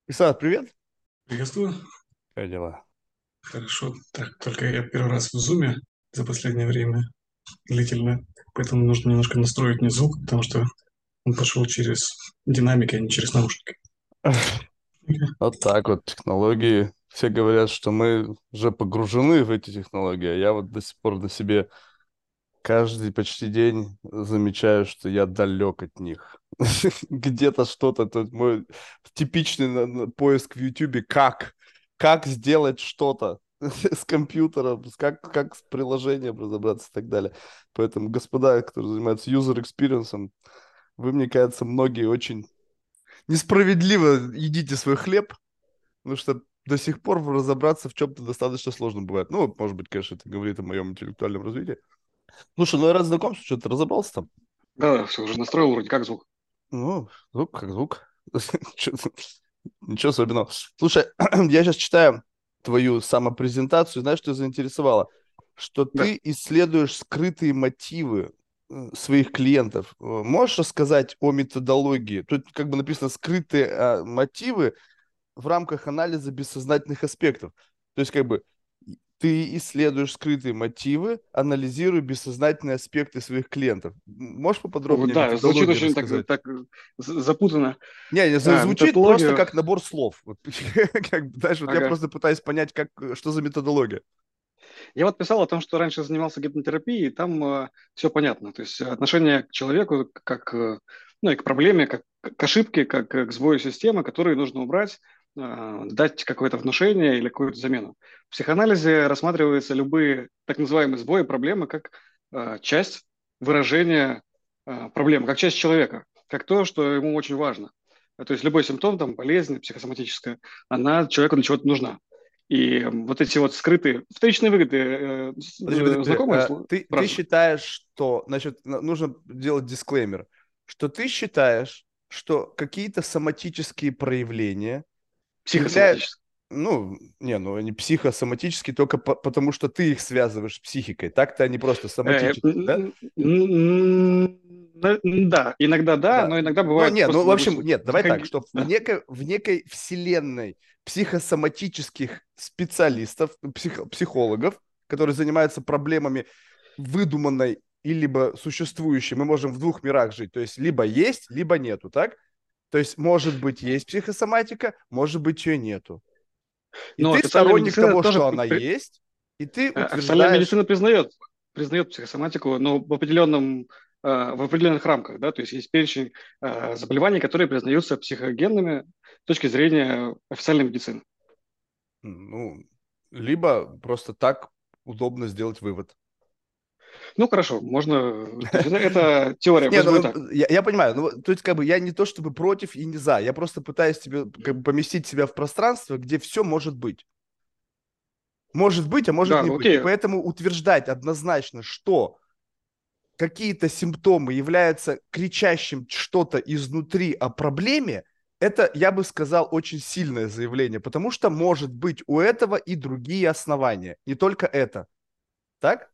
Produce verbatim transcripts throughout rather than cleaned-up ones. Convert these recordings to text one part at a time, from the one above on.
Исат, привет. Приветствую. Как дела? Хорошо. Так, только я первый раз в зуме за последнее время длительно, поэтому нужно немножко настроить мне звук, потому что он пошел через динамики, а не через наушники. Вот так вот, технологии. Все говорят, что мы уже погружены в эти технологии, а я вот до сих пор на себе каждый почти день замечаю, что я далек от них. Где-то что-то, тут мой типичный на- на поиск в Ютубе, как, как сделать что-то с компьютером, с- как, как с приложением разобраться и так далее. Поэтому, господа, которые занимаются user experience, вы, мне кажется, многие очень несправедливо едите свой хлеб, потому что до сих пор разобраться в чем-то достаточно сложно бывает. Ну, может быть, конечно, это говорит о моем интеллектуальном развитии. Слушай, ну я рад знакомству, что ты разобрался там? Да, все, уже настроил вроде как звук. Ну, звук как звук. Чё- Ничего особенного. Слушай, я сейчас читаю твою самопрезентацию. Знаешь, что заинтересовало? Что Да. ты исследуешь скрытые мотивы э, своих клиентов. Э, Можешь рассказать о методологии? Тут как бы написано скрытые а, мотивы в рамках анализа бессознательных аспектов. То есть как бы ты исследуешь скрытые мотивы, анализируя бессознательные аспекты своих клиентов. М, Можешь Вот, поподробнее о да, звучит методологии очень так, рассказать? так э, з- запутанно. Не, не, за- А, звучит просто методологию. как набор слов. Вот, как бы, знаешь, вот я Ага. просто пытаюсь понять, как, что за методология. Я вот писал о том, что раньше занимался гипнотерапией, и там все понятно. То есть отношение к человеку как, э, ну, и к проблеме, как к ошибке, как э, к сбою системы, которые нужно убрать, э, дать какое-то внушение или какую-то замену. В психоанализе рассматриваются любые так называемые сбои, проблемы, как э, часть выражения э, проблемы, как часть человека, как то, что ему очень важно. То есть любой симптом, там, болезнь психосоматическая, она человеку для чего-то нужна. И вот эти вот скрытые вторичные выгоды, э, с- Подожди, подожди, э, подожди. знакомые А, сло- Ты, ты фразы? считаешь, что, значит, на- нужно делать дисклеймер, что ты считаешь, что какие-то соматические проявления являются, Психосоматические. ну, не, ну, они психосоматические только по- потому, что ты их связываешь с психикой. Так-то они просто Э, соматические, да? м, м, м, Да, иногда да, Да. но иногда Ну, бывает не, ну, просто, в общем, допустим, нет, давай так, психоги... что в Да. некой, в некой вселенной психосоматических специалистов, псих- психологов, которые занимаются проблемами выдуманной и либо существующей, мы можем в двух мирах жить, то есть либо есть, либо нету, так? То есть, может быть, есть психосоматика, может быть, ее нету. И Но ты официальная сторонник медицина того, тоже... что при- она при- есть, и ты э, Официальная утверждаешь, медицина признает, признает психосоматику, но в определенном, э, в определенных рамках, да, то есть есть перечень э, заболеваний, которые признаются психогенными с точки зрения официальной медицины. ну, либо просто так удобно сделать вывод. Ну, хорошо, можно... То есть это, это теория, Не, пусть будет ну, так. я, я понимаю, ну, то есть, как бы, я не то чтобы против и не за, я просто пытаюсь тебе, как бы, поместить себя в пространство, где все может быть. Может быть, а может Да, не быть. И окей. поэтому утверждать однозначно, что какие-то симптомы являются кричащим что-то изнутри о проблеме, это, я бы сказал, очень сильное заявление, потому что может быть у этого и другие основания, не только это. Так?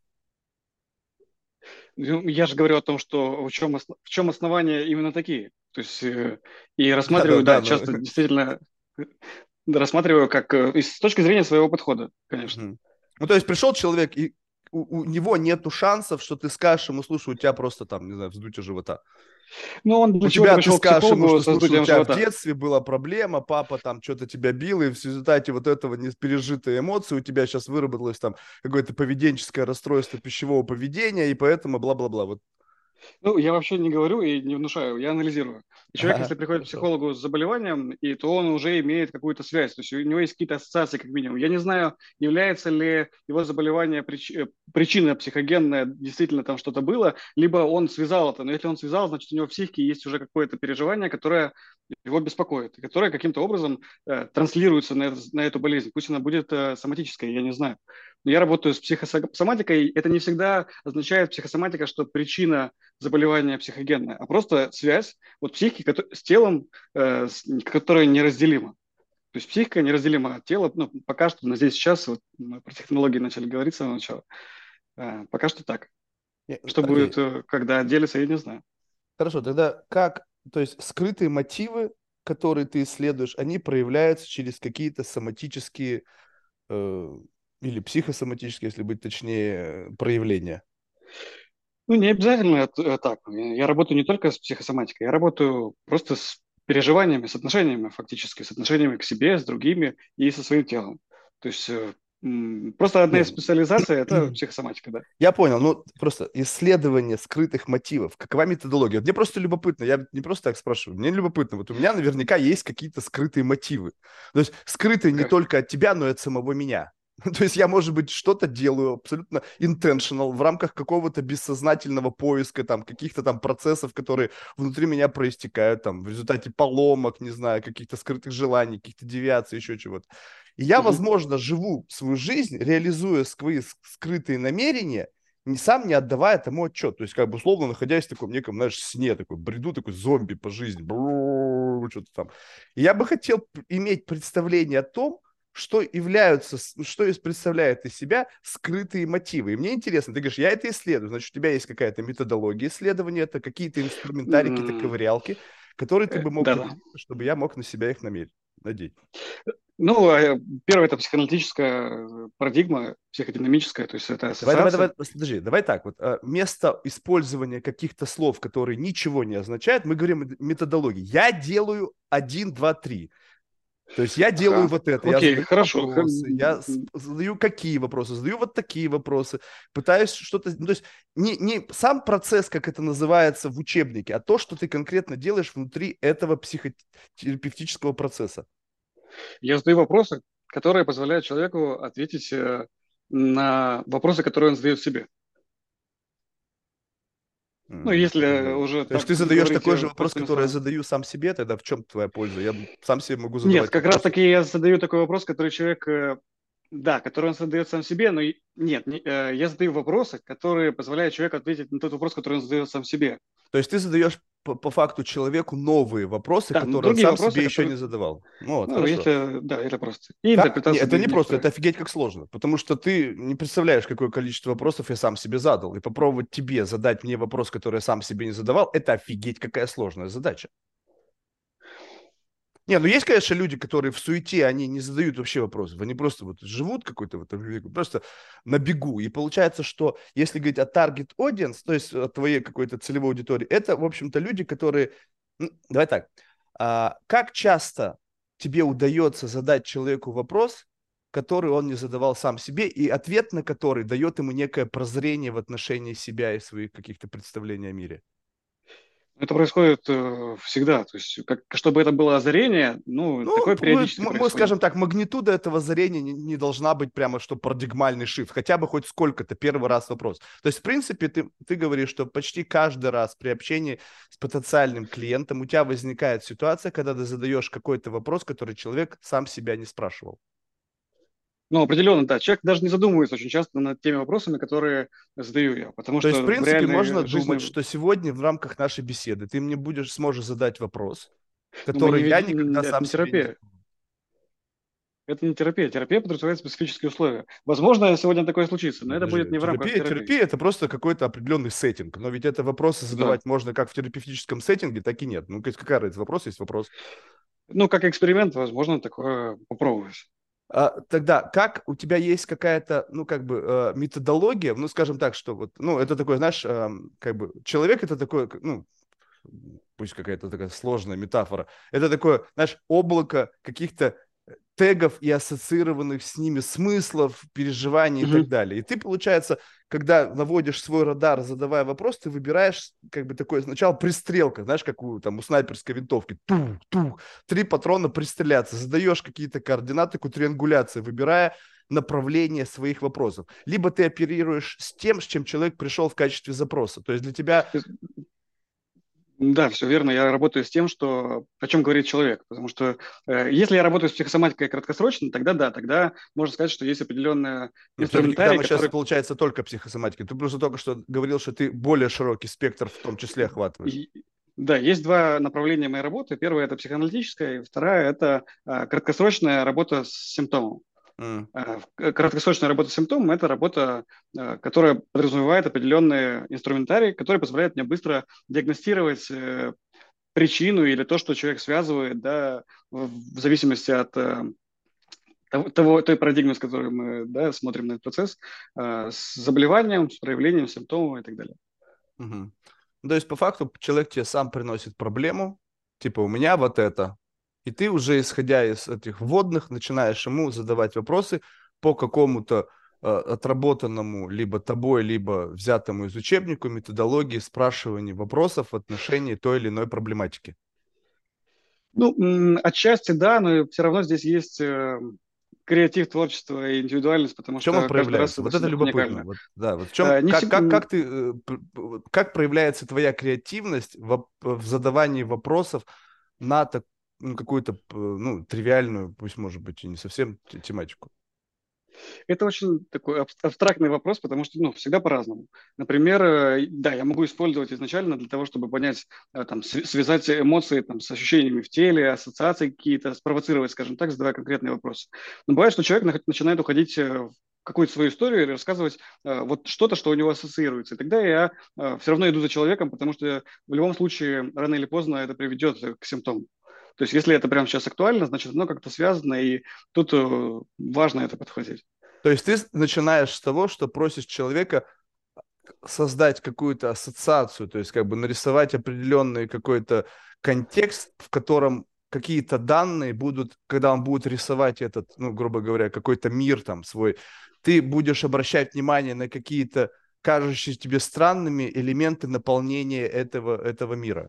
Ну, я же говорю о том, что в чем, ос- в чем основания именно такие. То есть, э, и Да, да, рассматриваю, да, да, но... часто действительно э, рассматриваю как э, и с точки зрения своего подхода, конечно. Мгм. Ну, то есть пришел человек, и у, у него нету шансов, что ты скажешь ему, слушай, у тебя просто там, не знаю, вздутие живота. Но он У для чего-то тебя ты пришел к скажешь ему, психологу что, со слушай, у вздутием тебя в живота. детстве была проблема, папа там что-то тебя бил, и в результате вот этого не пережитой эмоции у тебя сейчас выработалось там какое-то поведенческое расстройство пищевого поведения, и поэтому бла-бла-бла. Вот. Ну, я вообще не говорю и не внушаю, я анализирую. И человек, Ага, если приходит к хорошо. психологу с заболеванием, и то он уже имеет какую-то связь, то есть у него есть какие-то ассоциации, как минимум. Я не знаю, является ли его заболевание прич... э, причина психогенная, действительно там что-то было, либо он связал это. Но если он связал, значит, у него в психике есть уже какое-то переживание, которое его беспокоит, и которое каким-то образом э, транслируется на, это- на эту болезнь. Пусть она будет э, соматической, я не знаю. Но я работаю с психосоматикой, это не всегда означает психосоматика, что причина заболевание психогенное, а просто связь вот психики кото- с телом, э, с- которая неразделима. То есть психика неразделима от тела, ну, пока что, но здесь сейчас, вот мы про технологии начали говорить с самого начала, Э, пока что так. Не, Что будет, окей, э, когда делится, я не знаю. хорошо, тогда как, то есть скрытые мотивы которые ты исследуешь, они проявляются через какие-то соматические э, или психосоматические, если быть точнее, проявления. Ну, не обязательно это, э, так. Я я работаю не только с психосоматикой, я работаю просто с переживаниями, с отношениями фактически, с отношениями к себе, с другими и со своим телом. То есть э, м, просто одна из Нет, специализаций– это психосоматика, да. я понял, ну просто исследование скрытых мотивов. Какова методология? Мне просто любопытно, я не просто так спрашиваю, мне любопытно. Вот у меня наверняка есть какие-то скрытые мотивы. То есть скрытые не Как? только от тебя, но и от самого меня. То есть я, может быть, что-то делаю абсолютно intentional в рамках какого-то бессознательного поиска, там, каких-то там процессов, которые внутри меня проистекают, там, в результате поломок, не знаю, каких-то скрытых желаний, каких-то девиаций, еще чего-то. И я, Мгм. возможно, живу свою жизнь, реализуя свои скрытые намерения, не сам не отдавая тому отчет. То есть, как бы, условно, находясь в таком неком, знаешь, сне, такой, бреду, такой зомби по жизни, что-то там. И я бы хотел иметь представление о том, что являются, что из представляет из себя скрытые мотивы. И мне интересно, ты говоришь, я это исследую, значит, у тебя есть какая-то методология исследования, это какие-то инструментарии, какие-то М, ковырялки, которые ты э, бы мог Да-да. применить, чтобы я мог на себя их намерить, надеть. Ну, э, первое– это психоаналитическая э, парадигма, психодинамическая, то есть это Давай, давай, давай, ассоциация. подожди, давай так вот. а, Вместо использования каких-то слов, которые ничего не означают, мы говорим о методологии. Я делаю один, два, три. То есть я делаю Ага, вот это, я окей, задаю хорошо. Х- вопросы, я с- задаю какие вопросы, задаю вот такие вопросы, пытаюсь что-то... Ну, то есть не, не сам процесс, как это называется в учебнике, а то, что ты конкретно делаешь внутри этого психотерапевтического процесса. Я задаю вопросы, которые позволяют человеку ответить э, на вопросы, которые он задает себе. Ну, М, если подожди. уже То есть так ты задаешь говорить такой э, же вопрос, простыми который я словами. задаю сам себе, тогда в чем твоя польза? Я сам себе могу Нет, задавать как раз вопросы. таки я задаю такой вопрос, который человек, э, да, который он задает сам себе, но и- нет, не- э, я задаю вопросы, которые позволяют человеку ответить на тот вопрос, который он задает сам себе. То есть ты задаешь по, по факту человеку новые вопросы, Да, н- которые он другие сам вопросы, себе еще которые, не задавал. Ну вот, ну, хорошо. если, да, это просто. И Как? Не, интерпретация это д- не просто, некоторая. это офигеть как сложно, потому что ты не представляешь, какое количество вопросов я сам себе задал. И попробовать тебе задать мне вопрос, который я сам себе не задавал, это офигеть какая сложная задача. Не, ну есть, конечно, люди, которые в суете, они не задают вообще вопросов, они просто вот живут какой-то вот просто на бегу. И получается, что если говорить о target audience, то есть о твоей какой-то целевой аудитории, это, в общем-то, люди, которые... Ну, давай так. А, как часто тебе удается задать человеку вопрос, который он не задавал сам себе, и ответ на который дает ему некое прозрение в отношении себя и своих каких-то представлений о мире? Это происходит э, всегда. То есть, как, чтобы это было озарение, ну, Ну, такое мы, периодически мы происходит. скажем так, магнитуда этого озарения не, не должна быть прямо что парадигмальный шифт, хотя бы хоть сколько-то, первый раз вопрос. То есть, в принципе, ты, ты говоришь, что почти каждый раз при общении с потенциальным клиентом у тебя возникает ситуация, когда ты задаешь какой-то вопрос, который человек сам себя не спрашивал. Ну, определенно, да. Человек даже не задумывается очень часто над теми вопросами, которые задаю я. Потому То есть, в что в принципе, можно реальной думать, жизни, что сегодня в рамках нашей беседы ты мне будешь, сможешь задать вопрос, ну, мы не который я никогда ведь- это сам не себе не терапия. задал. Это не терапия. Терапия подразумевает специфические условия. Возможно, сегодня такое случится, но это будет Подожди, не в рамках терапия, терапии. терапия это просто какой-то определенный сеттинг. Но ведь это вопросы Да. задавать можно как в терапевтическом сеттинге, так и нет. Ну, то есть какая разница? Вопрос есть вопрос. Ну, как эксперимент, возможно, такое попробовать. А, тогда как у тебя есть какая-то, ну, как бы э, методология, ну, скажем так, что вот, ну, это такой, знаешь, э, как бы человек это такой, к- ну, пусть какая-то такая сложная метафора, это такое, знаешь, облако каких-то тегов и ассоциированных с ними смыслов, переживаний и так Мгм. далее. И ты, получается, когда наводишь свой радар, задавая вопрос, ты выбираешь как бы такое сначала пристрелка, знаешь, как у, там, у снайперской винтовки. Тух, тух, три патрона пристреляться. Задаешь какие-то координаты, такую триангуляцию, выбирая направление своих вопросов. Либо ты оперируешь с тем, с чем человек пришел в качестве запроса. То есть для тебя... То есть, да, все верно. Я работаю с тем, что о чем говорит человек. Потому что э, если я работаю с психосоматикой краткосрочно, тогда да, тогда можно сказать, что есть определенный Ну, все-таки, когда инструментарий, мы сейчас, который получается, только психосоматика. Ты просто только что говорил, что ты более широкий спектр в том числе охватываешь. И- Да, есть два направления моей работы. Первое– это психоаналитическая, и вторая– это а, краткосрочная работа с симптомом. М. А, в- краткосрочная работа с симптомом– это работа, а, которая подразумевает определенные инструментарий, который позволяет мне быстро диагностировать э, причину или то, что человек связывает, да, в, в зависимости от э, того, того- той парадигмы, с которой мы, да, смотрим на этот процесс, э, с заболеванием, с проявлением симптомов и так далее. Мгм. То есть, по факту, человек тебе сам приносит проблему, типа, у меня вот это. И ты уже, исходя из этих вводных, начинаешь ему задавать вопросы по какому-то э, отработанному либо тобой, либо взятому из учебнику методологии спрашивания вопросов в отношении той или иной проблематики. Ну, м, отчасти да, но все равно здесь есть э, креатив, творчество и индивидуальность, потому В чем он что каждый раз проявляется? это Вот это всегда любопытно. уникально. Вот, да, вот в чем, Э, не как, всег- как, м, как ты, э, п- п- вот как проявляется твоя креативность в, в задавании вопросов на так, ну, какую-то, п- ну, тривиальную, пусть, может быть, и не совсем те- тематику? Это очень такой абс- абстрактный вопрос, потому что, ну, всегда по-разному. Например, э, да, я могу использовать изначально для того, чтобы понять, э, там, св- связать эмоции там, с ощущениями в теле, ассоциации какие-то, спровоцировать, скажем так, задавая конкретные вопросы. Но бывает, что человек нах- начинает уходить э, в какую-то свою историю или рассказывать э, вот что-то, что у него ассоциируется. И тогда я все равно иду за человеком, потому что в любом случае, рано или поздно это приведет э, к симптомам. То есть, если это прямо сейчас актуально, значит, оно как-то связано, и тут э, важно это подхватить. То есть ты с- начинаешь с того, что просишь человека создать какую-то ассоциацию, то есть как бы нарисовать определенный какой-то контекст, в котором какие-то данные будут, когда он будет рисовать этот, ну, грубо говоря, какой-то мир там свой, ты будешь обращать внимание на какие-то кажущиеся тебе странными элементы наполнения этого, этого мира.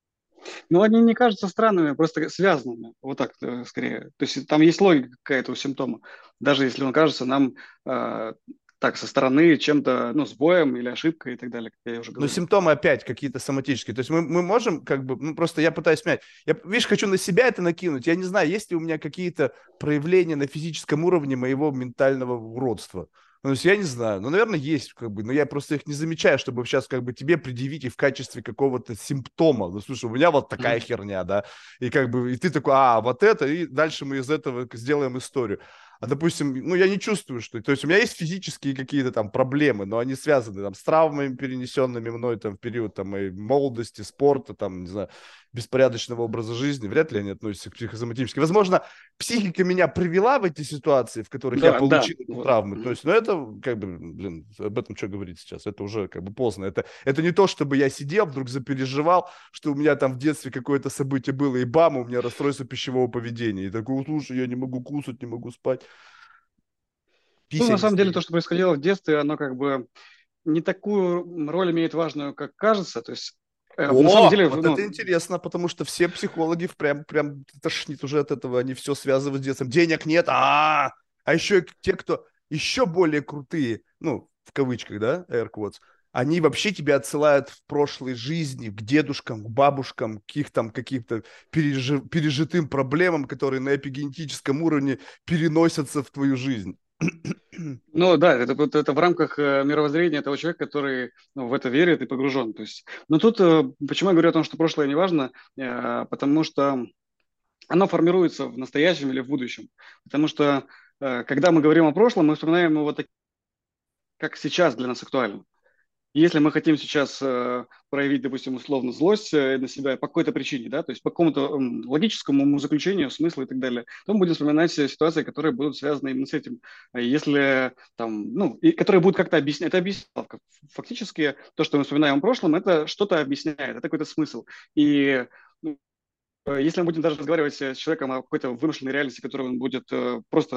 Но они не кажутся странными, просто связанными. Вот так, э, скорее. То есть там есть логика какая-то у симптома. Даже если он кажется нам э, так со стороны чем-то, ну, сбоем или ошибкой и так далее, как я уже Но говорил. симптомы опять какие-то соматические. То есть мы, мы можем как бы, ну просто я пытаюсь понять. Я, видишь, хочу на себя это накинуть. Я не знаю, есть ли у меня какие-то проявления на физическом уровне моего ментального уродства. Ну, то есть я не знаю. Ну, наверное, есть, как бы, но я просто их не замечаю, чтобы сейчас как бы тебе предъявить их в качестве какого-то симптома. Ну, слушай, у меня вот такая Мгм. херня, да. И как бы, и ты такой, а, вот это, и дальше мы из этого сделаем историю. А, допустим, ну, я не чувствую, что... То есть у меня есть физические какие-то там проблемы, но они связаны там с травмами, перенесенными мной там в период там моей молодости, спорта, там, не знаю, беспорядочного образа жизни. Вряд ли они относятся к психосоматическим. Возможно, психика меня привела в эти ситуации, в которых я Да, да. получил эти Вот. травмы. То Мгм. есть, ну, это, как бы, блин, об этом что говорить сейчас? Это уже как бы поздно. Это, это не то, чтобы я сидел, вдруг запереживал, что у меня там в детстве какое-то событие было, и бам, у меня расстройство пищевого поведения. И такой, слушай, я не могу кусать, не могу спать. Ну, Пися на не самом деле, то, стоит. что происходило в детстве, оно как бы не такую роль имеет важную, как кажется. То есть, э, на самом О, деле, вот это ну, интересно, потому что все психологи прям, прям тошнит уже от этого, они все связывают с детством. Денег нет, а, а еще и те, кто еще более крутые, ну, в кавычках, да, air quotes, они вообще тебя отсылают в прошлой жизни, к дедушкам, к бабушкам, к их там каким-то пережи- пережитым проблемам, которые на эпигенетическом уровне переносятся в твою жизнь. ну да, это, вот это в рамках э, мировоззрения этого человека, который ну, в это верит и погружен. То есть, но тут э, почему я говорю о том, что прошлое не важно, э, потому что оно формируется в настоящем или в будущем. Потому что э, когда мы говорим о прошлом, мы вспоминаем его так, как сейчас для нас актуально. Если мы хотим сейчас э, проявить, допустим, условно злость э, на себя по какой-то причине, да, то есть по какому-то м, логическому заключению, смыслу и так далее, то мы будем вспоминать э, ситуации, которые будут связаны именно с этим. А если там, ну, и которые будут как-то объяснять, это объяснялка. Фактически то, что мы вспоминаем о прошлом, это что-то объясняет, это какой-то смысл. И ну, э, если мы будем даже разговаривать э, с человеком о какой-то вымышленной реальности, которую он будет э, просто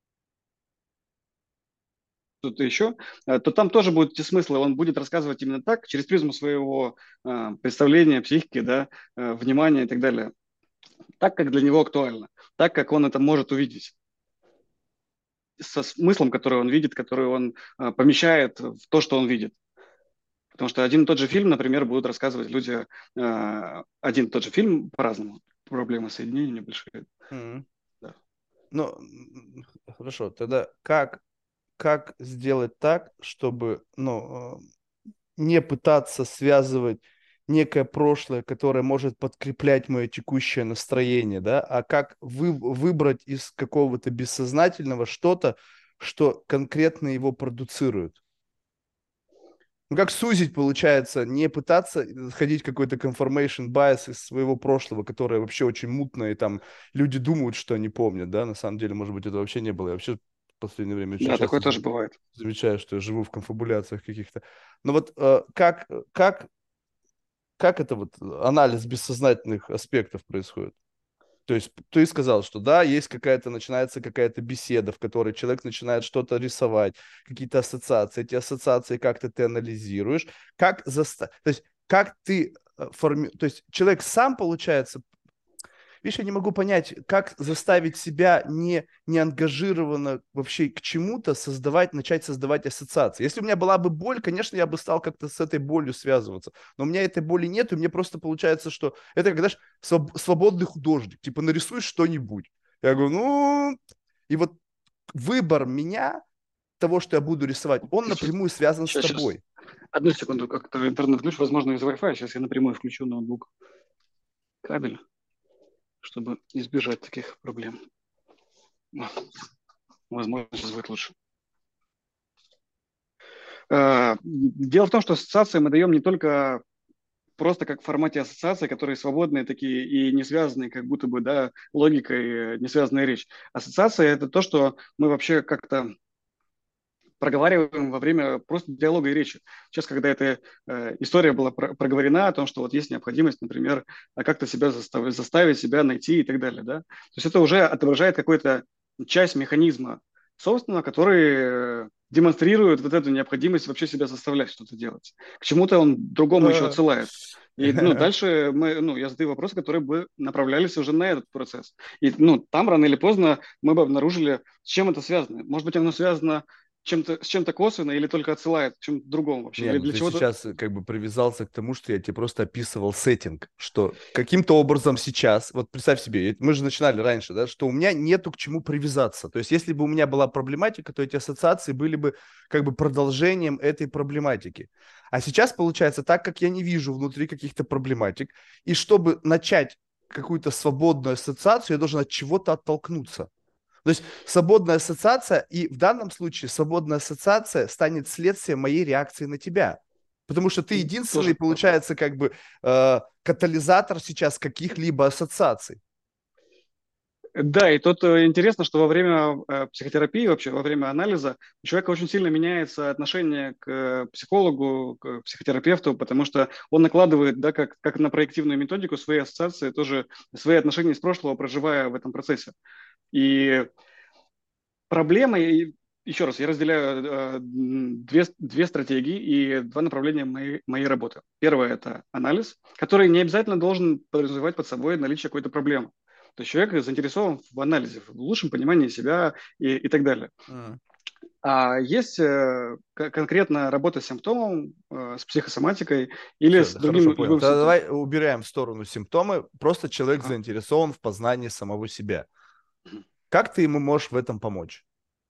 что-то еще, э, то там тоже будут эти смыслы. Он будет рассказывать именно так, через призму своего э, представления, психики, да, э, внимания и так далее. Так, как для него актуально, так, как он это может увидеть, со смыслом, который он видит, который он э, помещает в то, что он видит. Потому что один и тот же фильм, например, будут рассказывать люди э, один и тот же фильм по-разному. Проблемы соединения небольшие. Мгм. Да. Ну, м, хорошо, тогда как, как сделать так, чтобы, ну, э, не пытаться связывать некое прошлое, которое может подкреплять мое текущее настроение, да, а как вы, выбрать из какого-то бессознательного что-то, что конкретно его продуцирует? Ну, как сузить, получается, не пытаться ходить какой-то confirmation bias из своего прошлого, которое вообще очень мутное, и там люди думают, что они помнят, да, на самом деле, может быть, это вообще не было. Я вообще в последнее время очень Да, такое часто тоже за- бывает. замечаю, что я живу в конфабуляциях каких-то. Но вот э, как, как, как это вот анализ бессознательных аспектов происходит? То есть ты сказал, что да, есть какая-то, начинается какая-то беседа, в которой человек начинает что-то рисовать, какие-то ассоциации. Эти ассоциации как-то ты анализируешь. Как заста... То есть как ты э, форми... То есть человек сам, получается, видишь, я не могу понять, как заставить себя не, не ангажированно вообще к чему-то создавать, начать создавать ассоциации. Если у меня была бы боль, конечно, я бы стал как-то с этой болью связываться. Но у меня этой боли нет, и мне просто получается, что это, как, знаешь, своб- свободный художник. Типа, нарисуй что-нибудь. Я говорю, ну... И вот выбор меня, того, что я буду рисовать, он Сейчас, напрямую связан с сейчас, сейчас. тобой. Одну секунду, как-то интернет ключ, возможно, из Wi-Fi. Сейчас я напрямую включу ноутбук кабель, чтобы избежать таких проблем. Возможно, сейчас будет лучше. А, Дело в том, что ассоциации мы даем не только просто как в формате ассоциации, которые свободные такие и не связанные, как будто бы, да, логикой, э, не связанная речь. Ассоциация – это то, что мы вообще как-то проговариваем во время просто диалога и речи. Сейчас, когда эта э, история была про- проговорена о том, что вот есть необходимость, например, а как-то себя заставить, заставить себя найти и так далее, да, то есть это уже отображает какую-то часть механизма собственного, который э, демонстрирует вот эту необходимость вообще себя заставлять что-то делать. К чему-то он другому еще отсылает. И ну, дальше мы, ну, я задаю вопросы, которые бы направлялись уже на этот процесс. И ну, там рано или поздно мы бы обнаружили, с чем это связано. Может быть, оно связано чем-то, с чем-то косвенно или только отсылает к чему-то другому вообще? Не, Или ну для ты чего-то... сейчас э, как бы привязался к тому, что я тебе просто описывал сеттинг, что каким-то образом сейчас, вот представь себе, мы же начинали раньше, да, что у меня нету к чему привязаться. То есть если бы у меня была проблематика, то эти ассоциации были бы как бы продолжением этой проблематики. А сейчас получается так, как я не вижу внутри каких-то проблематик, и чтобы начать какую-то свободную ассоциацию, я должен от чего-то оттолкнуться. То есть свободная ассоциация, и в данном случае свободная ассоциация станет следствием моей реакции на тебя. Потому что ты единственный, Тоже получается, как бы э, катализатор сейчас каких-либо ассоциаций. да, и тут э, интересно, что во время э, психотерапии, вообще во время анализа у человека очень сильно меняется отношение к э, психологу, к психотерапевту, потому что он накладывает, да, как, как на проективную методику, свои ассоциации, тоже свои отношения из прошлого, проживая в этом процессе. И проблема, и еще раз, я разделяю э, две, две стратегии и два направления моей, моей работы. Первое – это анализ, который не обязательно должен подразумевать под собой наличие какой-то проблемы. То есть человек заинтересован в анализе, в лучшем понимании себя и, и так далее. Mm. А есть э, к- конкретно работа с симптомом, э, с психосоматикой или Все, с да, другим хорошо понял. любым Тогда симптомом. давай убираем в сторону симптомы. Просто человек Ага. заинтересован в познании самого себя. Как ты ему можешь в этом помочь?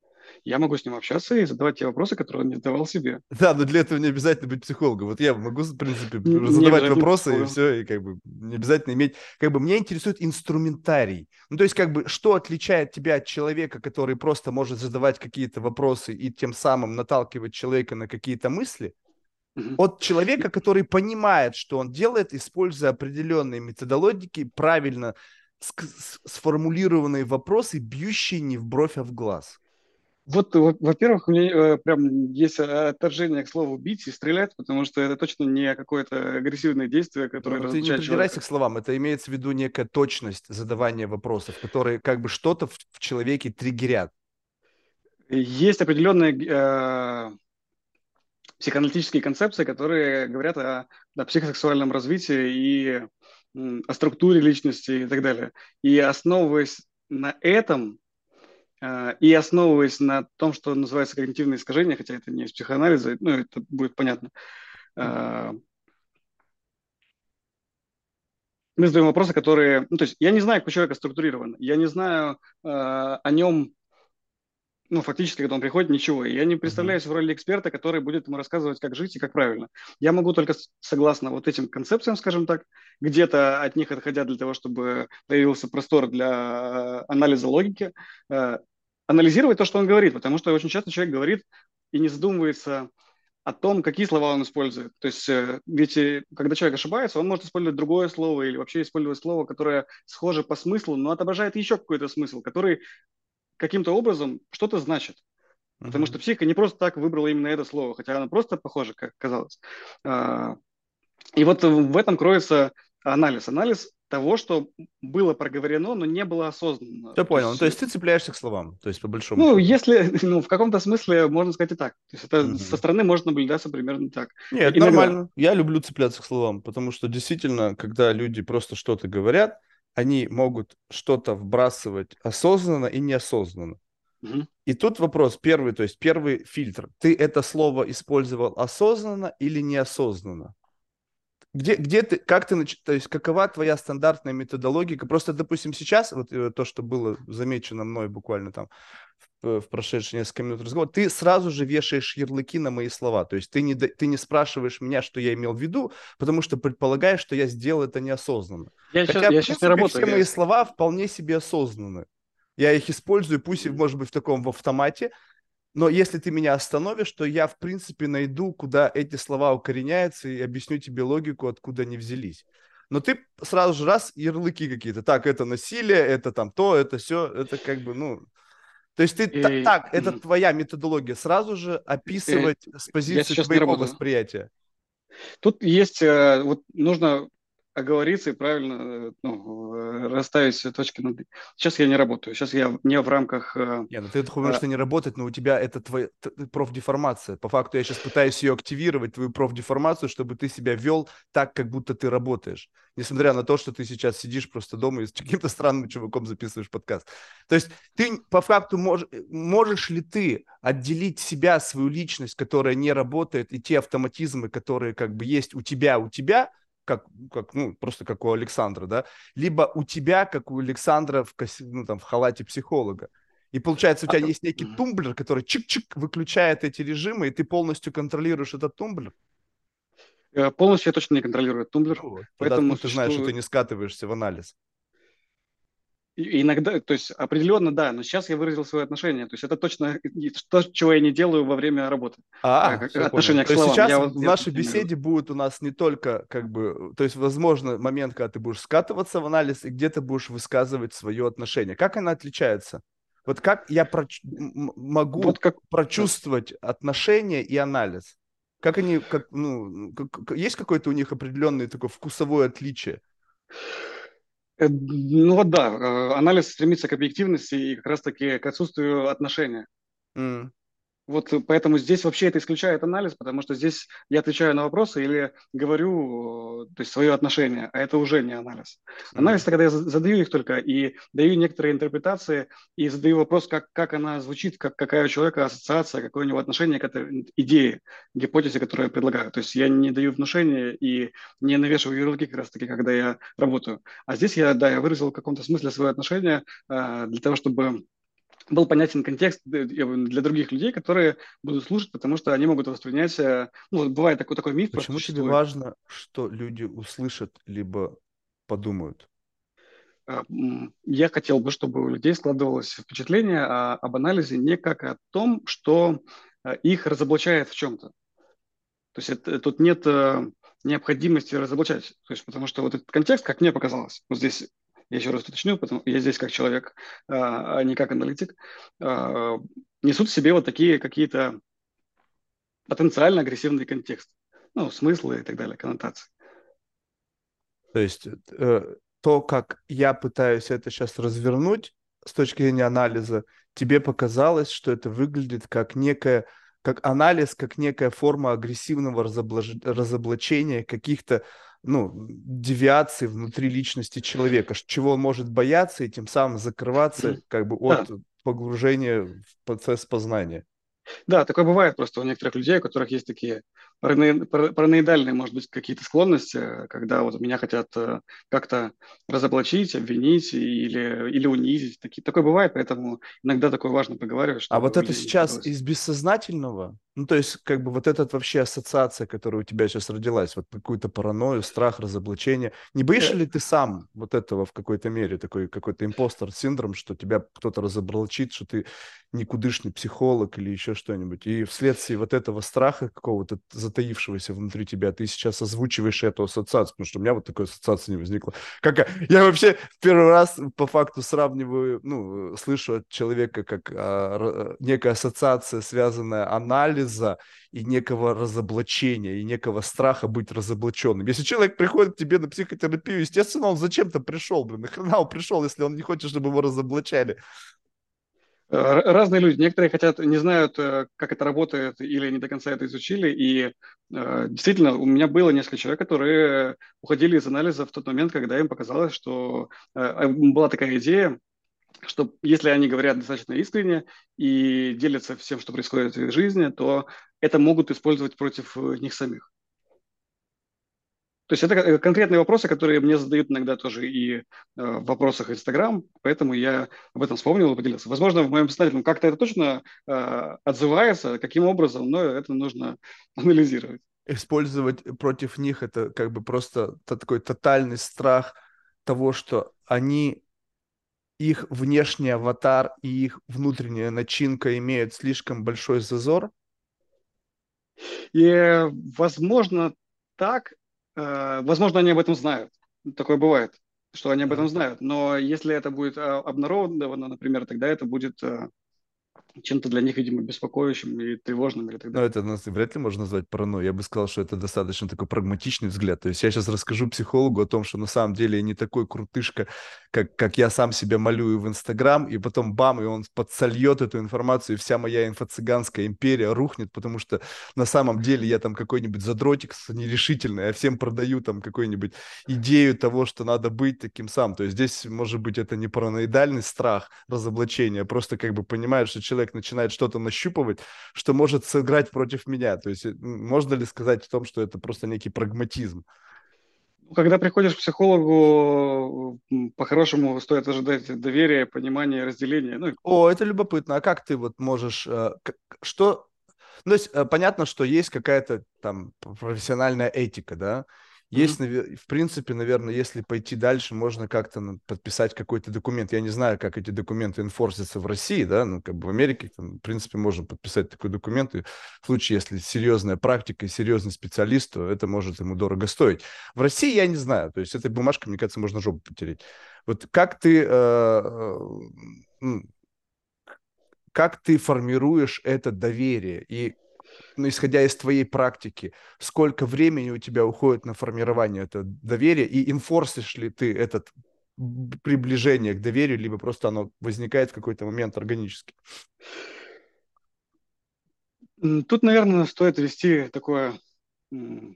Я могу с ним общаться и задавать те вопросы, которые он не задавал себе. Да, но для этого не обязательно быть психологом. Вот я могу, в принципе, Н- Не задавать обязательно быть вопросы, и психологом. все, и как бы не обязательно иметь... Как бы меня интересует инструментарий. Ну, то есть, как бы, что отличает тебя от человека, который просто может задавать какие-то вопросы и тем самым наталкивать человека на какие-то мысли, Мгм. от человека, который понимает, что он делает, используя определенные методологии, правильно ск- с- сформулированные вопросы, бьющие не в бровь, а в глаз. Вот, во- во-первых, у меня э, прям есть отторжение к слову бить и стрелять, потому что это точно не какое-то агрессивное действие, Ну, которое ну, ты не разоблачает придирайся человека. к словам, это имеется в виду некая точность задавания вопросов, которые как бы что-то в, в человеке триггерят. Есть определенные э, психоаналитические концепции, которые говорят о, о психосексуальном развитии и м, о структуре личности и так далее. И основываясь на этом, э, и основываясь на том, что называется когнитивное искажение, хотя это не из психоанализа, ну, это будет понятно, э, мы задаем вопросы, которые... Ну, то есть я не знаю, как у человека структурировано. Я не знаю э, о нем, ну, фактически, когда он приходит, ничего. И я не Мгм. представляюсь в роли эксперта, который будет ему рассказывать, как жить и как правильно. Я могу только с- согласно вот этим концепциям, скажем так, где-то от них отходя для того, чтобы появился простор для э, анализа логики, э, анализировать то, что он говорит. Потому что очень часто человек говорит и не задумывается о том, какие слова он использует. То есть, э, ведь э, когда человек ошибается, он может использовать другое слово или вообще использовать слово, которое схоже по смыслу, но отображает еще какой-то смысл, который каким-то образом что-то значит. Потому что Мгм. психика не просто так выбрала именно это слово, хотя оно просто похоже, как казалось. А, И вот в этом кроется анализ. Анализ того, что было проговорено, но не было осознанно. Я То понял. Ну, есть, то э, есть ты цепляешься к словам, то есть по большому ну, счету. если, ну, в каком-то смысле можно сказать и так. То есть это со Мгм. стороны может наблюдаться примерно так. Э, Нет, Иногда. нормально. Я люблю цепляться к словам, потому что действительно, когда люди просто что-то говорят, они могут что-то вбрасывать осознанно и неосознанно. Мгм. И тут вопрос первый, то есть первый фильтр. Ты это слово использовал осознанно или неосознанно? Где, где ты, как ты, нач- то есть какова твоя стандартная методология? Просто, допустим, сейчас, вот э, то, что было замечено мной буквально там в, в прошедшие несколько минут разговора, ты сразу же вешаешь ярлыки на мои слова. То есть ты не, д- ты не спрашиваешь меня, что я имел в виду, потому что предполагаешь, что я сделал это неосознанно. Я сейчас, Хотя, в я сейчас не принципе, работаю. все Я, мои слова вполне себе осознанны. Я их использую, пусть и, может быть, в таком в автомате, но если ты меня остановишь, то я, в принципе, найду, куда эти слова укореняются и объясню тебе логику, откуда они взялись. Но ты сразу же раз ярлыки какие-то. Так, это насилие, это там то, это все, это как бы, ну... То есть ты та- и, так, это мгм. твоя методология, сразу же Э, описывать с я позиции сейчас не твоего работаю. восприятия. Тут есть, э, вот нужно оговориться и правильно э, ну, э, расставить все точки над «и». Сейчас я не работаю. Сейчас я не в рамках... э, Не, ну ты это э, что не работать, но у тебя это твоя т- профдеформация. По факту я сейчас пытаюсь ее активировать, твою профдеформацию, чтобы ты себя вел так, как будто ты работаешь. Несмотря на то, что ты сейчас сидишь просто дома и с каким-то странным чуваком записываешь подкаст. То есть ты по факту мож, можешь ли ты отделить себя, свою личность, которая не работает, и те автоматизмы, которые как бы есть у тебя, у тебя, как, как, ну, просто как у Александра, да, либо у тебя, как у Александра в, кос- ну, там, в халате психолога. И получается, у а, тебя есть некий мгм. тумблер, который чик-чик выключает эти режимы, и ты полностью контролируешь этот тумблер. Э, Полностью я точно не контролирую тумблер, Ну вот. Тогда поэтому откуда ты знаешь, что ты существует не скатываешься в анализ? и- иногда, то есть определенно да, но сейчас я выразил свое отношение. То есть это точно и то, чего я не делаю во время работы. Э, А, как- все понял. Отношение к То есть словам. сейчас Я вот в где-то нашей имею в виду. беседе будет у нас не только как бы, то есть возможно момент, когда ты будешь скатываться в анализ и где ты будешь высказывать свое отношение. Как она отличается? Вот как я проч- м- м- Вот могу как... да. прочувствовать отношение и анализ? Как они, как, ну, как- как- есть какое-то у них определенное такое вкусовое отличие? Э, Ну вот да, э, анализ стремится к объективности и как раз-таки к отсутствию отношения. М, Вот э, поэтому здесь вообще это исключает анализ, потому что здесь я отвечаю на вопросы или говорю, э, то есть свое отношение, а это уже не анализ. Анализ м. это когда я за- задаю их только и даю некоторые интерпретации и задаю вопрос, как, как она звучит, как, какая у человека ассоциация, какое у него отношение к этой идее, гипотезе, которую я предлагаю. То есть я не даю внушения и не навешиваю ярлыки как раз-таки, когда я работаю. А здесь я, да, я выразил в каком-то смысле свое отношение э, для того, чтобы был понятен контекст э, для других людей, которые будут слушать, потому что они могут воспринять, э, ну, вот бывает такой, такой миф просто Почему тебе существует. важно, что люди услышат либо подумают? А, м, Я хотел бы, чтобы у людей складывалось впечатление о- об анализе не как о том, что э, их разоблачает в чем-то. То есть это, тут нет э, необходимости разоблачать. То есть, потому что вот этот контекст, как мне показалось, вот здесь я еще раз уточню, потому я здесь как человек, а а не как аналитик, а, несут в себе вот такие какие-то потенциально агрессивный контекст. Ну, смыслы и так далее, коннотации. То есть э, то, как я пытаюсь это сейчас развернуть с точки зрения анализа, тебе показалось, что это выглядит как некая, как анализ, как некая форма агрессивного разоблаж- разоблачения каких-то, ну, девиаций внутри личности человека, ш- чего он может бояться и тем самым закрываться Мгм. как бы Да, от погружения в процесс познания. да, такое бывает просто у некоторых людей, у которых есть такие, паранои- пара- параноидальные, может быть, какие-то склонности, когда вот меня хотят э, как-то разоблачить, обвинить или, или унизить. Таки- такое бывает, поэтому иногда такое важно проговаривать, А чтобы вот у это людей не сейчас складывалось. из бессознательного, ну, то есть, как бы вот эта вообще ассоциация, которая у тебя сейчас родилась, вот какую-то паранойю, страх, разоблачение. Не боишься Э, ли ты сам вот этого в какой-то мере, такой какой-то импостер-синдром, что тебя кто-то разоблачит, что ты никудышный психолог или еще что-нибудь, и вследствие вот этого страха какого-то затаившегося внутри тебя, ты сейчас озвучиваешь эту ассоциацию, потому что у меня вот такой ассоциации не возникло. Как, я вообще в первый раз по факту сравниваю, ну, слышу от человека как а, р- некая ассоциация, связанная анализа и некого разоблачения, и некого страха быть разоблаченным. Если человек приходит к тебе на психотерапию, естественно, он зачем-то пришел, блин, нахрена он пришел, если он не хочет, чтобы его разоблачали. Р- Разные люди. Некоторые хотят, не знают, э, как это работает, или не до конца это изучили. И э, действительно, у меня было несколько человек, которые уходили из анализа в тот момент, когда им показалось, что э, э, была такая идея, что если они говорят достаточно искренне и делятся всем, что происходит в их жизни, то это могут использовать против э, них самих. То есть это э, конкретные вопросы, которые мне задают иногда тоже и э, в вопросах Инстаграм, поэтому я об этом вспомнил и поделился. Возможно, в моем сознательном как-то это точно э, отзывается, каким образом, но это нужно анализировать. Использовать против них это как бы просто та- такой тотальный страх того, что они, их внешний аватар и их внутренняя начинка имеют слишком большой зазор. И, э, возможно, так, э, возможно, они об этом знают. Такое бывает, что они об этом знают. Но если это будет э, обнародовано, например, тогда это будет э, чем-то для них, видимо, беспокоящим и тревожным или так Но далее. это нас вряд ли можно назвать паранойей. Я бы сказал, что это достаточно такой прагматичный взгляд. То есть я сейчас расскажу психологу о том, что на самом деле я не такой крутышка, как, как я сам себя малюю в Инстаграм, и потом бам, и он подсольет эту информацию, и вся моя инфо-цыганская империя рухнет, потому что на самом деле я там какой-нибудь задротик нерешительный, я всем продаю там какую-нибудь идею того, что надо быть таким сам. То есть здесь, может быть, это не параноидальный страх разоблачения, а просто как бы понимаешь, что человек начинает что-то нащупывать, что может сыграть против меня. То есть можно ли сказать в том, что это просто некий прагматизм? Когда приходишь к психологу, м, по-хорошему стоит ожидать доверия, понимания, разделения. Ну, О, это любопытно. А как ты вот можешь, э, к- что, ну, то есть э, понятно, что есть какая-то там профессиональная этика, да? мгм. Есть, наве- в принципе, наверное, если пойти дальше, можно как-то ну, подписать какой-то документ. Я не знаю, как эти документы инфорсятся в России, да, ну, как бы в Америке, там, в принципе, можно подписать такой документ, и в случае, если серьезная практика и серьезный специалист, то это может ему дорого стоить. В России я не знаю, то есть этой бумажкой, мне кажется, можно жопу потереть. Вот как ты, э, э, м, как ты формируешь это доверие? И, ну, исходя из твоей практики, сколько времени у тебя уходит на формирование этого доверия? И инфорсишь ли ты это приближение к доверию, либо просто оно возникает в какой-то момент органически? М, Тут, наверное, стоит ввести такое м,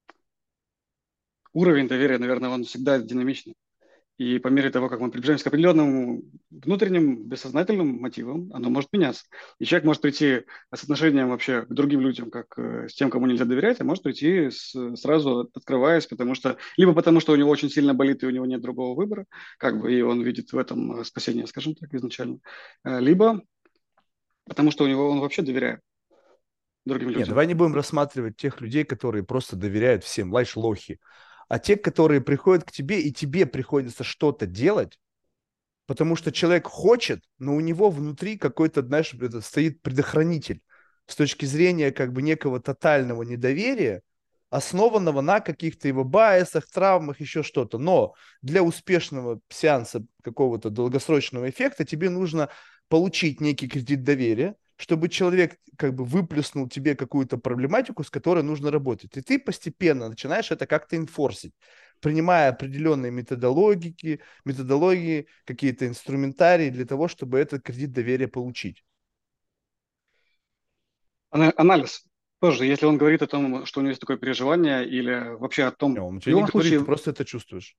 уровень доверия, наверное, он всегда динамичный. И по мере того, как мы приближаемся к определенным внутренним бессознательным мотивам, оно может меняться. И человек может прийти с отношением вообще к другим людям, как э, с тем, кому нельзя доверять, а может прийти с, сразу открываясь, потому что либо потому, что у него очень сильно болит и у него нет другого выбора, как бы и он видит в этом э, спасение, скажем так, изначально, э, либо потому, что у него он вообще доверяет другим Нет, людям. давай не будем рассматривать тех людей, которые просто доверяют всем, лайш лохи. А те, которые приходят к тебе, и тебе приходится что-то делать, потому что человек хочет, но у него внутри какой-то, знаешь, это стоит предохранитель с точки зрения как бы некого тотального недоверия, основанного на каких-то его байсах, травмах, еще что-то. Но для успешного сеанса какого-то долгосрочного эффекта тебе нужно получить некий кредит доверия, чтобы человек как бы выплеснул тебе какую-то проблематику, с которой нужно работать. И ты постепенно начинаешь это как-то инфорсить, принимая определенные методологии, методологии, какие-то инструментарии для того, чтобы этот кредит доверия получить. Ана- Анализ тоже, если он говорит о том, что у него есть такое переживание, или вообще о Не, том, он в тебе не любом говорит, ты случае, просто это чувствуешь.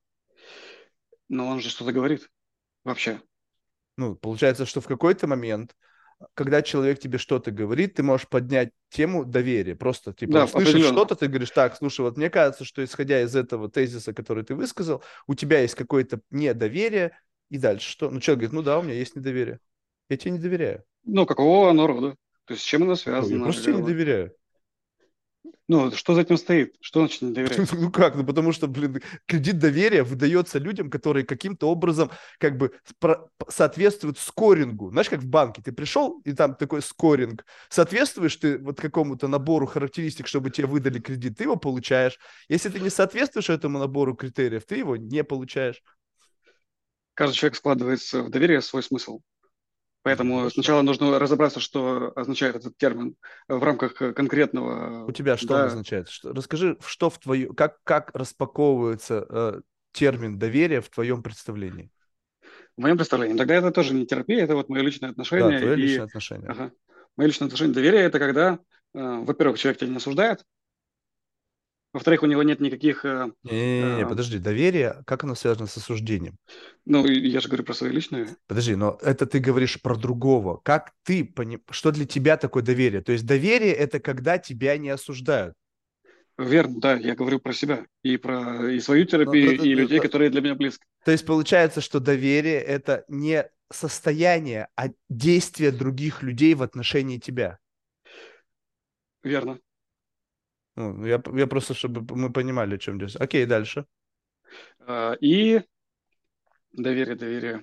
но он же что-то говорит вообще. Ну, получается, что в какой-то момент когда человек тебе что-то говорит, ты можешь поднять тему доверия. Просто, типа, Да, услышав определенно. что-то, ты говоришь, так, слушай, вот мне кажется, что исходя из этого тезиса, который ты высказал, у тебя есть какое-то недоверие, и дальше что? Ну, человек говорит, ну да, у меня есть недоверие. Я тебе не доверяю. Ну, какого оно рода? То есть с чем оно Ну, я связано? просто тебе не Как бы. доверяю. Ну, что за этим стоит? Что значит не доверять? Ну как? Ну потому что, блин, кредит доверия выдается людям, которые каким-то образом как бы спро- соответствуют скорингу. Знаешь, как в банке, ты пришел, и там такой скоринг. Соответствуешь ты вот какому-то набору характеристик, чтобы тебе выдали кредит, ты его получаешь. Если ты не соответствуешь этому набору критериев, ты его не получаешь. Каждый человек складывается в доверие свой смысл. Ну, Поэтому хорошо. сначала нужно разобраться, что означает этот термин в рамках э, У конкретного, тебя что он да, означает? Что, расскажи, что в твою, как, как распаковывается э, термин доверия в твоем представлении? в моем представлении. Тогда это тоже не терапия, это вот мое личное Да, отношение. твое И личное отношение. ага, мое личное отношение доверия– это когда, э, во-первых, человек тебя не осуждает, во-вторых, у него нет никаких, э, Не-не-не, э, подожди, доверие, как оно связано с осуждением? ну, и я же говорю про свои личные. Подожди, но это ты говоришь про другого. Как ты поним... Что для тебя такое доверие? То есть доверие– это когда тебя не осуждают. Верно, да, я говорю про себя и про и свою Но- но- терапию, но- и но- людей, но- которые для меня близки. То есть получается, что доверие– это не состояние, а действие других людей в отношении тебя. Верно. Ну, я, я просто, чтобы мы понимали, о чем здесь. Окей, дальше. А, И доверие, доверие.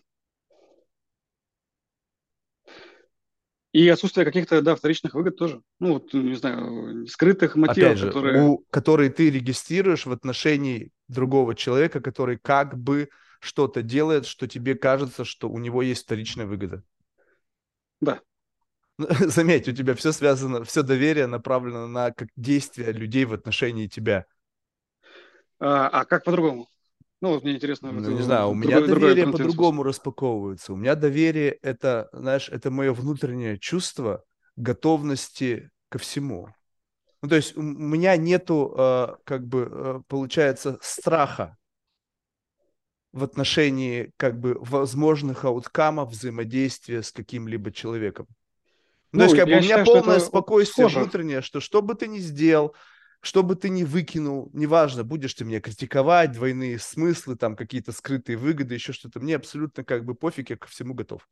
И отсутствие каких-то, да, вторичных выгод тоже. Ну, вот, не знаю, скрытых Опять мотивов, же, которые... у которые ты регистрируешь в отношении другого человека, который как бы что-то делает, что тебе кажется, что у него есть вторичная выгода. Да. Заметь, у тебя все связано, все доверие направлено на как действия людей в отношении тебя. А, а как по-другому? Ну, вот мне интересно вот, Ну, не знаю, у э, меня другой, другой доверие альтернативный способ. по-другому распаковывается. У меня доверие это, знаешь, это мое внутреннее чувство готовности ко всему. Ну, то есть у меня нету, э, как бы, э, получается, страха в отношении, как бы, возможных ауткамов взаимодействия с каким-либо человеком. Ну, то есть, Ну, как бы, у я меня считаю, что полное это вот спокойствие схоже. внутреннее, что что бы ты ни сделал, что бы ты ни выкинул, неважно, будешь ты меня критиковать, двойные смыслы, там, какие-то скрытые выгоды, еще что-то, мне абсолютно, как бы, пофиг, я ко всему готов.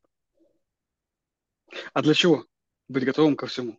А для чего быть готовым ко всему?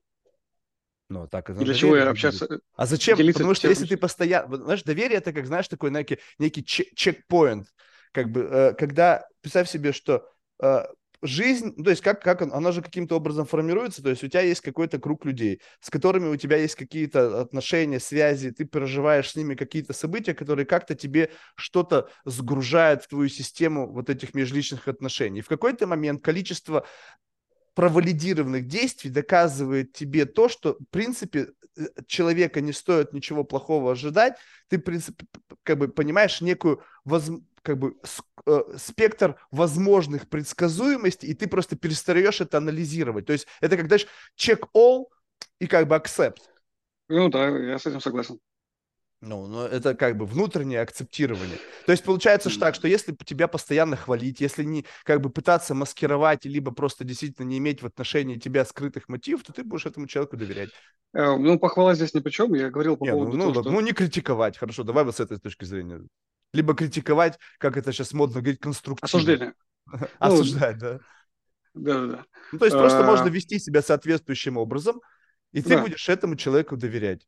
Ну, так И это для чего доверие я выглядит. общаться, э, А зачем? делиться Потому что тем... если ты постоянно... вот, знаешь, доверие это как, знаешь, такой некий, некий че- чекпоинт. Как бы, э, когда... Представь себе, что э, жизнь... ну, то есть как, как он, она же каким-то образом формируется. То есть у тебя есть какой-то круг людей, с которыми у тебя есть какие-то отношения, связи, ты проживаешь с ними какие-то события, которые как-то тебе что-то сгружают в твою систему вот этих межличных отношений. В какой-то момент количество провалидированных действий доказывает тебе то, что, в принципе, э, человека не стоит ничего плохого ожидать. Ты, в принципе, как бы понимаешь некую воз... как бы э, спектр возможных предсказуемостей, и ты просто перестаешь это анализировать. То есть это как, знаешь, check all и как бы accept. Ну да, я с этим согласен. Ну, но это как бы внутреннее акцептирование. То есть получается что так, что если тебя постоянно хвалить, если не как бы пытаться маскировать, либо просто действительно не иметь в отношении тебя скрытых мотивов, то ты будешь этому человеку доверять. Э, Ну, похвала здесь ни при чем. Я говорил по Не, ну, поводу ну, того, ладно, что ну не критиковать, хорошо, давай вот с этой точки зрения. Либо критиковать, как это сейчас модно говорить, конструктивно. осуждение. Ну, Осуждать, да. да-да-да. Ну, то есть просто можно А, вести себя соответствующим образом, и ты Да. будешь этому человеку доверять.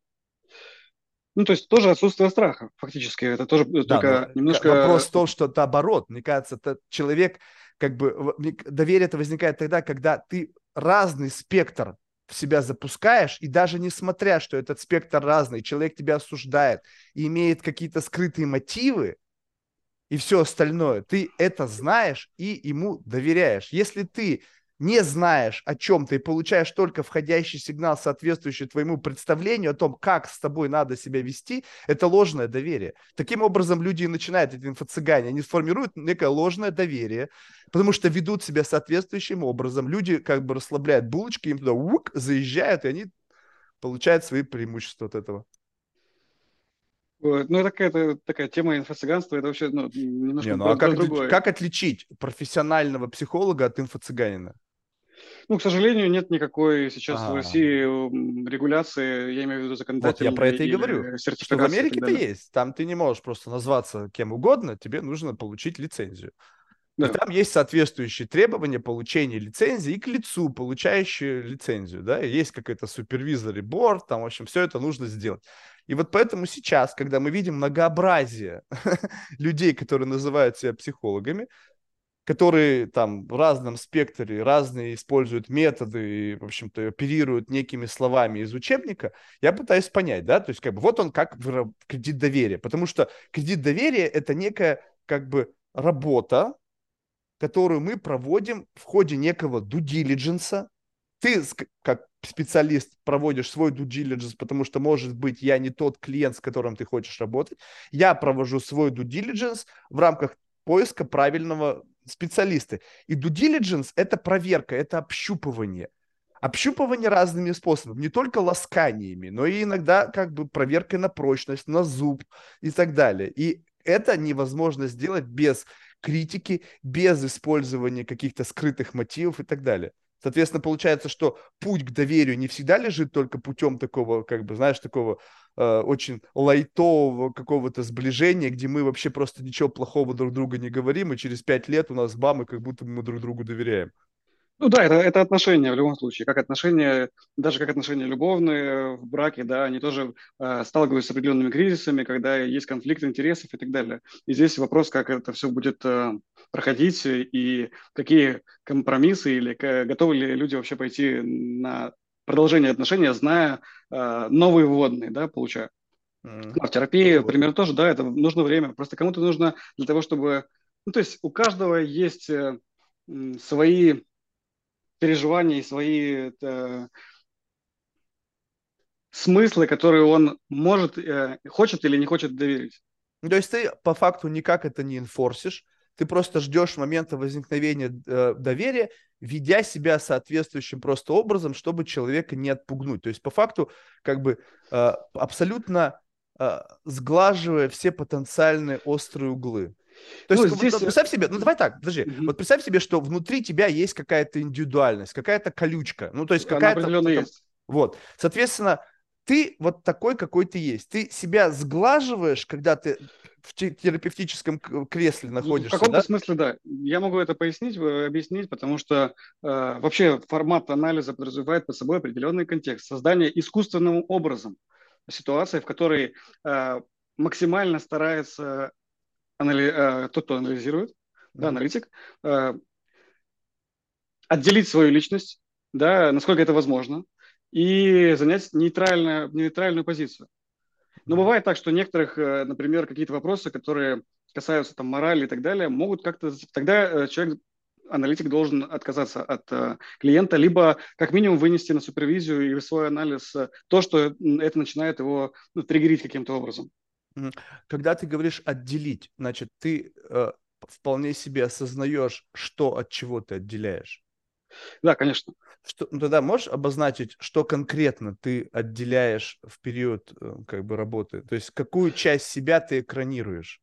Ну, то есть тоже отсутствие страха, фактически. Это тоже э, Да, но только э, к- вопрос немножко... в том, что наоборот, мне кажется, это человек, как бы, в- мне к- доверие это возникает тогда, когда ты разный спектр в себя запускаешь, и даже несмотря, что этот спектр разный, человек тебя осуждает и имеет какие-то скрытые мотивы, и все остальное, ты это знаешь и ему доверяешь. Если ты не знаешь о чем-то и получаешь только входящий сигнал, соответствующий твоему представлению о том, как с тобой надо себя вести, это ложное доверие. Таким образом, люди и начинают эти инфо-цыгане, они формируют некое ложное доверие, потому что ведут себя соответствующим образом. Люди как бы расслабляют булочки, им туда ук, заезжают, и они получают свои преимущества от этого. Вот. Ну, это какая-то такая тема инфо-цыганства, это вообще ну, Не, немножко ну а про, как, про отли- другое. как отличить профессионального психолога от инфо-цыганина? Ну, к сожалению, нет никакой сейчас в А, России м, регуляции, я имею в виду вот я про законодательной это и говорю, или что в сертификации и так Америке-то далее. есть. Там ты не можешь просто назваться кем угодно, тебе нужно получить лицензию. И Да. там есть соответствующие требования получения лицензии и к лицу, получающему лицензию, да, и есть какой-то супервизор и борд, там, в общем, все это нужно сделать. И вот поэтому сейчас, когда мы видим многообразие людей, которые называют себя психологами, которые там в разном спектре, разные используют методы и, в общем-то, оперируют некими словами из учебника, я пытаюсь понять, да, то есть как бы вот он как выра- кредит доверия, потому что кредит доверия это некая как бы работа, которую мы проводим в ходе некого due diligence. Ты как специалист проводишь свой due diligence, потому что, может быть, я не тот клиент, с которым ты хочешь работать. Я провожу свой due diligence в рамках поиска правильного специалиста. И due diligence – это проверка, это общупывание. Общупывание разными способами, не только ласканиями, но и иногда как бы проверкой на прочность, на зуб и так далее. И это невозможно сделать без критики, без использования каких-то скрытых мотивов и так далее. Соответственно, получается, что путь к доверию не всегда лежит только путем такого, как бы, знаешь, такого э, очень лайтового какого-то сближения, где мы вообще просто ничего плохого друг друга не говорим, и через пять лет у нас бам, и как будто мы друг другу доверяем. Ну да, это, это отношения в любом случае. Как отношения, даже как отношения любовные в браке, да, они тоже э, сталкиваются с определенными кризисами, когда есть конфликт интересов и так далее. И здесь вопрос, как это все будет э, проходить и какие компромиссы или к- готовы ли люди вообще пойти на продолжение отношений, зная э, новые вводные, да, получая. М. Да, в терапии, Ну вот. примерно тоже, да, это нужно время. Просто кому-то нужно для того, чтобы... Ну, то есть у каждого есть э, м, свои переживания и свои э, смыслы, которые он может, э, хочет или не хочет доверить. Ну, то есть ты по факту никак это не инфорсишь, ты просто ждешь момента возникновения э, доверия, ведя себя соответствующим просто образом, чтобы человека не отпугнуть. То есть по факту как бы э, абсолютно э, сглаживая все потенциальные острые углы. То есть Ну, вот, здесь... вот э, представь себе, ну давай так, подожди, мгм, вот представь себе, что внутри тебя есть какая-то индивидуальность, какая-то колючка, ну то есть она какая-то вот определенно это, есть. вот, соответственно, ты вот такой, какой ты есть, ты себя сглаживаешь, когда ты в те- терапевтическом к- кресле В в находишься, каком-то да? смысле, да. Я могу это пояснить, э, объяснить, потому что э, вообще формат анализа подразумевает под собой определенный контекст. Создание искусственным образом ситуации, в которой э, максимально старается анали- э, тот, кто анализирует, да, Мгм. аналитик, э, отделить свою личность, да, насколько это возможно, и занять нейтральную, нейтральную позицию. Но Мгм. бывает так, что некоторых, э, например, какие-то вопросы, которые касаются там морали и так далее, могут как-то... Тогда э, человек, аналитик должен отказаться от э, клиента, либо как минимум вынести на супервизию и в свой анализ э, то, что м, это начинает его ну, триггерить каким-то образом. Мгм. Когда ты говоришь отделить, значит, ты э, вполне себе осознаешь, что от чего ты отделяешь. Да, конечно. Что, ну, тогда можешь обозначить, что конкретно ты отделяешь в период э, как бы работы? То есть какую часть себя ты экранируешь?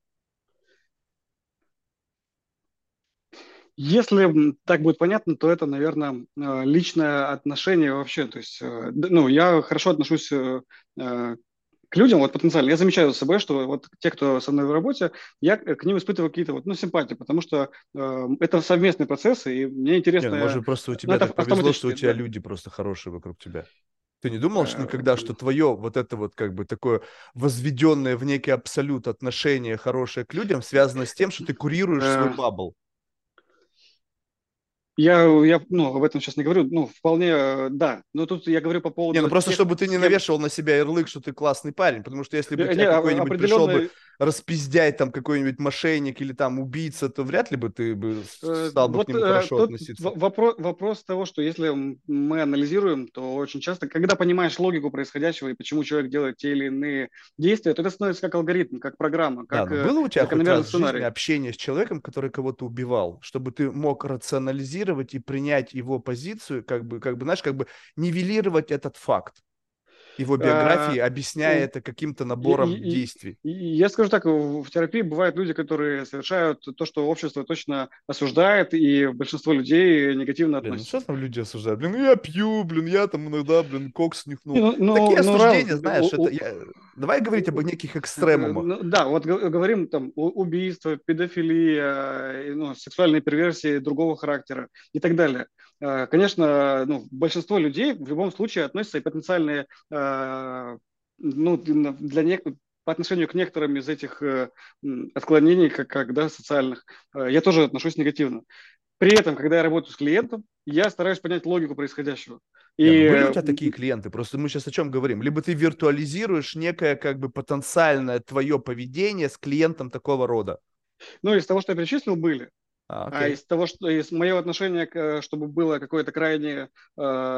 Если м, так будет понятно, то это, наверное, э, личное отношение вообще. То есть, э, д- ну, я хорошо отношусь э, э, к людям, вот потенциально. Я замечаю за собой, что вот те, кто со мной в работе, я к к ним испытываю какие-то вот, ну, симпатии, потому что э, это совместный процесс, и мне Не, ну интересно, может просто у ну, тебя это так повезло, что у автоматически, тебя да. люди просто хорошие вокруг тебя. Ты не думал что Э, никогда, что твое вот это вот как бы такое возведенное в некий абсолют отношение хорошее к людям связано с тем, что ты курируешь свой э, бабл? Я, я, ну, об этом сейчас не говорю, ну, вполне, э, да. Но тут я говорю по Не, ну поводу просто тех, чтобы ты с не кем... навешивал на себя ярлык, что ты классный парень, потому что если бы у э, Не, тебя а- какой-нибудь пришел бы определенный... распиздять там какой-нибудь мошенник или там убийца, то вряд ли бы ты бы Э, стал бы к Вот нему э, хорошо тут относиться. вопрос, вопрос того, что если м- мы анализируем, то очень часто, когда понимаешь логику происходящего и почему человек делает те или иные действия, то это становится как алгоритм, как программа, Да, как но э, было у тебя хоть закономерный раз в жизни сценарий. общение с человеком, который кого-то убивал, чтобы ты мог рационализировать и принять его позицию, как бы, как бы, знаешь, как бы нивелировать этот факт? его биографии, А, объясняя у- это каким-то и- набором и- и- действий. и Я скажу так, в в терапии бывают люди, которые совершают то, что общество точно осуждает, и большинство людей негативно Блин, ну что относятся. там люди осуждают? Блин, ну я пью, блин, я там иногда, блин, кокс Не, нюхнул. Ну, ну, Такие ну, раз, осуждения, знаешь, это... я- Давай говорить об у- неких э, экстремумах. ну, да, вот г- говорим там у- убийство, педофилия, э, ну, сексуальные перверсии другого характера и так далее. Э, Конечно, ну, большинство людей в любом случае относятся и потенциальные, э, ну, для нек- по отношению к некоторым из этих э, м, отклонений, как, как да, социальных, э, я тоже отношусь негативно. При этом, когда я работаю с клиентом, я стараюсь понять логику происходящего. Не, ну И были у э, тебя такие клиенты? Просто мы сейчас о чем говорим? Либо ты виртуализируешь некое как бы потенциальное твое поведение с клиентом такого рода. ну, из того, что я перечислил, были. А, А окей. из того, что из моего отношения, к, э, чтобы было какое-то крайне, э,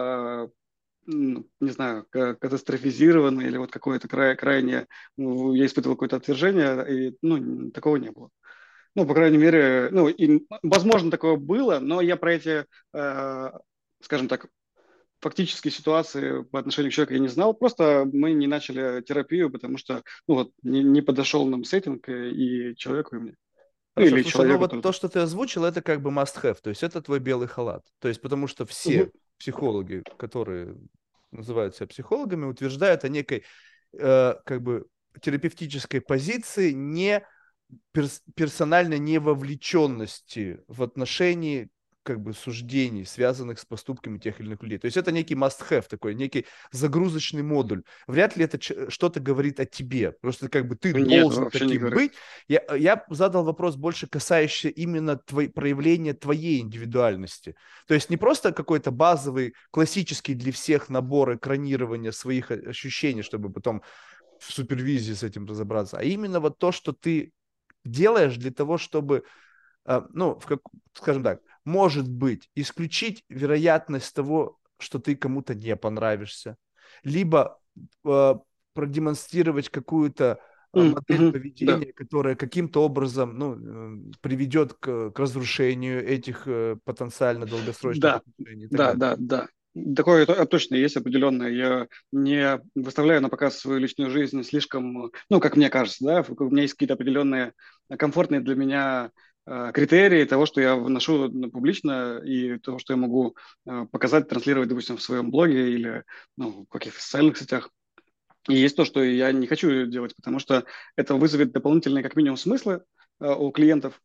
м, не знаю, к- катастрофизированное или вот какое-то край, крайне, ну, я испытывал какое-то отвержение, и, ну, такого не было. Ну, по крайней мере, ну, и, возможно, такое было, но я про эти, э, скажем так, фактические ситуации по отношению к человеку я не знал. Просто мы не начали терапию, потому что, ну, вот, не, не подошел нам сеттинг э, и человеку, и мне. Ну, Хорошо, или слушай, ну человеку вот то, только. что ты озвучил, это как бы must have, то есть это твой белый халат. То есть потому что все Мгм. психологи, которые называют себя психологами, утверждают о некой э, как бы терапевтической позиции не перс- персональной невовлеченности в отношении как бы суждений, связанных с поступками тех или иных людей. То есть это некий must-have такой, некий загрузочный модуль. Вряд ли это ч- что-то говорит о тебе. Просто как бы ты Нет, должен вообще не таким говорит. быть. Я, я задал вопрос больше касающийся именно твой, проявления твоей индивидуальности. То есть не просто какой-то базовый, классический для всех набор экранирования своих ощущений, чтобы потом в супервизии с этим разобраться, а именно вот то, что ты делаешь для того, чтобы, э, ну, в как, скажем так, может быть, исключить вероятность того, что ты кому-то не понравишься, либо э, продемонстрировать какую-то э, М, модель мгм, да, поведения, которая каким-то образом, ну, э, приведет к, к разрушению этих э, потенциально долгосрочных да, отношений и так да, далее. да, да. Такое то- точно есть определенное. Я не выставляю на показ свою личную жизнь слишком, ну, как мне кажется, да, у меня есть какие-то определенные комфортные для меня э, критерии того, что я вношу на- публично и того, что я могу э, показать, транслировать, допустим, в своем блоге или ну, в каких-то социальных сетях. И есть то, что я не хочу делать, потому что это вызовет дополнительные, как минимум, смыслы э, у клиентов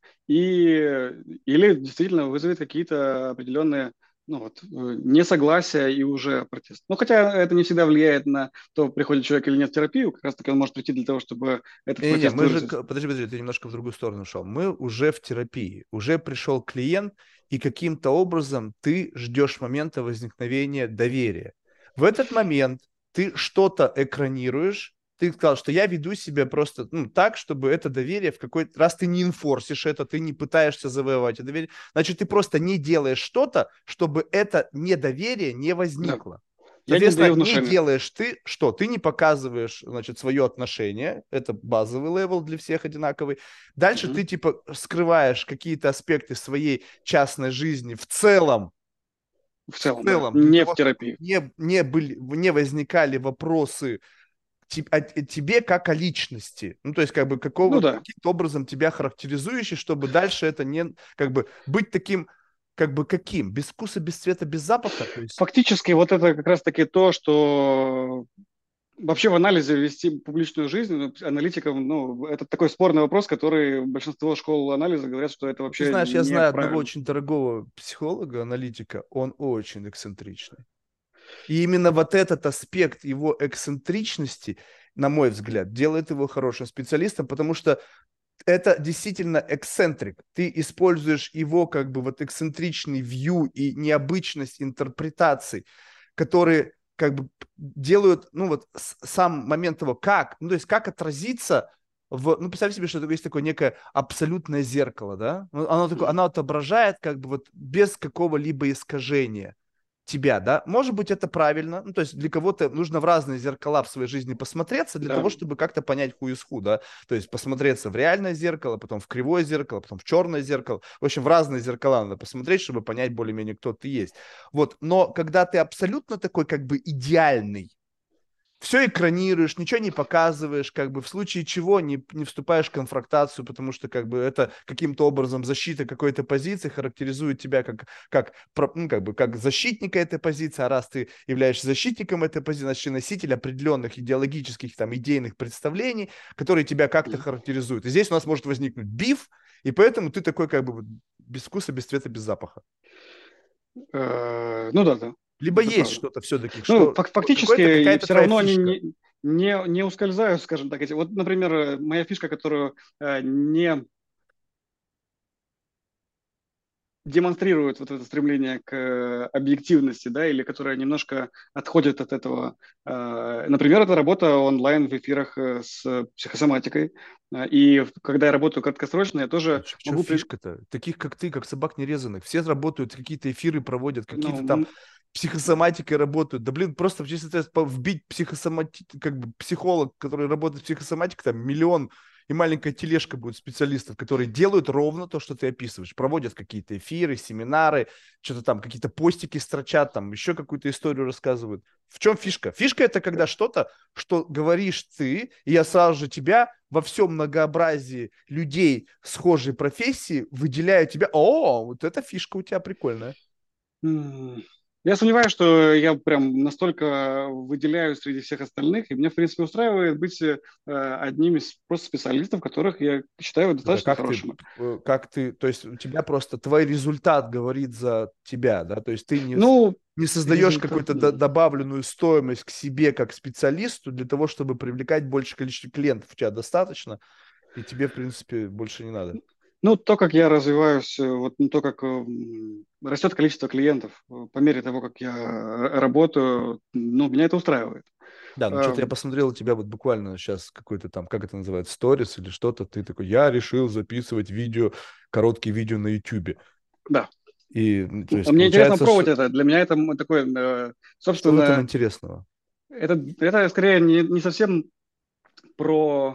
и или действительно вызовет какие-то определенные ну, вот, э, несогласия и уже протест. Ну, хотя это не всегда влияет на то, приходит человек или нет в терапию, как раз таки он может прийти для того, чтобы этот Не-не, протест мы же, выразить. к- подожди, подожди, ты немножко в другую сторону шел. Мы уже в терапии, уже пришел клиент, и каким-то образом ты ждешь момента возникновения доверия. В этот момент ты что-то экранируешь, ты сказал, что я веду себя просто ну, так, чтобы это доверие в какой-то... Раз ты не инфорсишь это, ты не пытаешься завоевать это доверие, значит, ты просто не делаешь что-то, чтобы это недоверие не Да. возникло. Я не Соответственно, даю не внушения. делаешь ты что? Ты не показываешь, значит, свое отношение. Это базовый левел для всех одинаковый. Дальше Мгм. ты, типа, скрываешь какие-то аспекты своей частной жизни в целом, В в целом, да. целом, для Не в того, чтобы терапии. не, не, были, не возникали вопросы те- о, о тебе как о личности. Ну, то есть, как бы, Ну какого, да. каким-то образом тебя характеризующий, чтобы дальше это не, как бы, быть таким, как бы, каким? Без вкуса, без цвета, без запаха? То есть, Фактически вот это как раз-таки то, что вообще в анализе вести публичную жизнь ну, аналитикам, ну, это такой спорный вопрос, который большинство школ анализа говорят, что это ты вообще знаешь, я знаю одного неправильно. очень дорогого психолога, аналитика, он очень эксцентричный. И именно вот этот аспект его эксцентричности, на мой взгляд, делает его хорошим специалистом, потому что это действительно эксцентрик. Ты используешь его как бы вот эксцентричный вью и необычность интерпретаций, которые как бы делают, ну вот сам момент того, как, ну то есть как отразиться в, ну представь себе, что это есть такое некое абсолютное зеркало, да? Ну, Оно такое, Мгм. оно отображает как бы вот без какого-либо искажения тебя, да, может быть, это правильно, ну, то есть для кого-то нужно в разные зеркала в своей жизни посмотреться для Да. того, чтобы как-то понять who is who, да, то есть посмотреться в реальное зеркало, потом в кривое зеркало, потом в черное зеркало, в общем, в разные зеркала надо посмотреть, чтобы понять более-менее, кто ты есть, вот, но когда ты абсолютно такой как бы идеальный, все экранируешь, ничего не показываешь, как бы в случае чего не, не вступаешь в конфронтацию, потому что как бы это каким-то образом защита какой-то позиции характеризует тебя как, как, ну, как бы, как защитника этой позиции, а раз ты являешься защитником этой позиции, значит, ты носитель определенных идеологических, там, идейных представлений, которые тебя как-то характеризуют. И здесь у нас может возникнуть биф, и поэтому ты такой как бы без вкуса, без цвета, без запаха. Э, ну да, да. Либо Это есть правда. что-то все-таки, Ну, что фак- какой-то, фактически какая-то все твоя равно они фишка. не, не, не ускользают, скажем так. Эти. Вот, например, э, моя фишка, которую э, не демонстрирует вот это стремление к э, объективности, да, или которая немножко отходит от этого. Э, Например, это работа онлайн в эфирах э, с психосоматикой. Э, И в- когда я работаю краткосрочно, я тоже В чем могу... при- фишка-то? Таких, как ты, как собак нерезанных. Все работают, какие-то эфиры проводят, Ну, какие-то там м, психосоматикой работают. Да, блин, просто, если ты по- вбить психосомати... как бы психолог, который работает в психосоматике, там миллион и маленькая тележка будет специалистов, которые делают ровно то, что ты описываешь. Проводят какие-то эфиры, семинары, что-то там, какие-то постики строчат, там еще какую-то историю рассказывают. В чем фишка? Фишка это когда что-то, что говоришь ты, и я сразу же тебя во всем многообразии людей схожей профессии выделяю тебя. О, вот эта фишка у тебя прикольная. м, я сомневаюсь, что я прям настолько выделяюсь среди всех остальных, и меня, в принципе, устраивает быть э, одним из просто специалистов, которых я считаю Это достаточно как ты, хорошими. э, как ты, то есть у тебя просто твой результат говорит за тебя, да, то есть ты не, с- Ну, не создаешь результат... какую-то до- добавленную стоимость к себе как специалисту для того, чтобы привлекать большее количество клиентов. У тебя достаточно, и тебе, в принципе, больше не надо. Ну, то, как я развиваюсь, э, вот ну, то, как м, растет количество клиентов э, по мере того, как я р- работаю, ну, меня это устраивает. Да, ну что-то я Эм, посмотрел у тебя вот буквально сейчас какой-то там, как это называется, сторис или что-то, ты такой, я решил записывать видео, короткие видео на Ютубе. Да. И, ну, то есть, Мне интересно получается, пробовать что, это. Для меня это м, такое, э, что в этом собственно, интересного? это, это скорее не, не совсем про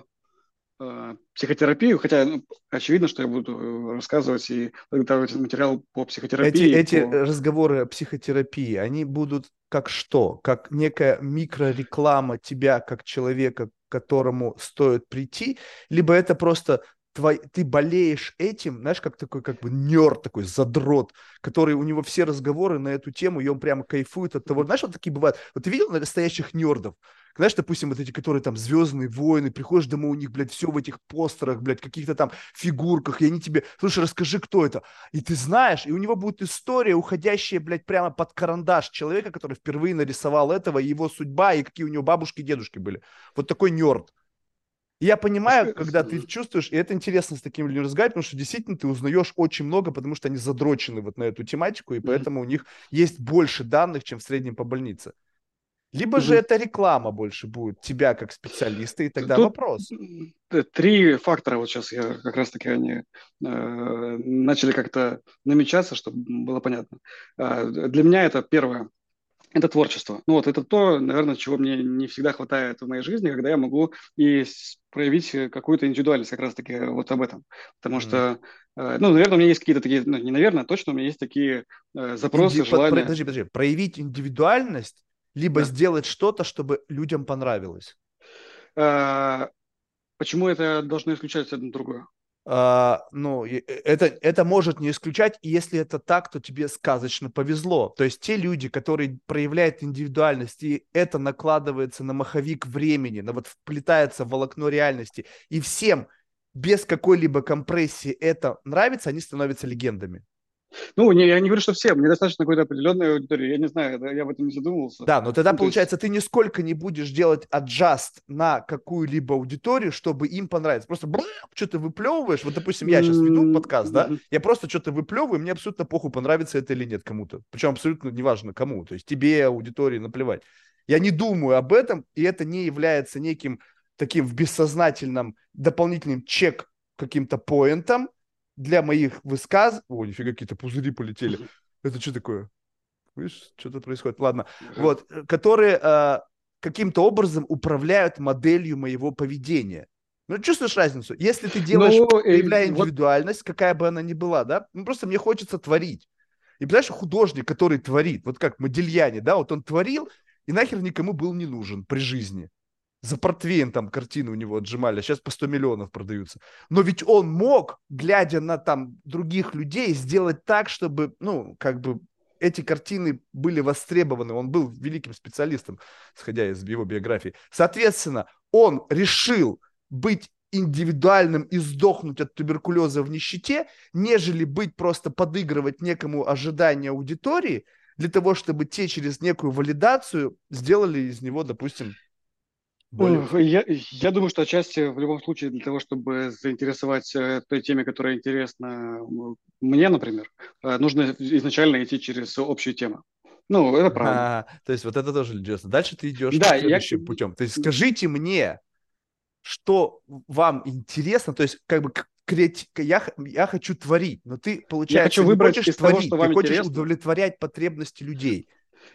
э, психотерапию, хотя ну, очевидно, что я буду э, рассказывать и подготавливать материал по Эти, психотерапии, эти по... разговоры о психотерапии, они будут как что? Как некая микрореклама тебя как человека, к которому стоит прийти, либо это просто твой, ты болеешь этим, знаешь, как такой как бы нерд, такой задрот, который у него все разговоры на эту тему, и он прямо кайфует от того. Знаешь, вот такие бывают. Вот ты видел настоящих нердов? Знаешь, допустим, вот эти, которые там «Звездные войны», приходишь домой, у них, блядь, все в этих постерах, блядь, каких-то там фигурках, и они тебе, слушай, расскажи, кто это? И ты знаешь, и у него будет история, уходящая, блядь, прямо под карандаш человека, который впервые нарисовал этого, и его судьба, и какие у него бабушки и дедушки были. Вот такой нерд. И я понимаю, когда ты чувствуешь, и это интересно с такими людьми разговаривать, потому что действительно ты узнаешь очень много, потому что они задрочены вот на эту тематику, и Мгм. поэтому у них есть больше данных, чем в среднем по больнице. Либо же Мгм. это реклама больше будет тебя как специалиста, и тогда Тут вопрос. м, т- три фактора, вот сейчас я как раз-таки они э, начали как-то намечаться, чтобы было понятно. А, Для меня это первое, это творчество. Ну вот это то, наверное, чего мне не всегда хватает в моей жизни, когда я могу и с- проявить э, какую-то индивидуальность как раз-таки вот об этом. Потому М. что, э, ну, наверное, у меня есть какие-то такие, ну, не наверное, а точно у меня есть такие э, Инди... запросы, под- про- желания. Подожди, подожди. Проявить индивидуальность, либо Да. сделать что-то, чтобы людям понравилось. А, Почему это должно исключать одно другое? А, ну, и- э, это, это может не исключать, и если это так, то тебе сказочно повезло. То есть те люди, которые проявляют индивидуальность, и это накладывается на маховик времени, на вот вплетается в волокно реальности, и всем без какой-либо компрессии это нравится, они становятся легендами. Ну, не, я не говорю, что все, мне достаточно какой-то определенной аудитории, я не знаю, это- я об этом не задумывался. Да, но тогда Ну, то есть, получается, ты нисколько не будешь делать аджаст на какую-либо аудиторию, чтобы им понравиться. Просто что-то выплевываешь. Вот, допустим, я сейчас веду м, подкаст, да, мгм. я просто что-то выплевываю, мне абсолютно похуй, понравится это или нет кому-то. Причем абсолютно неважно кому. То есть тебе, аудитории, наплевать. Я не думаю об этом, и это не является неким таким в бессознательном дополнительным чек каким-то поинтом для моих высказываний. О, нифига, какие-то пузыри полетели. Это что такое? Видишь, что-то происходит. Ладно. Ага. Вот, э, которые э, каким-то образом управляют моделью моего поведения. Ну, чувствуешь разницу? Если ты делаешь, Ну, проявляя э, вот, индивидуальность, какая бы она ни была, да, ну, просто мне хочется творить. И, понимаешь, художник, который творит, вот как Модильяне, да, вот он творил, и нахер никому был не нужен при жизни. За портвейн там картины у него отжимали, а сейчас по сто миллионов продаются. Но ведь он мог, глядя на там других людей, сделать так, чтобы, ну, как бы эти картины были востребованы. Он был великим специалистом, исходя из его биографии. Соответственно, он решил быть индивидуальным и сдохнуть от туберкулеза в нищете, нежели быть просто подыгрывать некому ожиданию аудитории, для того, чтобы те через некую валидацию сделали из него, допустим, более... Я, я думаю, что отчасти в любом случае для того, чтобы заинтересовать э, той теме, которая интересна м, мне, например, э, нужно изначально идти через общую тему. Ну, это правда. А, то есть вот это тоже интересно. Дальше ты идешь Да, я, следующим путем. То есть скажите мне, что вам интересно, то есть как бы креати... я, я хочу творить, но ты, я получается, хочу не выбрать хочешь из того, творить, что ты вам хочешь интересно. удовлетворять потребности людей.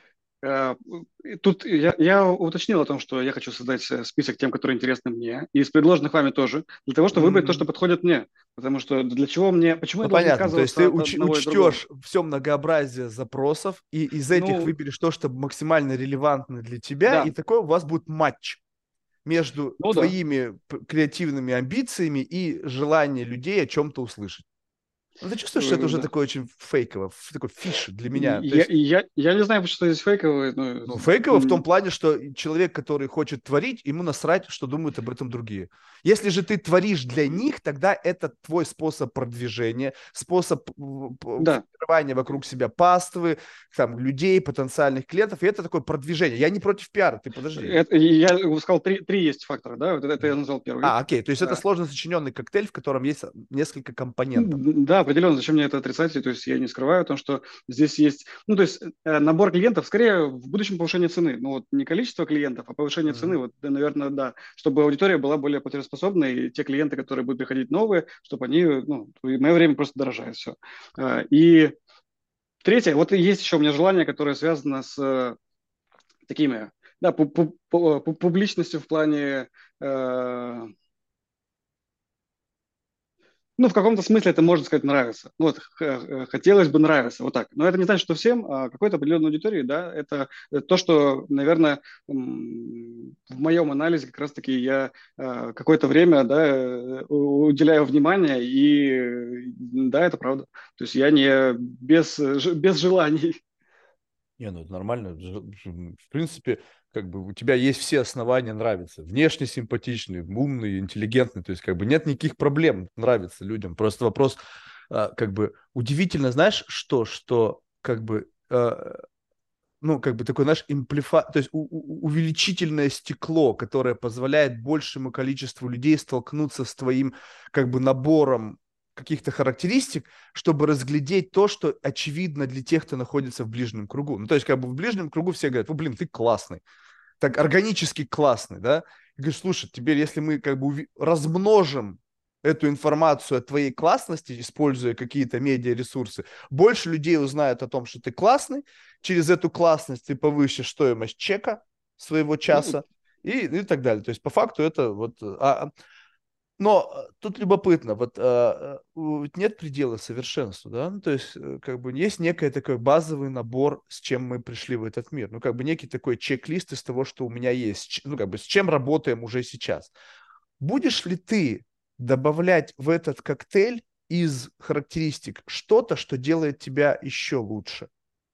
Э, Тут я, я уточнил о том, что я хочу создать э, список тем, которые интересны мне, и из предложенных вами тоже, для того, чтобы выбрать то, что М, подходит мне. Потому что для чего мне, почему я Ну, должен понятно, то есть ты отказываться от уч- одного и другого? учтешь все многообразие запросов, и из этих Ну, выберешь то, что максимально релевантно для тебя, и да, такой у вас будет матч между ну да. твоими п- креативными амбициями и желанием людей о чем-то услышать. Ну, ты чувствуешь, что это Э, уже да. такое очень фейково, ф- такой фиш для меня. То Я, есть, я, я не знаю, что здесь фейковое, но ну, фейково в том плане, что человек, который хочет творить, ему насрать, что думают об этом другие. Если же ты творишь для них, тогда это твой способ продвижения, способ п- п- да. формирования вокруг себя паствы, там, людей, потенциальных клиентов, и это такое продвижение. Я не против пиара, ты подожди. Это, я сказал, три, три есть фактора, да, вот это, это я назвал первый. А, окей, то есть это А, сложно сочиненный коктейль, в котором есть несколько компонентов. Да, определенно, зачем мне это отрицать, то есть я не скрываю о том, что здесь есть, ну, то есть э, набор клиентов, скорее в будущем повышение цены, ну, вот не количество клиентов, а повышение цены, Мгм. вот, да, наверное, да, чтобы аудитория была более платежеспособной, и те клиенты, которые будут приходить новые, чтобы они, ну, в мое время просто дорожает все. И третье, вот и есть еще у меня желание, которое связано с э, такими, да, пу- пу- пу- пу- публичностью в плане э, ну, в каком-то смысле это, можно сказать, нравится. Ну, вот, х- э, хотелось бы нравиться, вот так. Но это не значит, что всем, а какой-то определенной аудитории, да, это э, то, что, наверное, м, в моем анализе как раз-таки я э, какое-то время, да, э, у- уделяю внимание, и э, да, это правда. То есть я не без, ж- без желаний. Не, ну это нормально. Ж- ж- В принципе, как бы у тебя есть все основания нравиться. Внешне симпатичный, умный, интеллигентный. То есть как бы нет никаких проблем нравится людям. Просто вопрос, а, как бы удивительно, знаешь, что, что как бы, э, ну, как бы такой, знаешь, имплифа, то есть у- у- увеличительное стекло, которое позволяет большему количеству людей столкнуться с твоим как бы набором каких-то характеристик, чтобы разглядеть то, что очевидно для тех, кто находится в ближнем кругу. Ну, то есть, как бы в ближнем кругу все говорят, ну, блин, ты классный, так органически классный, да? И говоришь, слушай, теперь если мы как бы уви- размножим эту информацию о твоей классности, используя какие-то медиаресурсы, больше людей узнают о том, что ты классный, через эту классность ты повысишь стоимость чека своего Ну, часа и, и так далее. То есть по факту это вот... А, а, но э, тут любопытно, вот э, э, нет предела совершенству, да, ну, то есть э, как бы есть некий такой базовый набор, с чем мы пришли в этот мир, ну, как бы некий такой чек-лист из того, что у меня есть, ч- ну, как бы с чем работаем уже сейчас. Будешь ли ты добавлять в этот коктейль из характеристик что-то, что делает тебя еще лучше?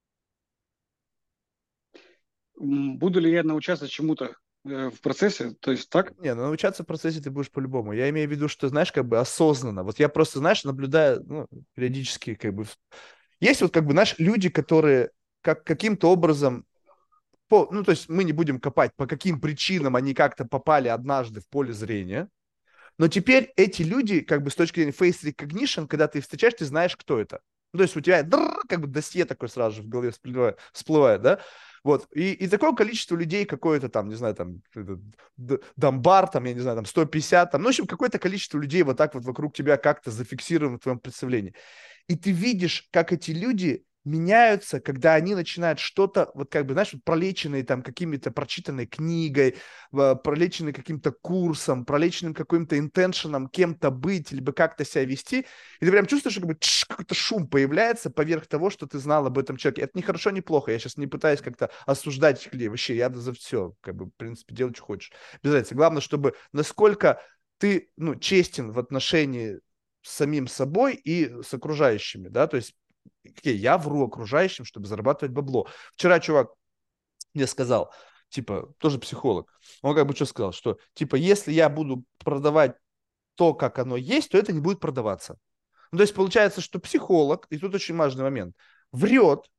м, буду ли я научаться чему-то э, в процессе? То есть так? Не, ну, научаться в процессе ты будешь по-любому. Я имею в виду, что, знаешь, как бы осознанно. Вот я просто, знаешь, наблюдаю, ну, периодически, как бы, есть вот, как бы, знаешь, люди, которые как, каким-то образом, по, ну, то есть мы не будем копать, по каким причинам они как-то попали однажды в поле зрения, но теперь эти люди, как бы, с точки зрения face recognition, когда ты их встречаешь, ты знаешь, кто это. Ну, то есть у тебя дрррр, как бы досье такое сразу же в голове всплывает, всплывает, да? Вот. И, и такое количество людей, какое-то там, не знаю, там, это, д- Дамбар, там, я не знаю, там, сто пятьдесят, там, ну, в общем, какое-то количество людей вот так вот вокруг тебя как-то зафиксировано в твоем представлении. И ты видишь, как эти люди меняются, когда они начинают что-то, вот как бы, знаешь, вот пролеченные там какими-то прочитанной книгой, пролеченные каким-то курсом, пролеченным каким-то интеншеном кем-то быть, либо как-то себя вести, и ты прям чувствуешь, что как бы тш, какой-то шум появляется поверх того, что ты знал об этом человеке. Это не хорошо, не плохо. Я сейчас не пытаюсь как-то осуждать этих людей. Вообще, я за все, как бы, в принципе, делай, что хочешь. Без разницы. Главное, чтобы насколько ты, ну, честен в отношении с самим собой и с окружающими, да, то есть окей, я вру окружающим, чтобы зарабатывать бабло. Вчера чувак мне сказал, типа, тоже психолог, он как бы что сказал, что, типа, если я буду продавать то, как оно есть, то это не будет продаваться. Ну, то есть получается, что психолог, и тут очень важный момент, врет,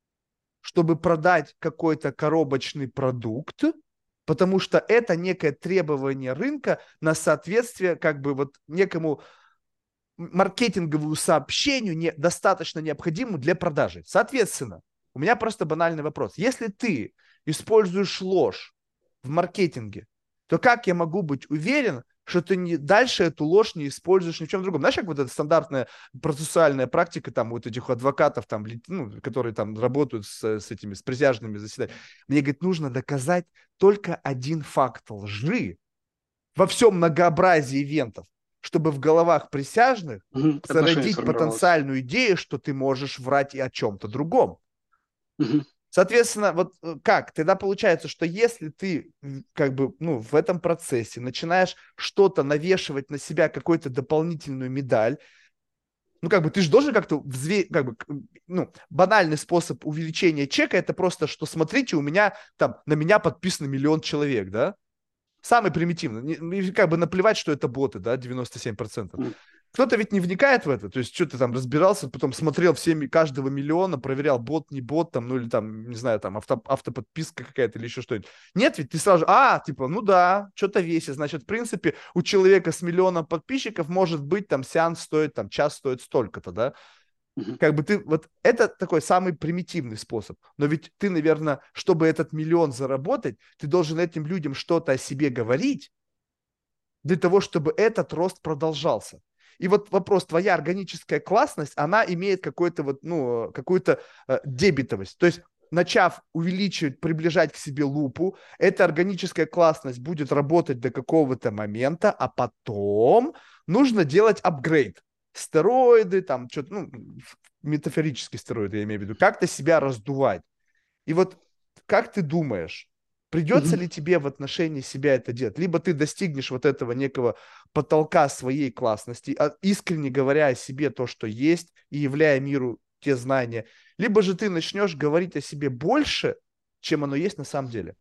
чтобы продать какой-то коробочный продукт, потому что это некое требование рынка на соответствие как бы вот некому маркетинговую сообщению не, достаточно необходимую для продажи. Соответственно, у меня просто банальный вопрос. Если ты используешь ложь в маркетинге, то как я могу быть уверен, что ты не, дальше эту ложь не используешь ни в чем другом? Знаешь, как вот эта стандартная процессуальная практика там вот этих адвокатов, там, ну, которые там работают с, с этими, с присяжными заседаниями. Мне, говорит, нужно доказать только один факт лжи во всем многообразии ивентов, чтобы в головах присяжных Угу. зародить потенциальную идею, что ты можешь врать и о чем-то другом. Угу. Соответственно, вот как? Тогда получается, что если ты как бы, ну, в этом процессе начинаешь что-то навешивать на себя, какую-то дополнительную медаль, ну, как бы ты же должен как-то взве... как бы, ну, банальный способ увеличения чека, это просто, что смотрите, у меня там, на меня подписано миллион человек, да? Самый примитивный. Как бы наплевать, что это боты, да, девяносто семь процентов. Кто-то ведь не вникает в это. То есть, что ты там разбирался, потом смотрел всеми, каждого миллиона, проверял, бот, не бот, там, ну или там, не знаю, там, авто, автоподписка какая-то или еще что-нибудь. Нет, ведь ты сразу же, а, типа, ну да, что-то весит. Значит, в принципе, у человека с миллионом подписчиков может быть, там, сеанс стоит, там, час стоит столько-то, да. Как бы ты, вот это такой самый примитивный способ. Но ведь ты, наверное, чтобы этот миллион заработать, ты должен этим людям что-то о себе говорить для того, чтобы этот рост продолжался. И вот вопрос, твоя органическая классность, она имеет какой-то вот, ну, какую-то э, дебетовость. То есть, начав увеличивать, приближать к себе лупу, эта органическая классность будет работать до какого-то момента, а потом нужно делать апгрейд. Стероиды, там, что-то, ну, метафорические стероиды, я имею в виду, как-то себя раздувать. И вот как ты думаешь, придется ли тебе в отношении себя это делать? Либо ты достигнешь вот этого некого потолка своей классности, искренне говоря о себе то, что есть, и являя миру те знания, либо же ты начнешь говорить о себе больше, чем оно есть на самом деле.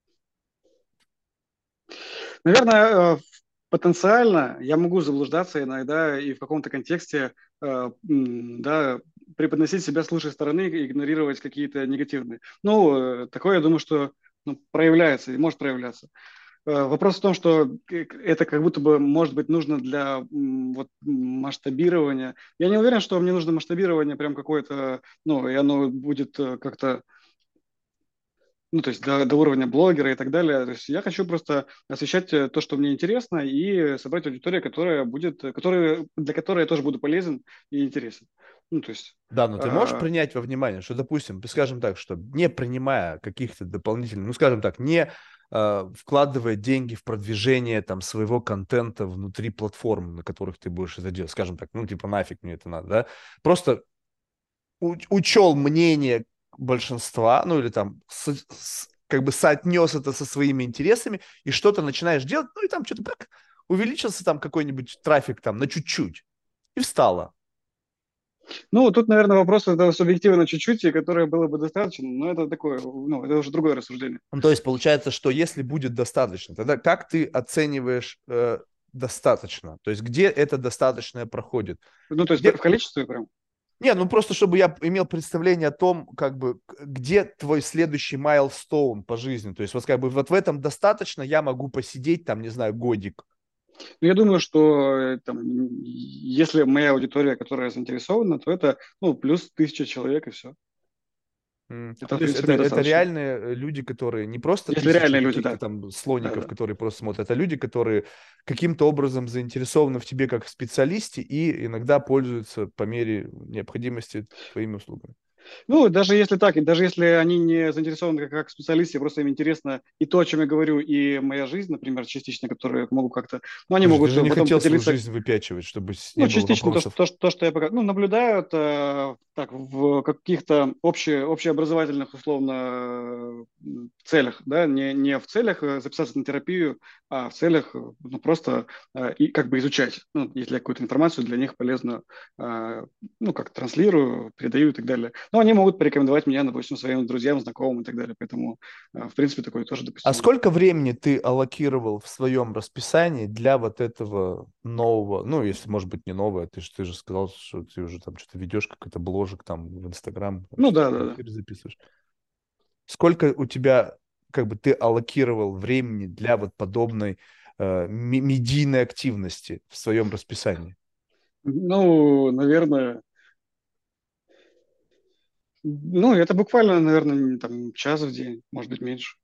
Наверное, потенциально я могу заблуждаться иногда и в каком-то контексте, да, преподносить себя с лучшей стороны и игнорировать какие-то негативные. Ну, такое, я думаю, что ну, проявляется и может проявляться. Вопрос в том, что это как будто бы, может быть, нужно для вот, масштабирования. Я не уверен, что мне нужно масштабирование прям какое-то, ну, и оно будет как-то, ну, то есть до, до уровня блогера и так далее. То есть я хочу просто освещать то, что мне интересно, и собрать аудиторию, которая будет, которая, для которой я тоже буду полезен и интересен. Ну, то есть, да, но ты можешь а... принять во внимание, что, допустим, скажем так, что не принимая каких-то дополнительных, ну, скажем так, не э, вкладывая деньги в продвижение там своего контента внутри платформ, на которых ты будешь это делать, скажем так, ну, типа, нафиг мне это надо, да, просто у- учел мнение большинства, ну, или там с, с, как бы соотнес это со своими интересами, и что-то начинаешь делать, ну, и там что-то так увеличился там какой-нибудь трафик там на чуть-чуть, и встало. Ну, тут, наверное, вопрос это субъективно чуть-чуть, и которое было бы достаточно, но это такое, ну, это уже другое рассуждение. Ну, то есть получается, что если будет достаточно, тогда как ты оцениваешь э, достаточно? То есть где это достаточное проходит? Ну, то есть Где... в количестве прям? Не, ну просто чтобы я имел представление о том, как бы, где твой следующий майлстоун по жизни. То есть вот как бы вот в этом достаточно, я могу посидеть там, не знаю, годик. Ну, я думаю, что там, если моя аудитория, которая заинтересована, то это, ну, плюс тысяча человек и все. Mm. Это, Ну, в то есть принципе, это, это достаточно. реальные люди, которые не просто Если тысячи реальные люди, каких-то да. там слоников, Да, да. которые просто смотрят, а люди, которые каким-то образом заинтересованы в тебе как в специалисте и иногда пользуются по мере необходимости твоими услугами. Ну, даже если так, и даже если они не заинтересованы как, как специалисты, просто им интересно и то, о чем я говорю, и моя жизнь, например, частично, которую я могу как-то, ну, они Слушай, ты могут же э, не потом хотел свою поделиться. жизнь выпячивать, чтобы с- не Ну, было частично то, что, вопросов. то, что, то, что я пока, ну, наблюдаю, это так в каких-то обще, общеобразовательных, условно, э, целях, да, не, не в целях э, записаться на терапию, а в целях, э, ну, просто э, и как бы изучать. Ну, если я какую-то информацию для них полезную, э, ну, как транслирую, передаю и так далее. Но они могут порекомендовать меня, допустим, своим друзьям, знакомым и так далее. Поэтому, э, в принципе, такое тоже А допустимо. сколько времени ты аллокировал в своем расписании для вот этого нового, ну, если, может быть, не новое, ты же, ты же сказал, что ты уже там что-то ведешь, какой-то бложик там в Инстаграм, там Ну, что-то да, да, в да. эфир записываешь. Сколько у тебя, как бы, ты аллокировал времени для вот подобной э, ми- медийной активности в своем расписании? Ну, наверное, ну, это буквально, наверное, там час в день, может быть, меньше.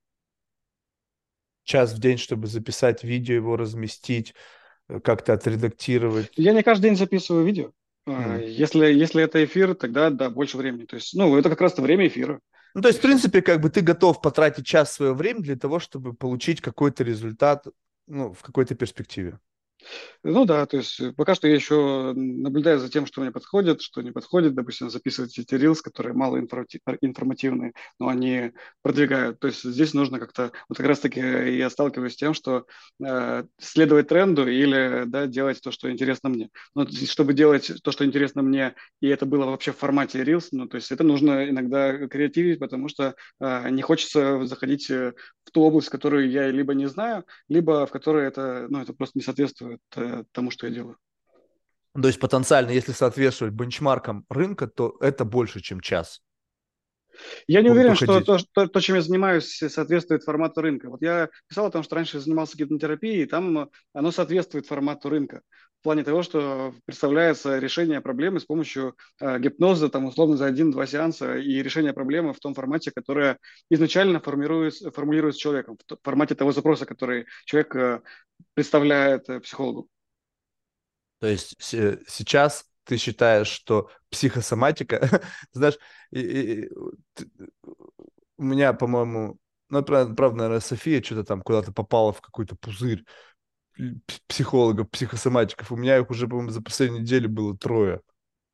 Час в день, чтобы записать видео, его разместить, э, как-то отредактировать. Я не каждый день записываю видео. А, М. Если, если это эфир, тогда да, больше времени. То есть, ну, это как раз-то время эфира. Ну, то есть, И в все. принципе, как бы ты готов потратить час своего времени для того, чтобы получить какой-то результат, ну, в какой-то перспективе. Ну да, то есть э, пока что я еще наблюдаю за тем, что мне подходит, что не подходит. Допустим, записывать эти рилс, которые мало информати- информативные, но они продвигают. То есть здесь нужно как-то, вот как раз-таки я сталкиваюсь с тем, что э, следовать тренду или да, делать то, что интересно мне. Но то есть, чтобы делать то, что интересно мне, и это было вообще в формате рилс, ну то есть это нужно иногда креативить, потому что э, не хочется заходить э, в ту область, которую я либо не знаю, либо в которой это, ну, это просто не соответствует э, тому, что я делаю. То есть, потенциально, если соответствовать бенчмаркам рынка, то это больше, чем час Я не будет уверен, что уходить. то, что, то, чем я занимаюсь, соответствует формату рынка. Вот я писал о том, что раньше занимался гипнотерапией, и там э, оно соответствует формату рынка. В плане того, что представляется решение проблемы с помощью э, гипноза, там, условно, за один-два сеанса, и решение проблемы в том формате, которое изначально формируется, формулируется человеком, в формате того запроса, который человек э, представляет э, психологу. То есть се- сейчас ты считаешь, что психосоматика, знаешь, и- и- и, т- у меня, по-моему, ну, правда, правда, наверное, София что-то там куда-то попала в какой-то пузырь п- психологов, психосоматиков. У меня их уже, по-моему, за последнюю неделю было трое.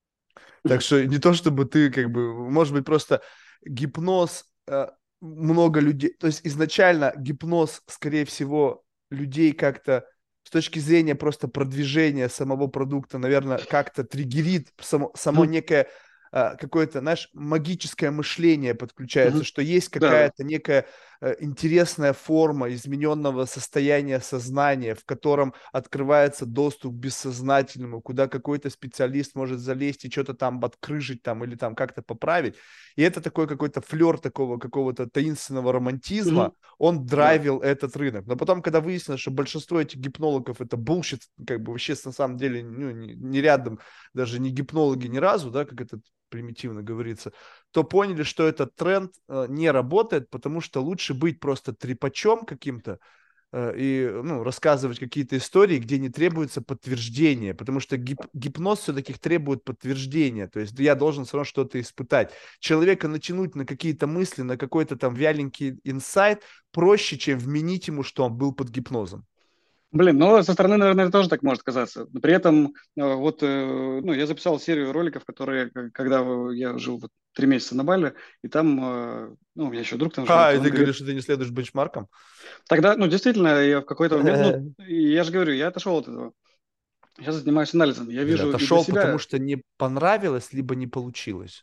Так что не то, чтобы ты, как бы, может быть, просто гипноз, э, много людей, то есть изначально гипноз, скорее всего, людей как-то с точки зрения просто продвижения самого продукта, наверное, как-то триггерит само, само Мгм. некое э, какое-то, знаешь, магическое мышление подключается, Мгм. что есть Да, да. какая-то некая э, интересная форма измененного состояния сознания, в котором открывается доступ к бессознательному, куда какой-то специалист может залезть и что-то там открыжить там или там как-то поправить. И это такой какой-то флер такого какого-то таинственного романтизма, Мгм. он Да. драйвил этот рынок. Но потом, когда выяснилось, что большинство этих гипнологов это bullshit, как бы вообще на самом деле ну, не, не рядом, даже не гипнологи ни разу, да, как это примитивно говорится, то поняли, что этот тренд э, не работает, потому что лучше быть просто трепачом каким-то, э, и ну, рассказывать какие-то истории, где не требуется подтверждение, потому что гип гипноз все-таки требует подтверждения, то есть я должен все равно что-то испытать. Человека натянуть на какие-то мысли, на какой-то там вяленький инсайт проще, чем вменить ему, что он был под гипнозом. Блин, но со стороны, наверное, это тоже так может казаться. Но при этом, э, вот, э, ну, я записал серию роликов, которые, к- когда я жил вот три месяца на Бали, и там, э, ну, у меня еще друг там А, живет, и и он ты говорит, говоришь, что ты не следуешь бенчмаркам? тогда, ну, действительно, я в какой-то момент, ну, я же говорю, я отошел от этого. Сейчас занимаюсь анализом. Я Подожди, вижу и для отошел, потому себя. что не понравилось, либо не получилось.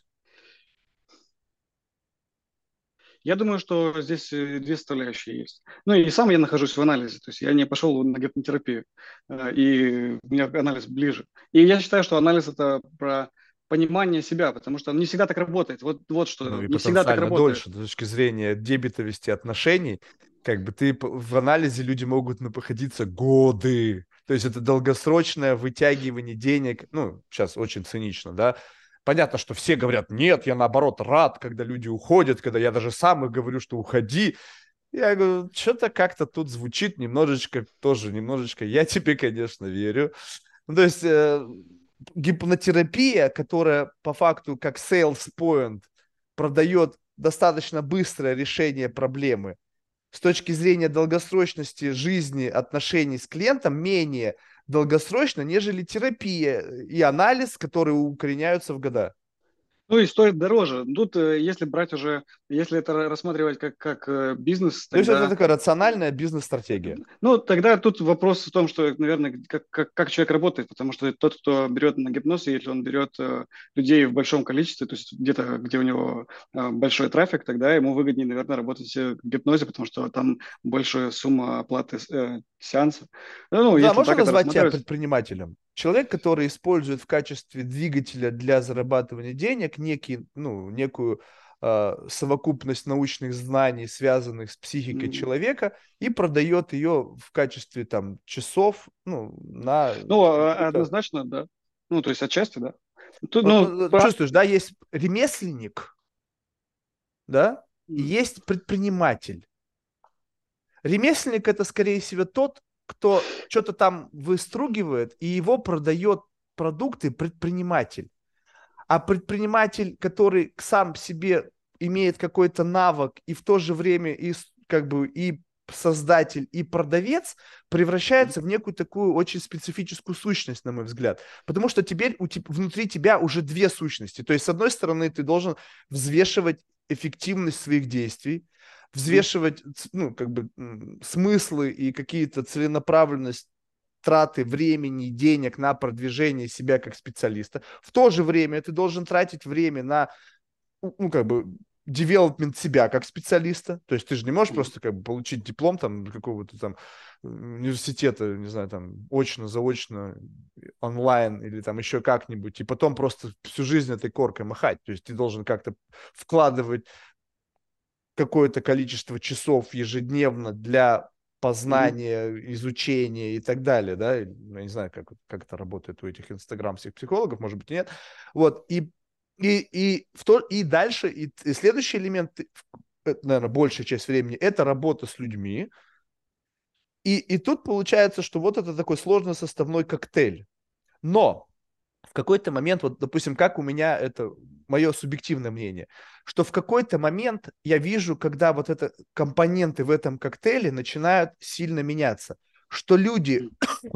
Я думаю, что здесь э, две составляющие есть. Ну и сам я нахожусь в анализе, то есть я не пошел на гипнотерапию, э, и у меня анализ ближе. И я считаю, что анализ это про понимание себя, потому что он не всегда так работает. Вот, вот Ну что, и не всегда так потенциально работает. дольше, с точки зрения дебетовости отношений, как бы ты п- в анализе люди могут находиться годы. То есть это долгосрочное вытягивание денег, ну, сейчас очень цинично, да. Понятно, что все говорят, нет, я наоборот рад, когда люди уходят, когда я даже сам их говорю, что уходи. Я говорю, что-то как-то тут звучит немножечко, тоже немножечко, я тебе, конечно, верю. Ну, то есть э, гипнотерапия, которая по факту как sales point продает достаточно быстрое решение проблемы, с точки зрения долгосрочности жизни, отношений с клиентом, менее долгосрочно, нежели терапия и анализ, которые укореняются в года. Ну и стоит дороже. Тут, э, если брать уже, если это рассматривать как, как э, бизнес, То есть это тогда, такая рациональная бизнес-стратегия. ну, тогда тут вопрос в том, что, наверное, как, как, как человек работает, потому что тот, кто берет на гипноз, если он берет э, людей в большом количестве, то есть где-то, где у него э, большой трафик, тогда ему выгоднее, наверное, работать э, в гипнозе, потому что там большая сумма оплаты э, сеанса. Ну, Да, если можно так это назвать тебя рассматривать. предпринимателем? Человек, который использует в качестве двигателя для зарабатывания денег некий, ну, некую э, совокупность научных знаний, связанных с психикой человека, и продает ее в качестве там часов, ну, на Ну, а- какую-то... однозначно, да. Ну, то есть отчасти, да. Тут, Ну, ну, ну, по- чувствуешь, да, есть ремесленник, да, и есть предприниматель. Ремесленник это, скорее всего, тот, кто что-то там выстругивает и его продает продукты предприниматель. А предприниматель, который сам себе имеет какой-то навык и в то же время и как бы и создатель, и продавец, превращается в некую такую очень специфическую сущность, на мой взгляд. Потому что теперь у te- внутри тебя уже две сущности. То есть, с одной стороны, ты должен взвешивать эффективность своих действий, взвешивать, ну, как бы, смыслы и какие-то целенаправленность траты времени, денег на продвижение себя как специалиста. В то же время ты должен тратить время на, ну, как бы, девелопмент себя как специалиста. То есть ты же не можешь просто как бы получить диплом там какого-то там университета, не знаю, там очно, заочно, онлайн или там еще как-нибудь, и потом просто всю жизнь этой коркой махать. То есть ты должен как-то вкладывать какое-то количество часов ежедневно для познания, изучения и так далее, да, я не знаю, как, как это работает у этих инстаграм всех психологов, может быть, нет, вот, и, и, и, в то, и дальше, и, и следующий элемент, это, наверное, большая часть времени, это работа с людьми, и, и тут получается, что вот это такой сложный составной коктейль, но в какой-то момент, вот, допустим, как у меня, это мое субъективное мнение, что в какой-то момент я вижу, когда вот это компоненты в этом коктейле начинают сильно меняться, что люди...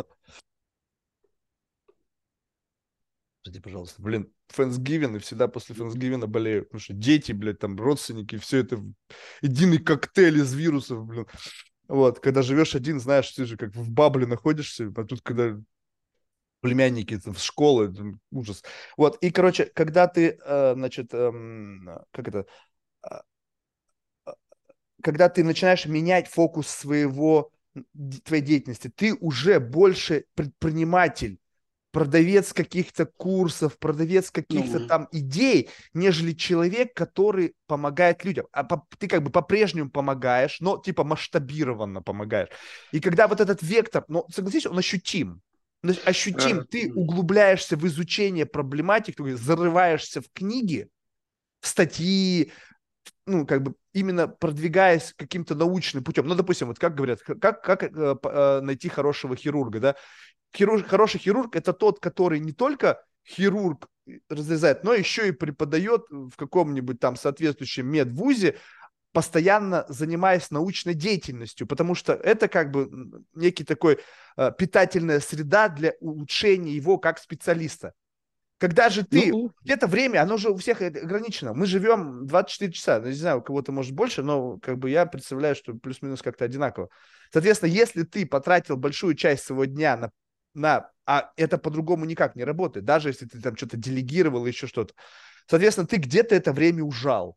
Прости, пожалуйста, блин, Тhanksgiving, и всегда после Thanksgiving болеют, потому что дети, блядь, там, родственники, все это единый коктейль из вирусов, блин. Вот, когда живешь один, знаешь, ты же как в бабле находишься, а тут, когда племянники там, в школы, ужас. Вот, и, короче, когда ты, э, значит, эм, как это, а, когда ты начинаешь менять фокус своего, твоей деятельности, ты уже больше предприниматель, продавец каких-то курсов, продавец каких-то ну, там идей, нежели человек, который помогает людям. А по, ты как бы по-прежнему помогаешь, но типа масштабированно помогаешь. И когда вот этот вектор, ну, согласись, он ощутим. Он ощутим, э, ты углубляешься в изучение проблематик, ты зарываешься в книги, в статьи, ну, как бы именно продвигаясь каким-то научным путем. Ну, допустим, вот как говорят, как, как э, э, найти хорошего хирурга, да? Хирург, хороший хирург – это тот, который не только хирург разрезает, но еще и преподает в каком-нибудь там соответствующем медвузе, постоянно занимаясь научной деятельностью, потому что это как бы некий такой э, питательная среда для улучшения его как специалиста. Когда же ты, ну, где-то время, оно же у всех ограничено. Мы живем двадцать четыре часа. Не знаю, у кого-то может больше, но как бы я представляю, что плюс-минус как-то одинаково. Соответственно, если ты потратил большую часть своего дня на, на а это по-другому никак не работает, даже если ты там что-то делегировал или еще что-то. Соответственно, ты где-то это время ужал.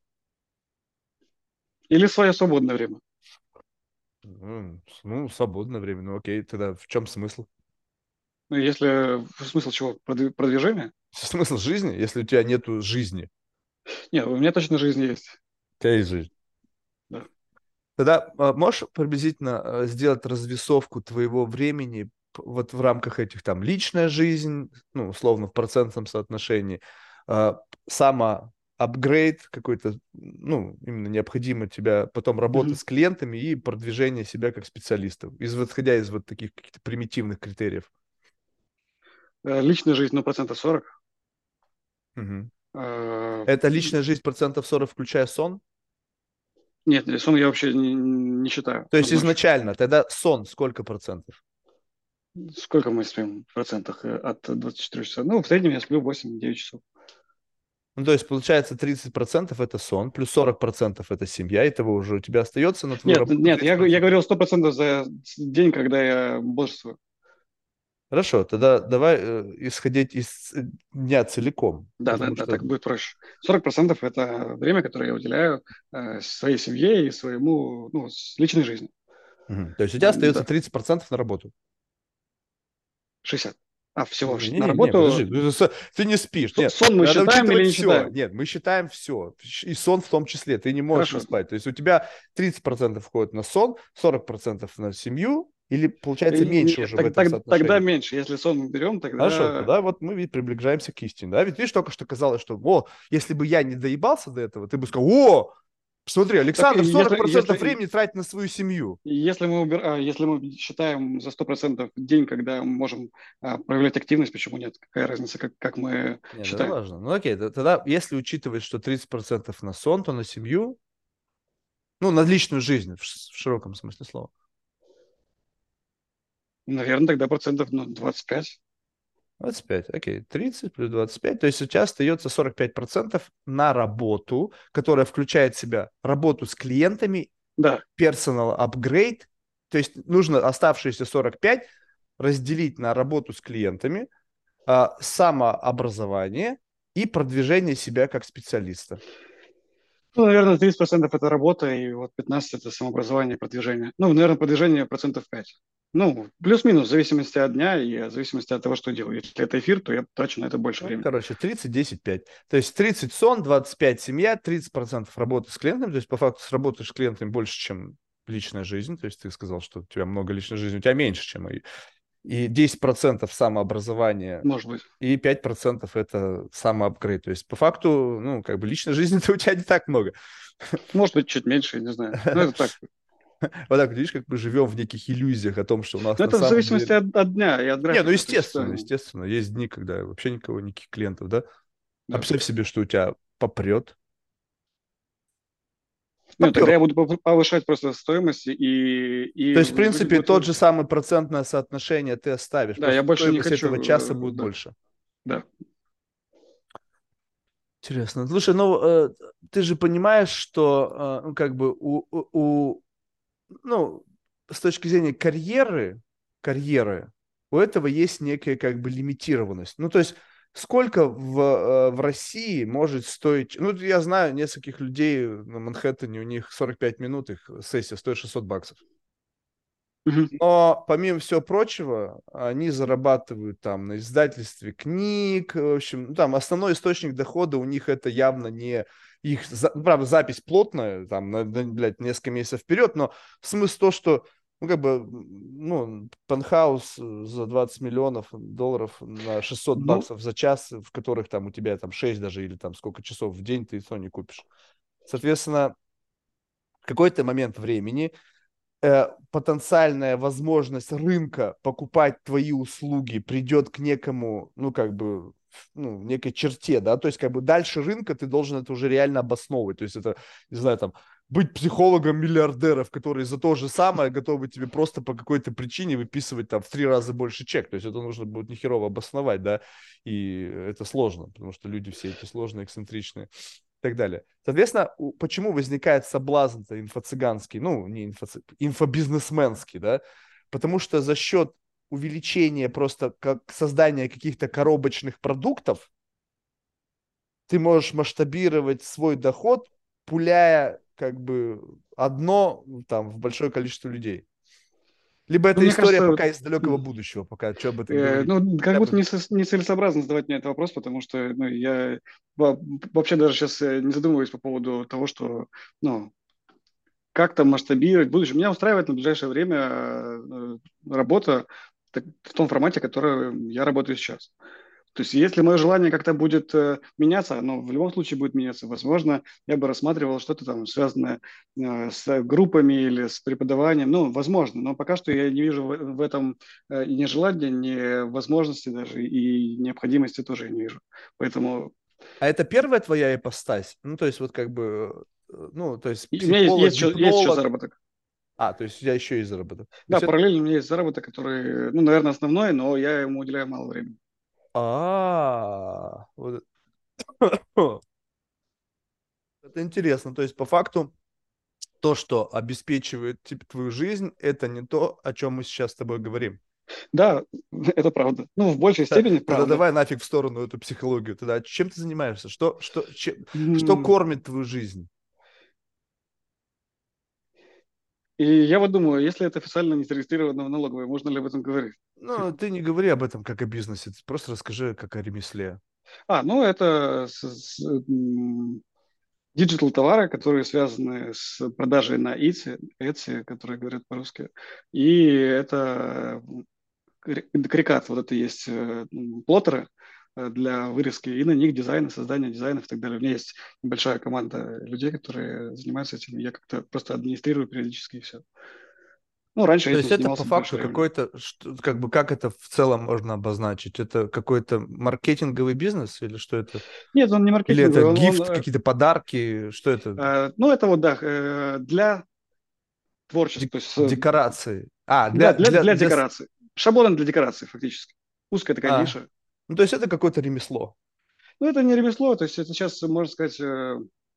или свое свободное время. Ну, ну, свободное время, ну окей, тогда в чем смысл? Ну, если смысл чего? Продви- Продвижение? Смысл жизни, если у тебя нету жизни? Нет, у меня точно жизнь есть. Какая есть жизнь? Да. Тогда а, можешь приблизительно а, сделать развесовку твоего времени п- вот в рамках этих там личная жизнь, ну, условно, в процентном соотношении, а, само апгрейд какой-то, ну, именно необходимо тебя, потом работа Мгм. с клиентами и продвижение себя как специалиста, из, исходя из вот таких каких-то примитивных критериев. Э, Личная жизнь, ну, процентов сорок. Мгм. Э, Это личная жизнь процентов сорок, включая сон? Нет, сон я вообще не, не считаю. То есть Сон больше. изначально, тогда сон сколько процентов? Сколько мы спим в процентах э, от двадцати четырёх часов? Ну, в среднем я сплю восемь-девять часов. Ну, то есть получается тридцать процентов это сон, плюс сорок процентов это семья, и того уже у тебя остается на твою Нет, работу нет, я, тридцать г- я процентов. говорил сто процентов за день, когда я бодрствую. Хорошо, тогда давай э, исходить из э, дня целиком, Да, да, потому да, что так будет проще. сорок процентов это время, которое я уделяю э, своей семье и своему, ну, с- личной жизни. Мгм. То есть у тебя Э, остается Да, тридцать процентов на работу. шестьдесят. А, всего ш- на Не-не-не, подожди, работу. ну, с- ты не спишь. С- Нет, Сон мы надо считаем или учитывать не все. считаем? Нет, мы считаем все. И сон в том числе. Ты не можешь не Хорошо. спать. То есть у тебя тридцать процентов входит на сон, сорок процентов на семью, или получается И- меньше Нет, уже в так- этом так- тогда соотношении. меньше. Если сон мы берем, Хорошо, тогда... тогда вот мы ведь приближаемся к истине. Да? Ведь видишь, только что казалось, что, о, если бы я не доебался до этого, ты бы сказал, о, смотри, Так Александр если, сорок процентов если, времени тратит на свою семью. если мы, убер- а, если мы считаем за сто процентов день, когда мы можем а, проявлять активность, почему нет? Какая разница, как, как мы Нет, это считаем? важно. Ну окей, т- тогда если учитывать, что тридцать процентов на сон, то на семью, ну, на личную жизнь в ш- в широком смысле слова. Наверное, тогда процентов ну, двадцать пять. двадцать пять, окей, тридцать плюс двадцать пять, то есть у тебя остается сорок пять процентов на работу, которая включает в себя работу с клиентами, Да. personal upgrade, то есть нужно оставшиеся сорок пять разделить на работу с клиентами, а, самообразование и продвижение себя как специалиста. Ну, наверное, тридцать процентов это работа, и вот пятнадцать это самообразование, продвижение. Ну, наверное, продвижение процентов пять. Ну, плюс-минус, в зависимости от дня и в зависимости от того, что делаю. Если это эфир, то я трачу на это больше Ну, времени. короче, тридцать, десять, пять. То есть тридцать сон, двадцать пять семья, тридцать процентов работы с клиентами. То есть по факту сработаешь с клиентами больше, чем личная жизнь. То есть ты сказал, что у тебя много личной жизни, у тебя меньше, чем и. И десять процентов самообразования, Может быть. и пять процентов это самоапгрейд. То есть по факту, ну, как бы личной жизни-то у тебя не так много. Может быть, чуть меньше, я не знаю. Ну, это так. Вот так, видишь, как мы живем в неких иллюзиях о том, что у нас Но на это в самом зависимости деле... от, от дня и от Не, ну, графика. То есть, естественно, э, естественно. Есть дни, когда вообще никого, никаких клиентов, да? А да. представь себе, что у тебя попрет. Ну, тогда я Попрет. буду пов- повышать просто стоимость и, То и есть, в будет, принципе, будет- тот же самый процентное соотношение ты оставишь. Да, я Просто больше не стоимость хочу. этого часа э, будет Да, больше. да. Интересно. Слушай, ну, э, ты же понимаешь, что, э, ну, как бы у, у, у- ну, с точки зрения карьеры, карьеры, у этого есть некая как бы лимитированность. Ну, то есть, сколько в, э, в России может стоить... Ну, я знаю нескольких людей на Манхэттене, у них сорок пять минут, их сессия стоит шестьсот баксов. Мгм. Но, помимо всего прочего, они зарабатывают там на издательстве книг, в общем, ну, там основной источник дохода у них это явно не их, за- ну, правда, запись плотная, там, на, на, блядь, несколько месяцев вперед, но смысл то, что, ну, как бы, ну, пентхаус за двадцать миллионов долларов на шестьсот Ну, баксов за час, в которых там у тебя там шесть даже или там сколько часов в день ты и то не купишь. Соответственно, в какой-то момент времени э, потенциальная возможность рынка покупать твои услуги придет к некому, ну, как бы, ну, некой черте, да, то есть, как бы, дальше рынка ты должен это уже реально обосновывать, то есть, это, не знаю, там, быть психологом миллиардеров, которые за то же самое готовы тебе просто по какой-то причине выписывать там в три раза больше чек, то есть, это нужно будет нехерово обосновать, да, и это сложно, потому что люди все эти сложные, эксцентричные и так далее. Соответственно, у- почему возникает соблазн-то инфо-цыганский, ну, не инфо инфобизнесменский, да, потому что за счет увеличения просто как создания каких-то коробочных продуктов ты можешь масштабировать свой доход, пуляя как бы одно там в большое количество людей. Либо ну, эта мне история кажется, пока из далекого будущего, пока что об этом э, говорить. ну, как Хотя будто бы- не со- нецелесообразно задавать мне этот вопрос, потому что ну, я во- вообще даже сейчас не задумываюсь по поводу того, что, ну, как там масштабировать будущее. Меня устраивает на ближайшее время э, работа так- в том формате, который я работаю сейчас. То есть, если мое желание как-то будет э, меняться, оно в любом случае будет меняться. Возможно, я бы рассматривал что-то там связанное э, с группами или с преподаванием. Ну, возможно, но пока что я не вижу в, в этом э, и ни желания, ни возможности даже, и необходимости тоже я не вижу. Поэтому А это первая твоя ипостась? Ну, то есть вот как бы, э, ну, то есть И у меня есть, психолог, есть, еще, есть еще гипнолог. заработок. А, то есть у тебя еще есть заработок. То Да, есть это... параллельно у меня есть заработок, который, ну, наверное, основной, но я ему уделяю мало времени. А, вот это интересно. То есть по факту то, что обеспечивает тебе твою жизнь, это не то, о чем мы сейчас с тобой говорим. Да, это правда. Ну, в большей степени Тогда правда. давай нафиг в сторону эту психологию. Тогда чем ты занимаешься? Что, что, чем- что М, кормит твою жизнь? И я вот думаю, если это официально не зарегистрировано в налоговой, можно ли об этом говорить? Ну, ты не говори об этом как о бизнесе, ты просто расскажи как о ремесле. А, ну это с- с, м, диджитал товары, которые связаны с продажей на Etsy, Etsy, которые говорят по-русски. И это кри- крикат, вот это есть э, м, плоттеры э, для вырезки, и на них дизайны, создание дизайнов и так далее. У меня есть небольшая команда людей, которые занимаются этим. Я как-то просто администрирую периодически и все. Ну, раньше я То этим есть это по занимался факту большое время. какой-то, что- как бы как это в целом можно обозначить? Это какой-то маркетинговый бизнес или что это? Нет, он не Или это маркетинговый, он, он, гифт, э, какие-то подарки? Что это? э, ну, это вот, да, э, для творчества, Дек- то есть, э, декорации. А, да, для, для, для, для для... с- декорации. Шаблоны для декорации, фактически. Узкая такая А, ниша. ну, то есть это какое-то ремесло. Ну, это не ремесло, то есть это сейчас, можно сказать, э,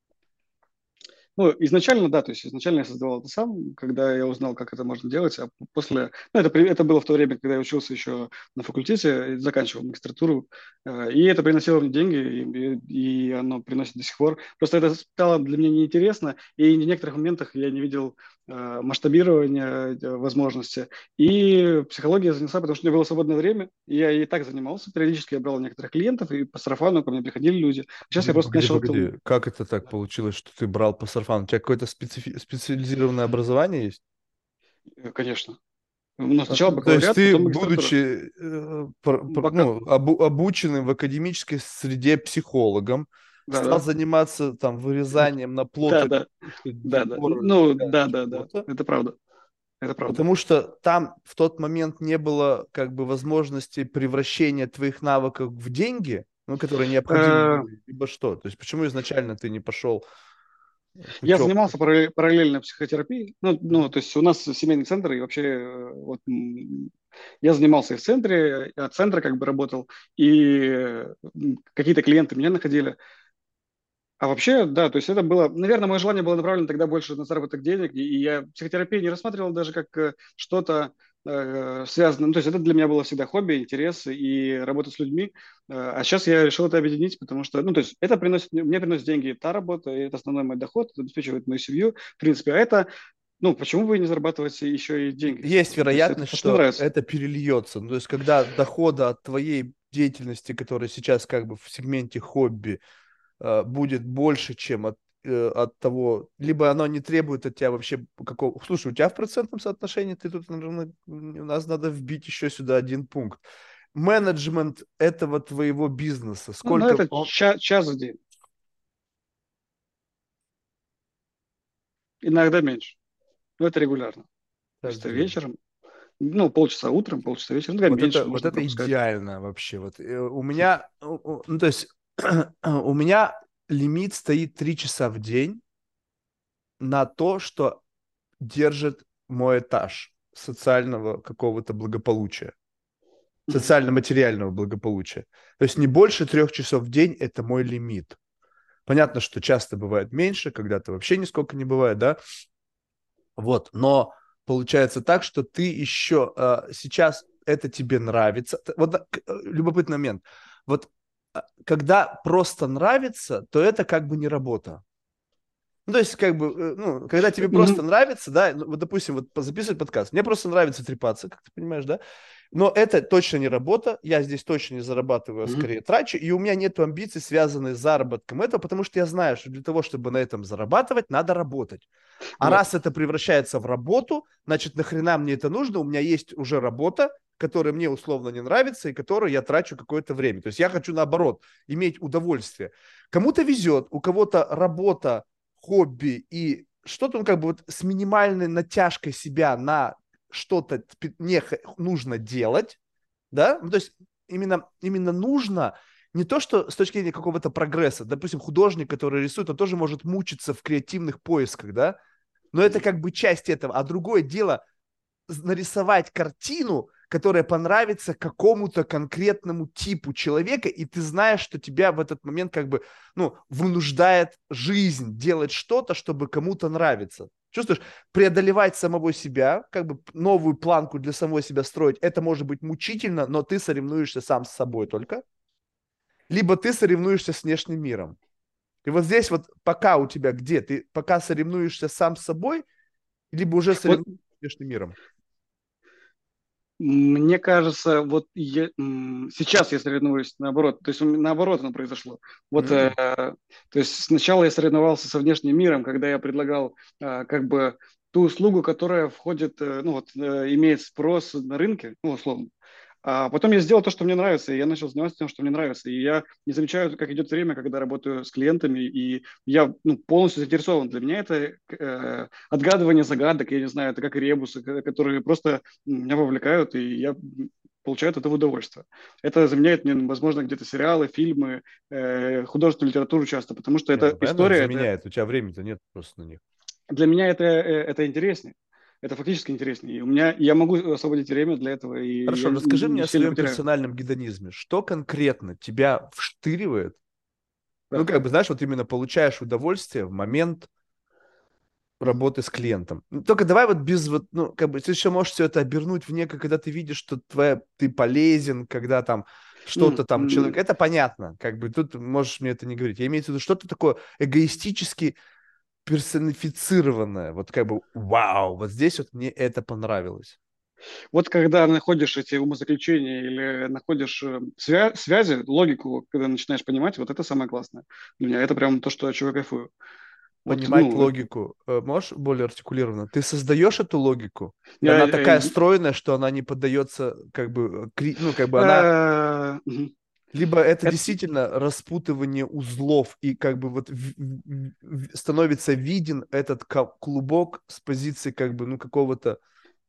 ну, изначально, да, то есть изначально я создавал это сам, когда я узнал, как это можно делать, а после, ну, это, при- это было в то время, когда я учился еще на факультете, и заканчивал магистратуру, э, и это приносило мне деньги, и, и оно приносит до сих пор. Просто это стало для меня неинтересно, и в некоторых моментах я не видел э, масштабирования э, возможности. И психология занесла, потому что у меня было свободное время, и я и так занимался, периодически я брал некоторых клиентов, и по сарафану ко мне приходили люди. Сейчас я Погоди, просто погоди, начал этому. погоди. Как это так получилось, что ты брал по сарафану? У тебя какое-то специфи- специализированное образование есть? Э, Конечно. Но А, сначала то есть бакалавриат, ты, потом магистратура. будучи э, пр- пр- Бака... ну, обу- обученным в академической среде психологом, Да, стал да. заниматься там вырезанием на Да, плотах да, да, да. декора Ну, для да, да, да. чего-то, Это правда. Это правда. потому что там в тот момент не было как бы возможности превращения твоих навыков в деньги, ну, которые необходимы Э, были, либо что. То есть почему изначально ты не пошел Я путем? занимался параллель- параллельно психотерапией. Ну, ну, то есть у нас семейный центр, и вообще э, вот м, я занимался и в центре, и от центра как бы работал, и э, м, какие-то клиенты меня находили. А вообще, да, то есть это было, наверное, мое желание было направлено тогда больше на заработок денег, и, и я психотерапию не рассматривал даже как э, что-то э, связанное, ну, то есть это для меня было всегда хобби, интерес и работа с людьми, Э, а сейчас я решил это объединить, потому что, ну, то есть это приносит, мне приносит деньги та работа, и это основной мой доход, это обеспечивает мою семью, в принципе, а это, ну, почему бы и не зарабатывать еще и деньги с Есть этого, то есть это вероятность, то, что мне что нравится. это перельется. Ну, то есть, когда дохода от твоей деятельности, которая сейчас как бы в сегменте хобби, э, будет больше, чем от, э, от того, либо оно не требует от тебя вообще какого... Слушай, у тебя в процентном соотношении, ты тут, наверное, у нас надо вбить еще сюда один пункт. Менеджмент этого твоего бизнеса, Ну, но сколько это он... ча- час в день, иногда меньше, но это регулярно. То Сейчас есть в это день. вечером, ну, полчаса утром, полчаса вечером, иногда Вот меньше, это, вот можно это пропускать. идеально вообще. Вот э, у меня, у- у- ну то есть у меня лимит стоит три часа в день на то, что держит мой этаж социального какого-то благополучия, Мгм. социально-материального благополучия. То есть не больше трех часов в день – это мой лимит. Понятно, что часто бывает меньше, когда-то вообще нисколько не бывает, да? Вот, но получается так, что ты еще э, сейчас это тебе нравится. Т- Вот э, любопытный момент. Вот э, когда просто нравится, то это как бы не работа. Ну, то есть, как бы, э, ну, когда тебе просто Мгм. нравится, да, ну, вот, допустим, вот по- записывать подкаст, мне просто нравится трепаться, как ты понимаешь, да, но это точно не работа, я здесь точно не зарабатываю, а Мгм. скорее трачу, и у меня нет амбиций, связанных с заработком этого, потому что я знаю, что для того, чтобы на этом зарабатывать, надо работать. А Вот. раз это превращается в работу, значит, нахрена мне это нужно? У меня есть уже работа, которая мне условно не нравится и которой я трачу какое-то время. То есть я хочу, наоборот, иметь удовольствие. Кому-то везет, у кого-то работа, хобби и что-то, ну, как бы вот с минимальной натяжкой себя на что-то не нужно делать, да, ну, то есть именно, именно нужно не то, что с точки зрения какого-то прогресса, допустим, художник, который рисует, он тоже может мучиться в креативных поисках, да, но это как бы часть этого. А другое дело нарисовать картину, которая понравится какому-то конкретному типу человека, и ты знаешь, что тебя в этот момент как бы, ну, вынуждает жизнь делать что-то, чтобы кому-то нравиться. Чувствуешь, преодолевать самого себя, как бы новую планку для самого себя строить, это может быть мучительно, но ты соревнуешься сам с собой только, либо ты соревнуешься с внешним миром. И вот здесь вот пока у тебя где? Ты пока соревнуешься сам с собой, либо уже Вот соревнуешься с внешним миром? мне кажется, вот я, м, сейчас я соревнуюсь наоборот, то есть у меня наоборот оно произошло. Вот, э, М. то есть сначала я соревновался со внешним миром, когда я предлагал э, как бы ту услугу, которая входит, э, ну вот, э, имеет спрос на рынке, ну условно. А потом я сделал то, что мне нравится, и я начал заниматься тем, что мне нравится. И я не замечаю, как идет время, когда работаю с клиентами, и я, ну, полностью заинтересован. Для меня это э, отгадывание загадок, я не знаю, это как ребусы, ко- которые просто меня вовлекают, и я получаю от этого удовольствие. Это заменяет мне, возможно, где-то сериалы, фильмы, э, художественную литературу часто, потому что Не, эта ну понятно, история, это, заменяет. У тебя времени-то нет просто на них. для меня это, э, это интереснее. Это фактически интереснее. И у меня, я могу освободить время для этого, и я Хорошо, не, расскажи мне не о сильно своем потеряю. персональном гедонизме. Что конкретно тебя вштыривает? Ну, Да. как бы, знаешь, вот именно получаешь удовольствие в момент работы с клиентом. Ну, только давай вот без вот, ну, как бы, ты еще можешь все это обернуть в некое, когда ты видишь, что твоя, ты полезен, когда там что-то М, там человек, м. это понятно, как бы тут можешь мне это не говорить. Я имею в виду что-то такое эгоистически персонифицированное, вот как бы, вау, вот здесь вот мне это понравилось. Вот когда находишь эти умозаключения или находишь э, свя- связи, логику, когда начинаешь понимать, вот это самое классное для меня. Это прям то, что от чего я кайфую. Вот, Понимать ну, э, логику. Э, Можешь более артикулированно? Ты создаешь эту логику, и я, она такая э, стройная, что она не поддается, как бы, кри- ну, как бы она э, мгм. либо это Это- действительно распутывание узлов, и как бы вот в- в- в- становится виден этот ка- клубок с позиции как бы, ну, какого-то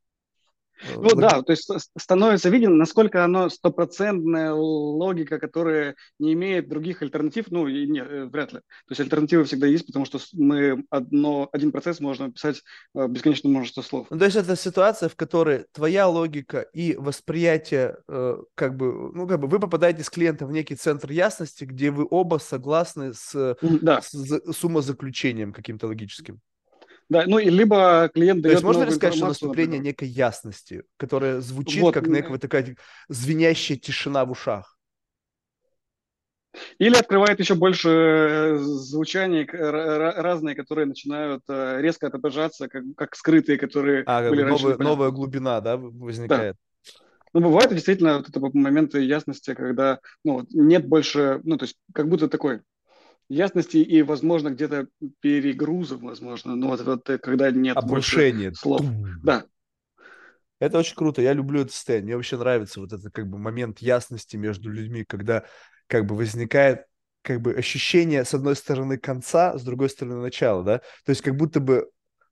э, ну логи- да, то есть ст- становится виден, насколько оно стопроцентная логика, которая не имеет других альтернатив, ну, и не, э, вряд ли. То есть альтернативы всегда есть, потому что с- мы одно, один процесс можно описать э, бесконечное множество слов. Ну, то есть это ситуация, в которой твоя логика и восприятие, э, как бы, ну, как бы вы попадаете с клиентом в некий центр ясности, где вы оба согласны с, Мгм, да, с, за- с умозаключением каким-то логическим. да, ну и либо клиент То есть дает можно ли новую сказать, что информацию, наступление например. некой ясности, которая звучит Вот. как некая такая звенящая тишина в ушах? Или открывает еще больше э, звучаний к- ра- ра- разные, которые начинают э, резко отображаться, как, как скрытые, которые А, как были бы раньше новая, новая непонятны. глубина, да, Да. возникает. Ну, бывают действительно вот это вот моменты ясности, когда ну, вот нет больше, ну, то есть как будто такой ясности и, возможно, где-то перегруза, возможно, ну, вот, вот э, когда нет больше Обрушение. слов. Тум. Да. Это очень круто, я люблю это состояние. Мне вообще нравится вот этот как бы момент ясности между людьми, когда как бы возникает как бы ощущение с одной стороны конца, с другой стороны начала, да? То есть как будто бы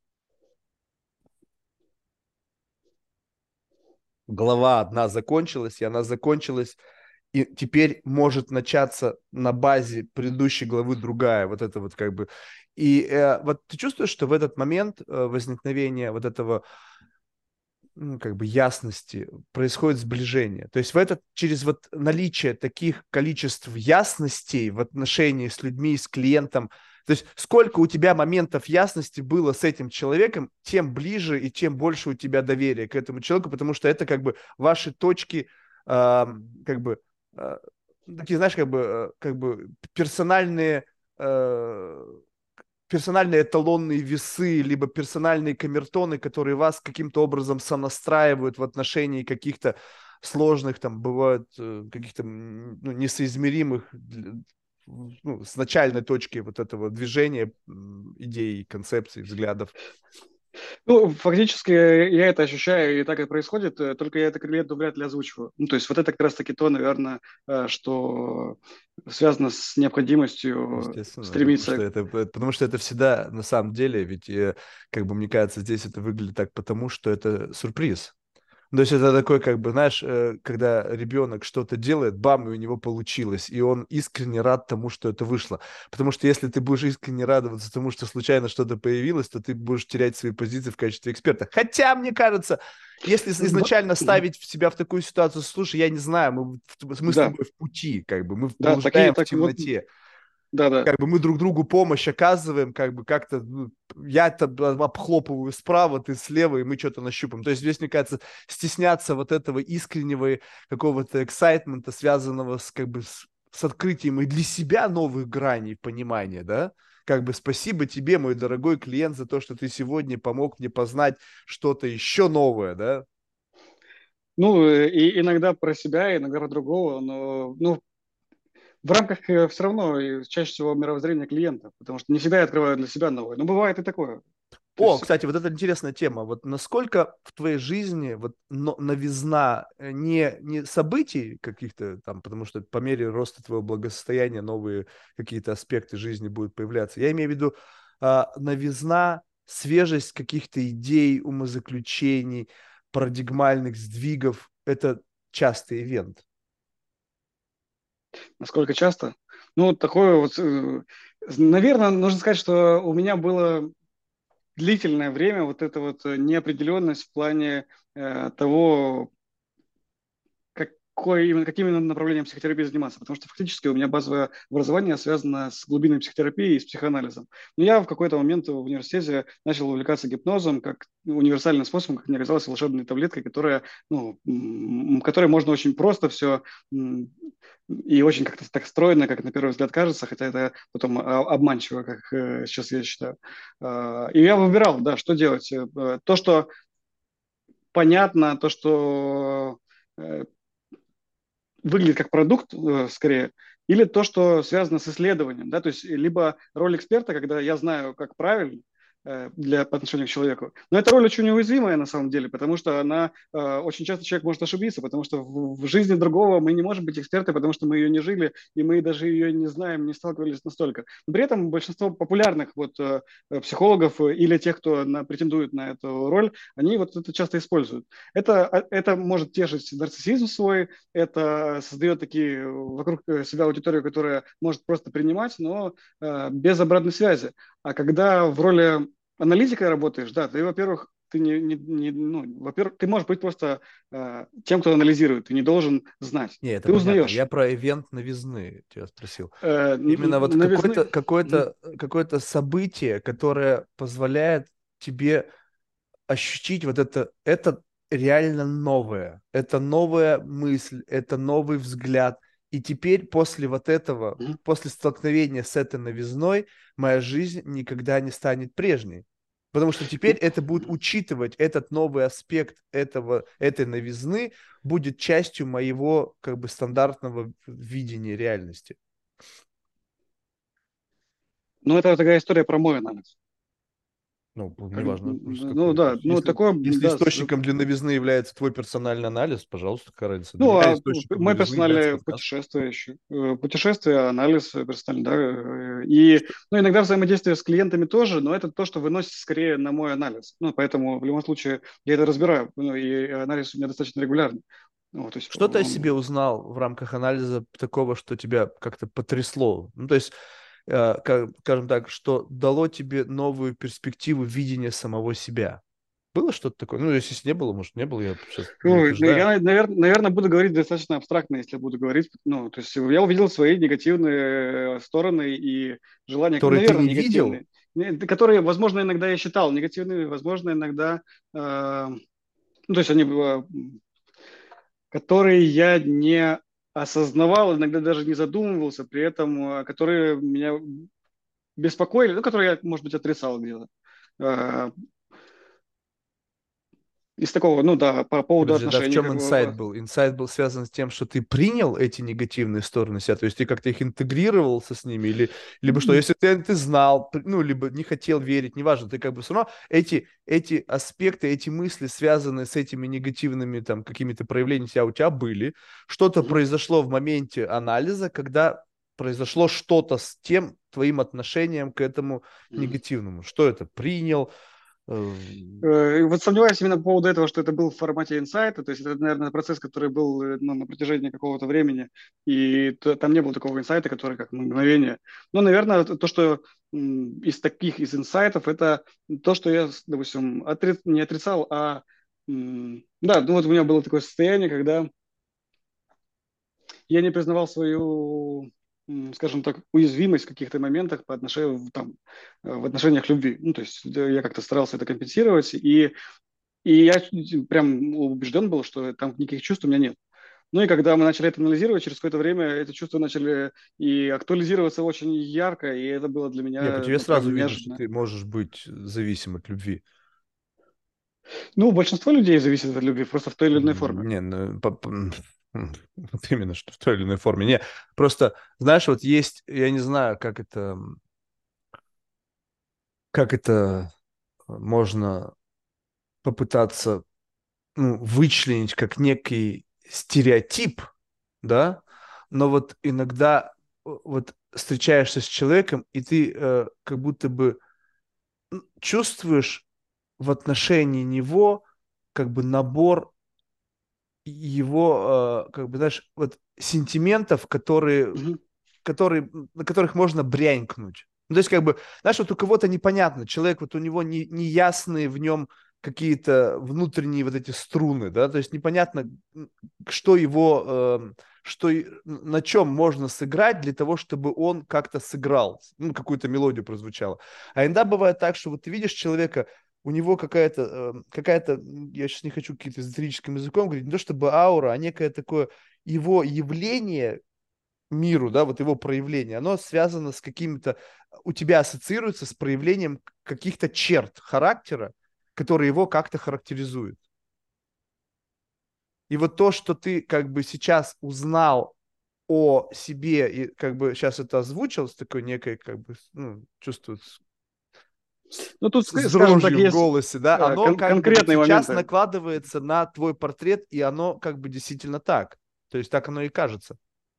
глава одна закончилась, и она закончилась, и теперь может начаться на базе предыдущей главы другая, вот это вот как бы. И э, вот ты чувствуешь, что в этот момент э, возникновения вот этого ну, как бы ясности происходит сближение. То есть в этот, через вот наличие таких количеств ясностей в отношении с людьми, с клиентом, то есть сколько у тебя моментов ясности было с этим человеком, тем ближе и тем больше у тебя доверия к этому человеку, потому что это как бы ваши точки, э, как бы, э, такие, знаешь, как бы, э, как бы персональные э, персональные эталонные весы, либо персональные камертоны, которые вас каким-то образом сонастраивают в отношении каких-то сложных, там, бывают э, каких-то м, ну, несоизмеримых ну, с начальной точки вот этого движения м, идей, концепций, взглядов. Ну, фактически я это ощущаю, и так и происходит, э, только я это клиенту вряд ли озвучиваю. Ну, то есть вот это как раз-таки то, наверное, э, что связано с необходимостью Естественно, потому что стремиться. это, э, потому что это всегда на самом деле, ведь, э, как бы мне кажется, здесь это выглядит так потому, что это сюрприз. То есть это такой, как бы, знаешь, э, когда ребенок что-то делает, бам, и у него получилось, и он искренне рад тому, что это вышло. Потому что если ты будешь искренне радоваться тому, что случайно что-то появилось, то ты будешь терять свои позиции в качестве эксперта. Хотя, мне кажется, если Да, изначально ставить себя в такую ситуацию, слушай, я не знаю, мы, в- мы с да, тобой в пути, как бы, мы да, такие, блуждаем в так вот, темноте, да, да. как бы мы друг другу помощь оказываем, как бы как-то ну, я-то обхлопываю справа, ты слева, и мы что-то нащупаем. То есть здесь, мне кажется, стесняться вот этого искреннего какого-то эксайтмента, связанного с как бы с, с открытием и для себя новых граней понимания, да? Как бы спасибо тебе, мой дорогой клиент, за то, что ты сегодня помог мне познать что-то еще новое, да? Ну, э, и иногда про себя, иногда про другого, но ну, в рамках э, все равно э, чаще всего мировоззрения клиента, потому что не всегда я открываю для себя новое. Но бывает и такое. То О, есть, кстати, вот это интересная тема. Вот насколько в твоей жизни вот но- новизна э, не, не событий каких-то там, потому что по мере роста твоего благосостояния новые какие-то аспекты жизни будут появляться. Я имею в виду а, новизна, свежесть каких-то идей, умозаключений, парадигмальных сдвигов. Это частый ивент. насколько часто? Ну, вот такое вот, э, наверное, нужно сказать, что у меня было длительное время вот эта вот э, неопределенность в плане э, того, какой именно, каким именно направлением психотерапии заниматься, потому что фактически у меня базовое образование связано с глубинной психотерапией и с психоанализом. Но я в какой-то момент в университете начал увлекаться гипнозом как универсальным способом, как мне казалось, волшебной таблеткой, которая, ну, м, которой можно очень просто все и очень как-то так стройно, как на первый взгляд кажется, хотя это потом а, обманчиво, как э, сейчас я считаю. А, И я выбирал, да, что делать. Э, То, что понятно, то, что э, выглядит как продукт, э, скорее, или то, что связано с исследованием, да, то есть либо роль эксперта, когда я знаю, как правильно э, для по отношению к человеку. Но эта роль очень уязвимая на самом деле, потому что она э, очень часто человек может ошибиться, потому что в, в жизни другого мы не можем быть эксперты, потому что мы ее не жили и мы даже ее не знаем, не сталкивались настолько. Но при этом большинство популярных вот э, психологов э, или тех, кто на, претендует на эту роль, они вот это часто используют. Это а, это может тешить нарциссизм свой, это создает такие вокруг себя аудиторию, которая может просто принимать, но э, без обратной связи. А когда в роли аналитика работаешь, да, ты, во-первых, ты не, не, не ну, во-первых, ты можешь быть просто э, тем, кто анализирует, ты не должен знать. Не, это Ты понятно. Я узнаешь. про ивент новизны тебя спросил. Э, Именно вот какое-то новизны. какое-то какое-то событие, которое позволяет тебе ощутить вот это, это реально новое, это новая мысль, это новый взгляд. И теперь после вот этого, после столкновения с этой новизной, моя жизнь никогда не станет прежней. Потому что теперь это будет учитывать этот новый аспект этого, этой новизны, будет частью моего как бы стандартного видения реальности. Ну, это такая история про мой анализ. Ну, Как, неважно, просто ну какой. То да, есть, ну если, такое, если да, с- источником для новизны является твой персональный анализ, пожалуйста, какая разница. Для ну, меня а источником мое новизны является персональное подкаст. путешествие еще. Э, Путешествие, анализ э, персональный, да. э, И, ну, иногда взаимодействие с клиентами тоже, но это то, что выносится скорее на мой анализ. Ну, поэтому в любом случае я это разбираю. Ну, и анализ у меня достаточно регулярный. Ну, вот, то есть Что ты о себе он, узнал в рамках анализа такого, что тебя как-то потрясло? Ну, то есть, э, как- скажем так, что дало тебе новую перспективу видения самого себя? Было что-то такое? Ну, если не было, может, не было, я сейчас не ой, ну, утверждаю. я, наверное, буду говорить достаточно абстрактно, если буду говорить. Ну, то есть я увидел свои негативные э, стороны и желания, Который ты наверное, не видел? негативные, не- которые, возможно, иногда я считал негативными, возможно, иногда, э, ну, то есть они, э, которые я не осознавал, иногда даже не задумывался, при этом, э, которые меня беспокоили, ну, которые я, может быть, отрицал где-то. Э, Из такого, ну да, по поводу Подожди, да, в отношений, чем как бы, инсайт был? Инсайт был связан с тем, что ты принял эти негативные стороны себя, то есть ты как-то их интегрировался с ними, или либо что, э, если ты, ты знал, ну, либо не хотел верить, неважно, ты как бы все равно эти, эти аспекты, эти мысли, связанные с этими негативными там какими-то проявлениями себя у тебя были, что-то произошло в моменте анализа, когда произошло что-то с тем твоим отношением к этому негативному. Что это? Принял, Э, Э, Вот сомневаюсь именно по поводу этого, что это был в формате инсайта, то есть это, наверное, процесс, который был э, ну, на протяжении какого-то времени, и то- там не было такого инсайта, который как на мгновение. Но, наверное, это то, что м, из таких, из инсайтов, это то, что я, с- допустим, отри- не отрицал, а м, да, ну вот у меня было такое состояние, когда я не признавал свою, м, скажем так, уязвимость в каких-то моментах по отношению, там, э, в отношениях любви. Ну, то есть э, я как-то старался это компенсировать, и и я прям убежден был, что там никаких чувств у меня нет. Ну и когда мы начали это анализировать, через какое-то время эти чувства начали и актуализироваться очень ярко, и это было для Не, по меня, тебе ну, сразу прям видно, что неожиданно. ты можешь быть зависим от любви. Ну, большинство людей зависит от любви, просто в той или иной форме. М, Не, ну, по- по- м, вот именно, что в той или иной форме. Не, просто, знаешь, вот есть, я не знаю, как это, м, как это можно попытаться, ну, вычленить как некий стереотип, да, но вот иногда э, вот встречаешься с человеком, и ты э, как будто бы м, чувствуешь в отношении него как бы набор его, э, как бы, знаешь, вот сентиментов, которые, Мгм. которые, на которых можно брянькнуть. Ну, то есть, как бы, знаешь, вот у кого-то непонятно, человек, вот у него не, неясные в нем какие-то внутренние вот эти струны, да, то есть непонятно, что его, э, что, и- на чем можно сыграть для того, чтобы он как-то сыграл, ну, какую-то мелодию прозвучала. А иногда бывает так, что вот ты видишь человека, у него какая-то, э, какая-то, я сейчас не хочу каким-то эзотерическим языком говорить, не то чтобы аура, а некое такое его явление миру, да, вот его проявление, оно связано с какими-то, у тебя ассоциируется с проявлением каких-то черт характера, которые его как-то характеризуют. И вот то, что ты как бы сейчас узнал о себе и как бы сейчас это озвучил с такой некой как бы, ну, чувствую, с, Ну, тут, с ск- скажем так, дрожью в есть голосе, да, э, оно кон- как бы вот конкретные сейчас моменты. накладывается на твой портрет, и оно как бы действительно так. То есть так оно и кажется.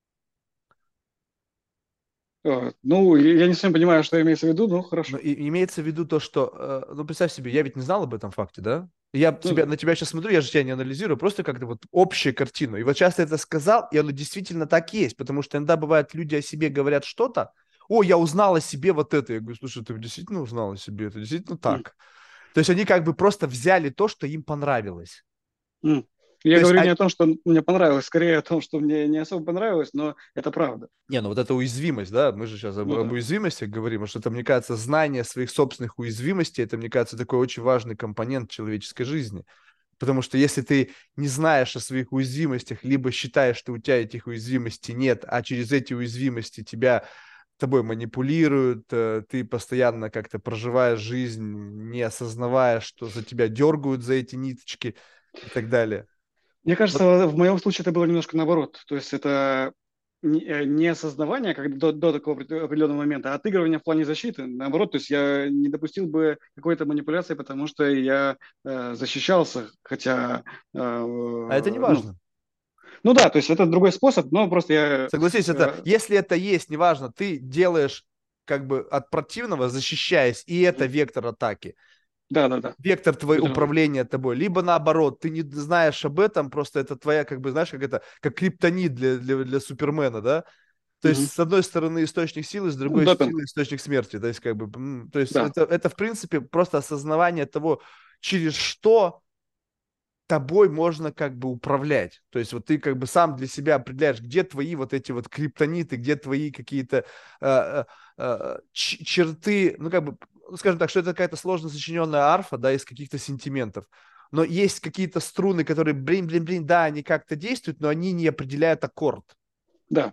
Э, Ну, я не совсем понимаю, что имеется в виду, но Но хорошо. и, имеется в виду то, что, э, ну, представь себе, я ведь не знал об этом факте, да? Я Ну тебя, да. на тебя сейчас смотрю, я же тебя не анализирую, просто как-то вот общую картину. И вот сейчас ты это сказал, и оно действительно так есть, потому что иногда бывает, люди о себе говорят что-то, о, я узнал о себе вот это. Я говорю, слушай, ты действительно узнал о себе, это действительно М, так. То есть они как бы просто взяли то, что им понравилось. м. То Я есть, говорю а- не о том, что мне понравилось, скорее о том, что мне не особо понравилось, но это правда. не, ну вот эта уязвимость, да, мы же сейчас об, Ну об да. уязвимостях говорим, потому что это, мне кажется, знание своих собственных уязвимостей, это, мне кажется, такой очень важный компонент человеческой жизни. Потому что если ты не знаешь о своих уязвимостях, либо считаешь, что у тебя этих уязвимостей нет, а через эти уязвимости тебя тобой манипулируют, э, ты постоянно как-то проживаешь жизнь, не осознавая, что за тебя дергают за эти ниточки и так далее. Мне кажется, Вот, в моем случае это было немножко наоборот. То есть это не э, не осознавание как до, до такого опре- определенного момента, а отыгрывание в плане защиты. Наоборот, то есть я не допустил бы какой-то манипуляции, потому что я э, защищался, хотя, э, а это не ну, важно. ну да, то есть это другой способ, но просто я, Согласись, это, э, если это есть, неважно, ты делаешь как бы от противного, защищаясь, и это вектор атаки. да, да, да, Вектор твоего определенно. управления тобой, либо наоборот, ты не знаешь об этом, просто это твоя, как бы, знаешь, как это, как криптонит для, для, для Супермена, да? То есть, Мгм. с одной стороны, источник силы, с Ну, другой допинг, силы источник смерти. То есть, как бы, м, то есть, да. это, это, в принципе, просто осознавание того, через что тобой можно как бы управлять. То есть, вот ты как бы сам для себя определяешь, где твои вот эти вот криптониты, где твои какие-то э, э, э, ч- черты, ну, как бы, ну, скажем так, что это какая-то сложно сочиненная арфа, да, из каких-то сентиментов. Но есть какие-то струны, которые, блин, блин, блин, да, они как-то действуют, но они не определяют аккорд. Да.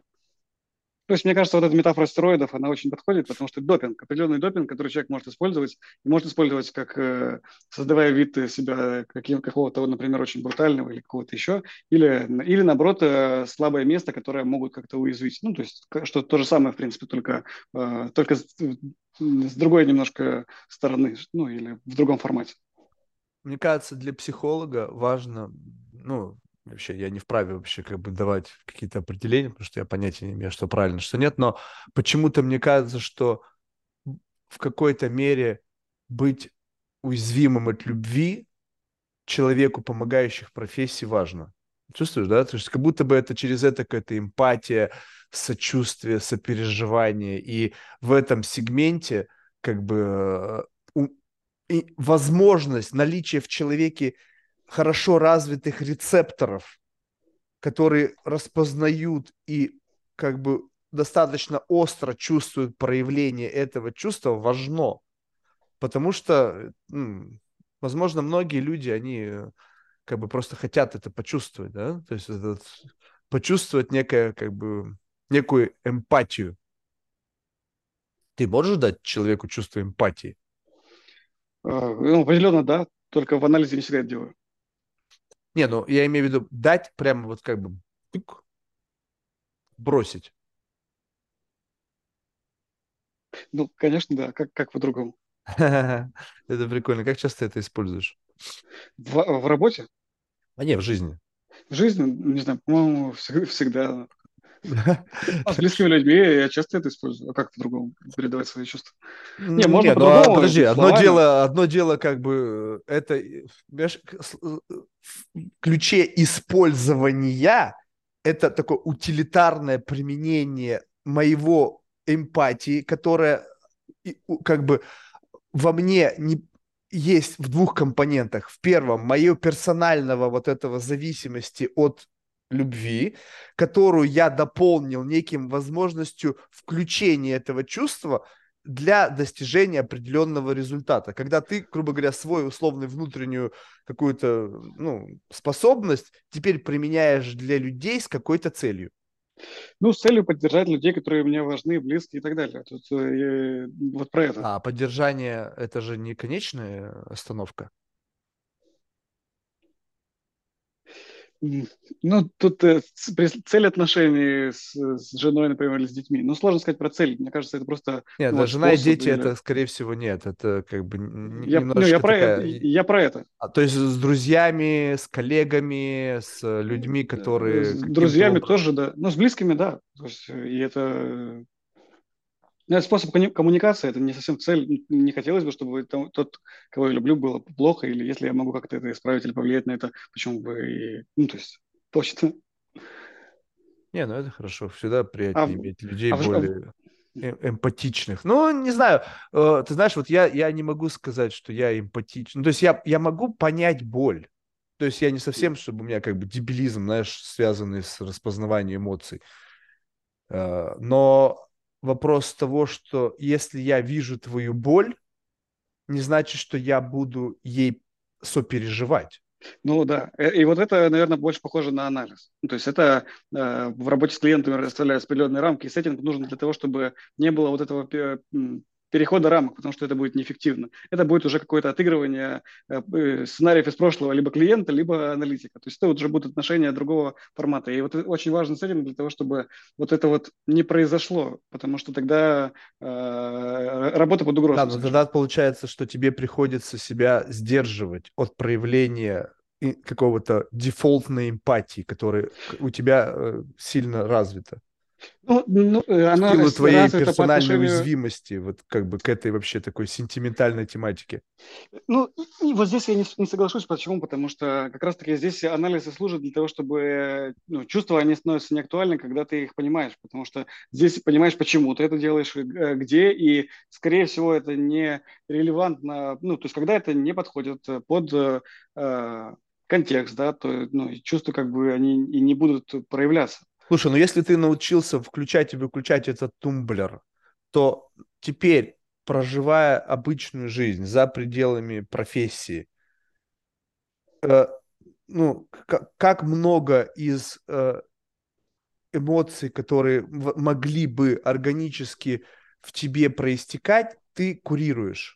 То есть, мне кажется, вот эта метафора стероидов, она очень подходит, потому что допинг, определенный допинг, который человек может использовать, и может использовать как э, создавая вид из себя каким, какого-то, вот, например, очень брутального или какого-то еще, или, или наоборот, э, слабое место, которое могут как-то уязвить. Ну, то есть, к- что то же самое, в принципе, только, э, только с, с другой немножко стороны, ну, или в другом формате. Мне кажется, для психолога важно, ну, вообще, я не вправе вообще как бы давать какие-то определения, потому что я понятия не имею, что правильно, что нет, но почему-то мне кажется, что в какой-то мере быть уязвимым от любви человеку, помогающих профессии, важно. Чувствуешь, да? То есть как будто бы это через это какая-то эмпатия, сочувствие, сопереживание. И в этом сегменте как бы э, у- и возможность наличия в человеке хорошо развитых рецепторов, которые распознают и как бы достаточно остро чувствуют проявление этого чувства, важно. Потому что, м, возможно, многие люди, они э, как бы просто хотят это почувствовать, да, то есть этот, почувствовать некое, как бы, некую эмпатию. Ты можешь дать человеку чувство эмпатии? А, ну, определенно, да, только в анализе не всегда это делаю. Не, ну я имею в виду дать прямо вот как бы тык, бросить. Ну, конечно, да, как, как по-другому. Это прикольно. Как часто ты это используешь? В, в работе, А не, в жизни. в жизни, не знаю, по-моему, всегда, всегда. А с близкими людьми я часто это использую. А как по-другому передавать свои чувства? Не, можно Не, ну а по-другому, подожди, ну, одно словами. дело, одно дело как бы э, это э, понимаешь, к- с- э, в ключе использования это такое утилитарное применение моего эмпатии, которая и, у- как бы во мне не есть в двух компонентах. В первом, мое персонального вот этого зависимости от любви, которую я дополнил неким возможностью включения этого чувства для достижения определенного результата. Когда ты, грубо говоря, свой условный внутреннюю какую-то ну, способность теперь применяешь для людей с какой-то целью. Ну, с целью поддержать людей, которые мне важны, близкие и так далее. Тут э, вот про это. А поддержание– это же не конечная остановка. М, Ну, тут э, ц- при- цель отношений с, с женой, например, или с детьми. Ну, сложно сказать про цель. Мне кажется, это просто Нет, ну, да, вот жена и способ дети или... это, скорее всего, нет. Это как бы н- Я, ну, я немножечко про это. такая... Я про это. а, То есть с друзьями, с коллегами, с людьми, Э, которые С каким-то друзьями образом... тоже, да. Ну, с близкими, да. То есть, э, и это, э, ну, это способ коммуни- коммуникации, это не совсем цель. Не хотелось бы, чтобы там тот, кого я люблю, было плохо, или если я могу как-то это исправить или повлиять на это, почему бы и... Ну, то есть, точно. Не, ну это хорошо. Всегда А, приятнее в- иметь людей а, в ж- а в- более э- эмпатичных. Ну, не знаю. э, Ты знаешь, вот я, я не могу сказать, что я эмпатичный. Ну, то есть я, я могу понять боль. То есть я не совсем, чтобы у меня как бы дебилизм, знаешь, связанный с распознаванием эмоций. Э, Но вопрос того, что если я вижу твою боль, не значит, что я буду ей сопереживать. Ну да, Э, и вот это, наверное, больше похоже на анализ. Ну, то есть это э, в работе с клиентами расставляют определенные рамки, и сеттинг нужен для того, чтобы не было вот этого пе- м, перехода рамок, потому что это будет неэффективно. Это будет уже какое-то отыгрывание э, э, сценариев из прошлого либо клиента, либо аналитика. То есть это вот уже будут отношения другого формата. И вот это очень важный сеттинг для того, чтобы вот это вот не произошло, потому что тогда э, работа под Да, угрозой, но скажем. тогда получается, что тебе приходится себя сдерживать от проявления и- какого-то дефолтной эмпатии, которая к- у тебя э, сильно развита. Ну, ну, э, В она силу с- твоей развита по персональной отношению. уязвимости вот как бы к этой вообще такой сентиментальной тематике. Ну, и, и вот здесь я не, с- не соглашусь. Почему? Потому что как раз-таки здесь анализ и служит для того, чтобы ну, чувства, они становятся неактуальны, когда ты их понимаешь. Потому что здесь понимаешь, почему ты это делаешь, и, э, где, и, скорее всего, это не релевантно. Ну, то есть, когда это не подходит э, под э, э, контекст, да, то ну, и чувства как бы они и не будут проявляться. Слушай, ну если ты научился включать и выключать этот тумблер, то теперь, проживая обычную жизнь за пределами профессии, э, ну, к- как много из э, эмоций, которые в- могли бы органически в тебе проистекать, ты курируешь.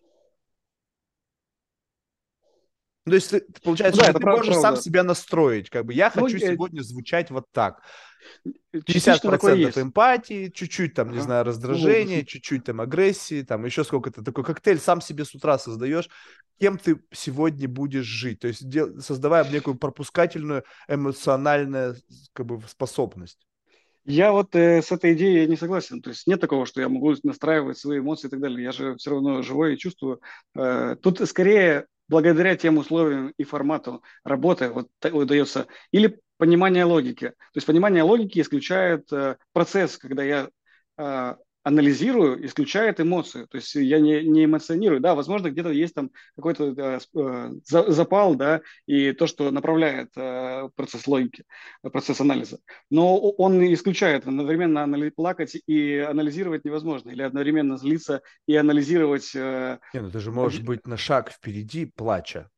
Ну, то есть ты- Ну получается, да, что это ты прав- можешь сам правда. себя настроить. Как бы я Ну, хочу э, сегодня звучать вот так. пятьдесят частично такое процентов есть. эмпатии, чуть-чуть там, не Ага. знаю, Ну, раздражения, чуть-чуть там агрессии, там еще сколько-то. Такой коктейль сам себе с утра создаешь, кем ты сегодня будешь жить. То есть дел- создавая некую пропускательную эмоциональную как бы, способность. Я вот э, с этой идеей не согласен. То есть нет такого, что я могу настраивать свои эмоции и так далее. Я же все равно живой и чувствую. Э, тут скорее благодаря тем условиям и формату работы вот так вот удается или понимание логики. То есть понимание логики исключает э, процесс, когда я э, анализирую, исключает эмоцию. То есть я не, не эмоционирую. Да, возможно, где-то есть там какой-то э, с- э, за- запал, да, и то, что направляет э, процесс логики, э, процесс анализа. Но он исключает одновременно анали- плакать и анализировать невозможно, или одновременно злиться и анализировать. э, Не, ну ты же можешь объ- быть на шаг впереди плача.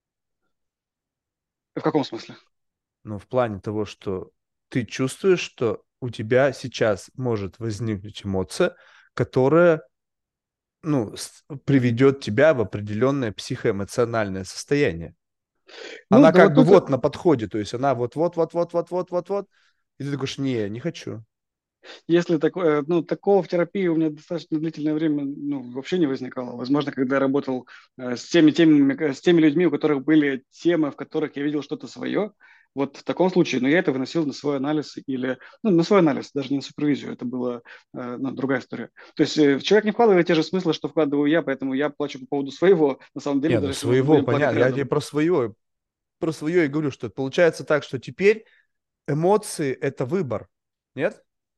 В каком смысле? Но в плане того, что ты чувствуешь, что у тебя сейчас может возникнуть эмоция, которая, ну, с- приведет тебя в определенное психоэмоциональное состояние. Ну, Она да как вот бы тут, вот на подходе, то есть она вот-вот-вот-вот-вот-вот-вот-вот, и ты такой, не, не хочу. если такое, ну, такого в терапии у меня достаточно длительное время, ну, вообще не возникало. Возможно, когда я работал э, с теми темами, с теми людьми, у которых были темы, в которых я видел что-то свое, вот в таком случае, но я это выносил на свой анализ или, ну, на свой анализ, даже не на супервизию, это была, э, ну, другая история. То есть э, человек не вкладывает те же смыслы, что вкладываю я, поэтому я плачу по поводу своего, на самом деле, Не, ну даже если мы своего, будем плакать понятно, я тебе рядом. про свое, про свое и говорю, что получается так, что теперь эмоции – это выбор, нет?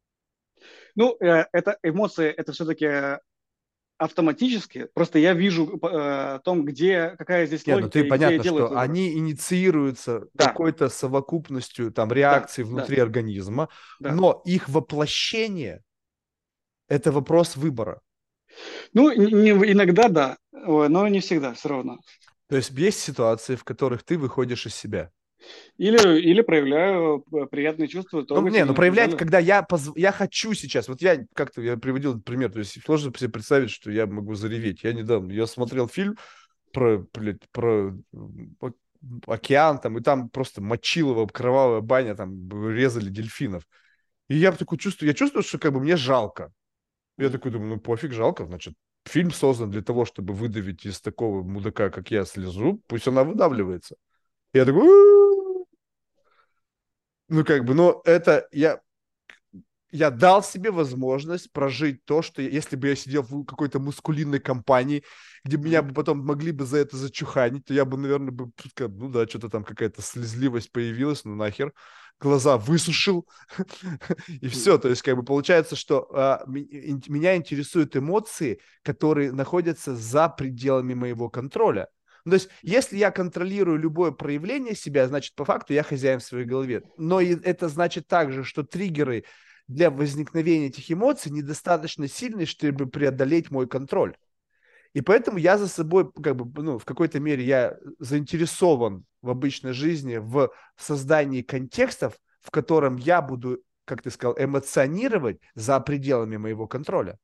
Ну, э, это эмоции, это все-таки автоматически, просто я вижу э, о том, где, какая здесь Не, ну логика ты и где я понятно, делаю этот что выбор. они инициируются Да, какой-то совокупностью там да, реакций да, внутри организма, да. но их воплощение – это вопрос выбора. Ну, не, иногда да, но не всегда все равно. То есть есть ситуации, в которых ты выходишь из себя. Или, или проявляю э, приятные чувства, Ну, не, ну трогательные и так проявлять, далее. когда я, позв... я хочу сейчас. Вот я как-то я приводил этот пример, то есть сложно себе представить, что я могу зареветь. Я недавно, я смотрел фильм про, блядь, про о- океан, там, и там просто мочилово, кровавая баня, там резали дельфинов. И я такой чувствую, я чувствую, что как бы мне жалко. Я такой думаю, ну пофиг, жалко, значит, фильм создан для того, чтобы выдавить из такого мудака, как я, слезу, пусть она выдавливается. Я такой, «У-у-у». Ну как бы, но это я я дал себе возможность прожить то, что я- если бы я сидел в какой-то мускулинной компании, где меня Мгм. бы потом могли бы за это зачуханить, то я бы, наверное, бы, сказал, ну да, что-то там какая-то слезливость появилась, ну нахер, глаза высушил, и все. Мгм. То есть, как бы получается, что а, ми- ин- меня интересуют эмоции, которые находятся за пределами моего контроля. Ну, то есть, если я контролирую любое проявление себя, значит, по факту я хозяин в своей голове. Но и это значит также, что триггеры для возникновения этих эмоций недостаточно сильный, чтобы преодолеть мой контроль. И поэтому я за собой, как бы, ну, в какой-то мере я заинтересован в обычной жизни в создании контекстов, в котором я буду, как ты сказал, эмоционировать за пределами моего контроля.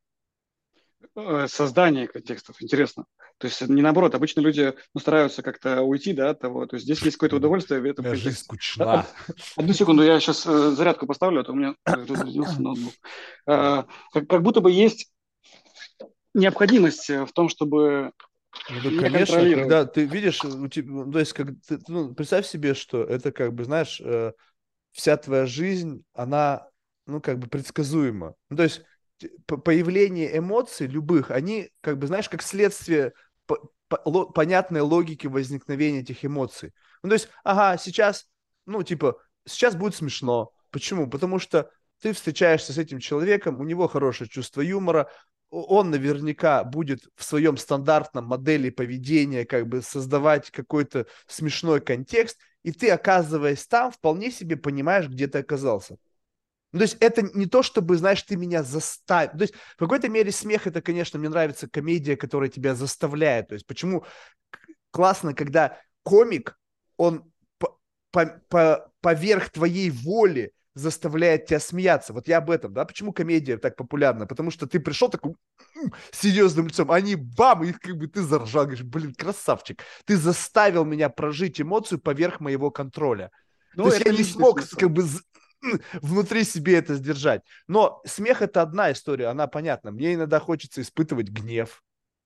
Э, Создание контекстов, интересно. То есть не наоборот, обычно люди ну, стараются как-то уйти, да, от того. То есть здесь есть какое-то удовольствие в этом Моя жизнь контексте. А- од- скучна. Одну секунду, я сейчас зарядку поставлю, а то у меня разрядился ноутбук. Э, Как, как будто бы есть необходимость э, в том, чтобы Ну да, не конечно, контролировать. когда ты видишь, у тебя, ну, то есть, как ты, ну, представь себе, что это как бы, знаешь, э, вся твоя жизнь, она, ну, как бы предсказуема. Ну, то есть т- п- появление эмоций любых, они, как бы, знаешь, как следствие по- по- ло- понятной логики возникновения этих эмоций. Ну, то есть, ага, сейчас, ну, типа, сейчас будет смешно. Почему? Потому что ты встречаешься с этим человеком, у него хорошее чувство юмора, о- он наверняка будет в своем стандартном модели поведения как бы создавать какой-то смешной контекст, и ты, оказываясь там, вполне себе понимаешь, где ты оказался. Ну, то есть это не то, чтобы, знаешь, ты меня заставил. То есть в какой-то мере смех, это, конечно, мне нравится комедия, которая тебя заставляет. То есть почему классно, когда комик, он по, по, по, поверх твоей воли заставляет тебя смеяться. Вот я об этом, да, почему комедия так популярна? Потому что ты пришел такой серьезным лицом, они бам, и как бы ты заржал, говоришь, блин, красавчик, ты заставил меня прожить эмоцию поверх моего контроля. То Ну, есть это я не личный смог смысл. как бы внутри себе это сдержать. Но смех это одна история, она понятна. Мне иногда хочется испытывать гнев.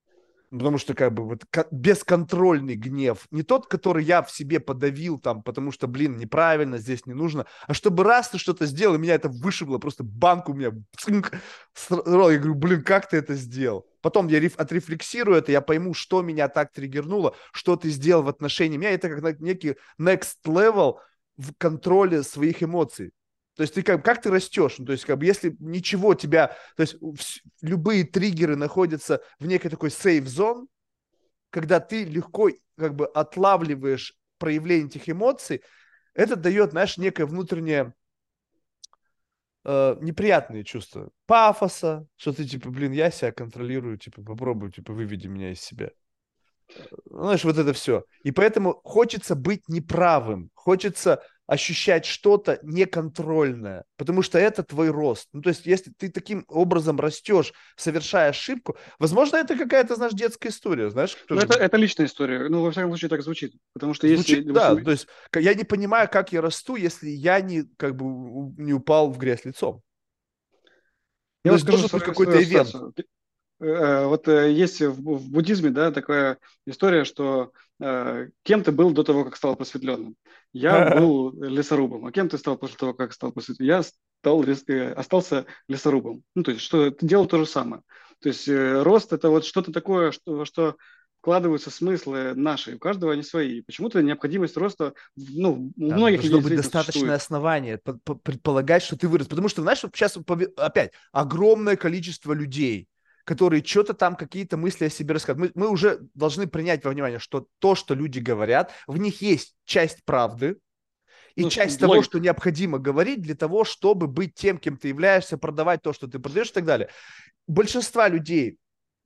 Потому что как бы вот бесконтрольный гнев, не тот, который я в себе подавил там, потому что, блин, неправильно, здесь не нужно, а чтобы раз ты что-то сделал, и меня это вышибло, просто банку у меня цинк, сразу, я говорю, блин, как ты это сделал? Потом я отрефлексирую это, я пойму, что меня так триггернуло, что ты сделал в отношении меня, это как некий next level в контроле своих эмоций. То есть ты как, как ты растешь? Ну, то есть как бы если ничего тебя... То есть в, любые триггеры находятся в некой такой safe zone, когда ты легко как бы отлавливаешь проявление этих эмоций, это дает, знаешь, некое внутреннее э, неприятные чувства. Пафоса, что ты типа, блин, я себя контролирую, типа, попробуй, типа, выведи меня из себя. Знаешь, вот это все. И поэтому хочется быть неправым, хочется ощущать что-то неконтрольное, потому что это твой рост. Ну, то есть, если ты таким образом растешь, совершая ошибку, возможно, это какая-то, знаешь, детская история, знаешь, Ну, тоже это, это личная история. Ну, во всяком случае, так звучит. Потому что если, звучит, да, допустим, то есть я не понимаю, как я расту, если я не, как бы, не упал в грязь лицом. я То вам есть скажу должен быть свою, свою какой-то ивент. ассоциацию. Э, Вот э, есть в, в буддизме, да, такая история, что э, кем ты был до того, как стал просветленным. Я был лесорубом. А кем ты стал после того, как стал просветленным? Я стал, лес- э, остался лесорубом. Ну, то есть, что ты делал то же самое. То есть, э, рост – это вот что-то такое, что, во что вкладываются смыслы наши. У каждого они свои. Почему-то необходимость роста, ну, у Да, но многих должно людей быть действительно достаточное существует. основание по- по- предполагать, что ты вырос. Потому что, знаешь, вот сейчас опять огромное количество людей, которые что-то там, какие-то мысли о себе рассказывают. Мы, мы уже должны принять во внимание, что то, что люди говорят, в них есть часть правды и Ну, с- часть того, что логика. необходимо говорить для того, чтобы быть тем, кем ты являешься, продавать то, что ты продаешь и так далее. Большинство людей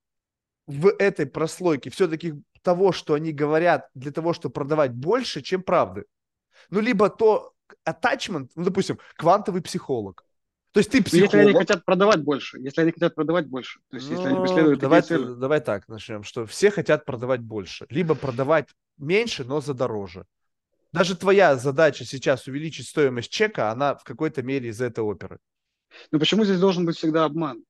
в этой прослойке все-таки того, что они говорят для того, чтобы продавать больше, чем правды. Ну, либо то attachment, ну, допустим, квантовый психолог. То есть ты Но если они психолог, хотят продавать больше, если они хотят продавать больше, то есть если они ну, преследуют такие давай, цели, давай так начнем, что все хотят продавать больше, либо продавать меньше, но за дороже. Даже твоя задача сейчас увеличить стоимость чека, она в какой-то мере из этой оперы. но почему здесь должен быть всегда обман?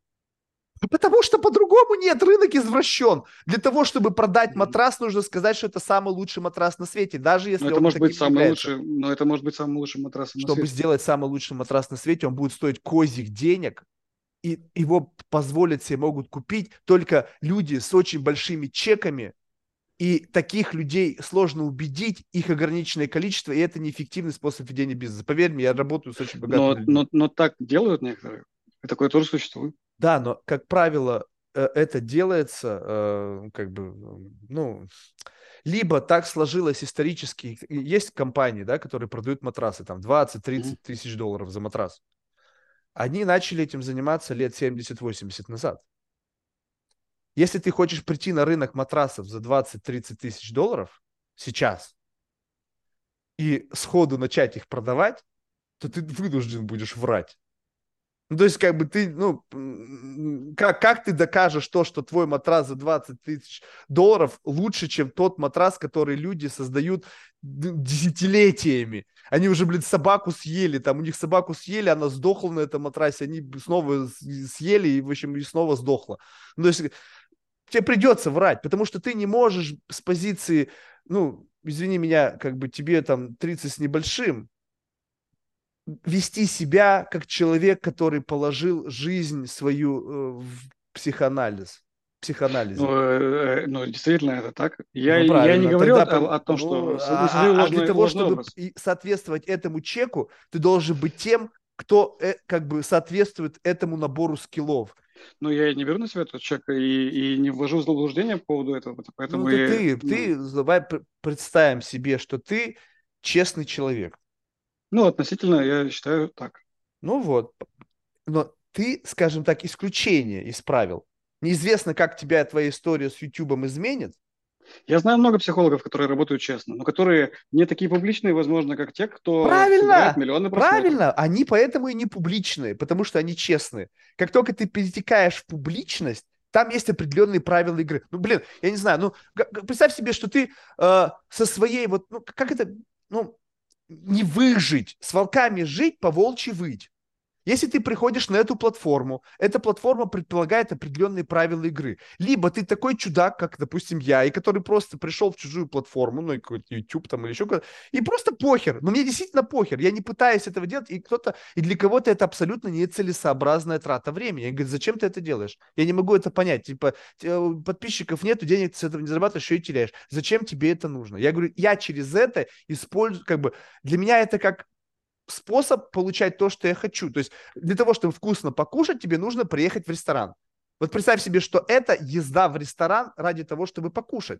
Ну, потому что по-другому нет, рынок извращен. Для того, чтобы продать Мгм. матрас, нужно сказать, что это самый лучший матрас на свете, даже Но если это он может быть таким не самый является. лучший, но это может быть самым лучшим матрасом на Чтобы свете. сделать самый лучший матрас на свете, он будет стоить козьих денег, и его позволить себе могут купить только люди с очень большими чеками, и таких людей сложно убедить, их ограниченное количество, и это неэффективный способ ведения бизнеса. Поверь мне, я работаю с очень богатыми Но, людьми. но, но так делают некоторые. И такое тоже существует. Да, но, как правило, э, это делается, э, как бы, ну, либо так сложилось исторически. Есть компании, да, которые продают матрасы, там, Мгм. двадцать-тридцать тысяч долларов за матрас. Они начали этим заниматься лет семьдесят-восемьдесят назад. Если ты хочешь прийти на рынок матрасов за двадцать-тридцать тысяч долларов сейчас и сходу начать их продавать, то ты вынужден будешь врать. Ну, то есть, как бы ты, ну, как, как ты докажешь то, что твой матрас за двадцать тысяч долларов лучше, чем тот матрас, который люди создают десятилетиями? Они уже, блин, собаку съели, там у них собаку съели, она сдохла на этом матрасе, они снова съели, и, в общем, и снова сдохла. Ну, то есть, тебе придется врать, потому что ты не можешь с позиции, ну, извини меня, как бы тебе там тридцать с небольшим, вести себя как человек, который положил жизнь свою э, в психоанализ, Ну, психоанализе. э, э, ну, действительно, это так. Я, Ну, я не правильно. говорю о, Тогда, о том, ну, что со- не а, создаю а а для ложный, того, ложный чтобы образ. и соответствовать этому чеку, ты должен быть тем, кто э, как бы соответствует этому набору скиллов. Но я и не беру на себя этот чек и, и не ввожу в заблуждение по поводу этого. Ну, Поэтому это и, ты, ну, ты, давай пр- представим себе, что ты честный человек. ну, относительно я считаю так. Ну вот, но ты, скажем так, исключение из правил. Неизвестно, как тебя твоя история с Ютубом изменит. Я знаю много психологов, которые работают честно, но которые не такие публичные, возможно, как те, кто собирает Правильно, миллионы просмотров. правильно. Они поэтому и не публичные, потому что они честные. Как только ты перетекаешь в публичность, там есть определенные правила игры. Ну, блин, я не знаю, ну, г- г- представь себе, что ты э, со своей, вот, ну, как это, ну, не выжить, с волками жить, по волчьи выть. Если ты приходишь на эту платформу, эта платформа предполагает определенные правила игры. Либо ты такой чудак, как, допустим, я, и который просто пришел в чужую платформу, ну, и какой-то YouTube там или еще куда-то, и просто похер. Но мне действительно похер. Я не пытаюсь этого делать, и кто-то, и для кого-то это абсолютно нецелесообразная трата времени. Я говорю, зачем ты это делаешь? Я не могу это понять. Типа, подписчиков нету, денег ты с этого не зарабатываешь, еще и теряешь. Зачем тебе это нужно? Я говорю, я через это использую, как бы, для меня это как способ получать то, что я хочу. То есть для того, чтобы вкусно покушать, тебе нужно приехать в ресторан. Вот представь себе, что это езда в ресторан ради того, чтобы покушать.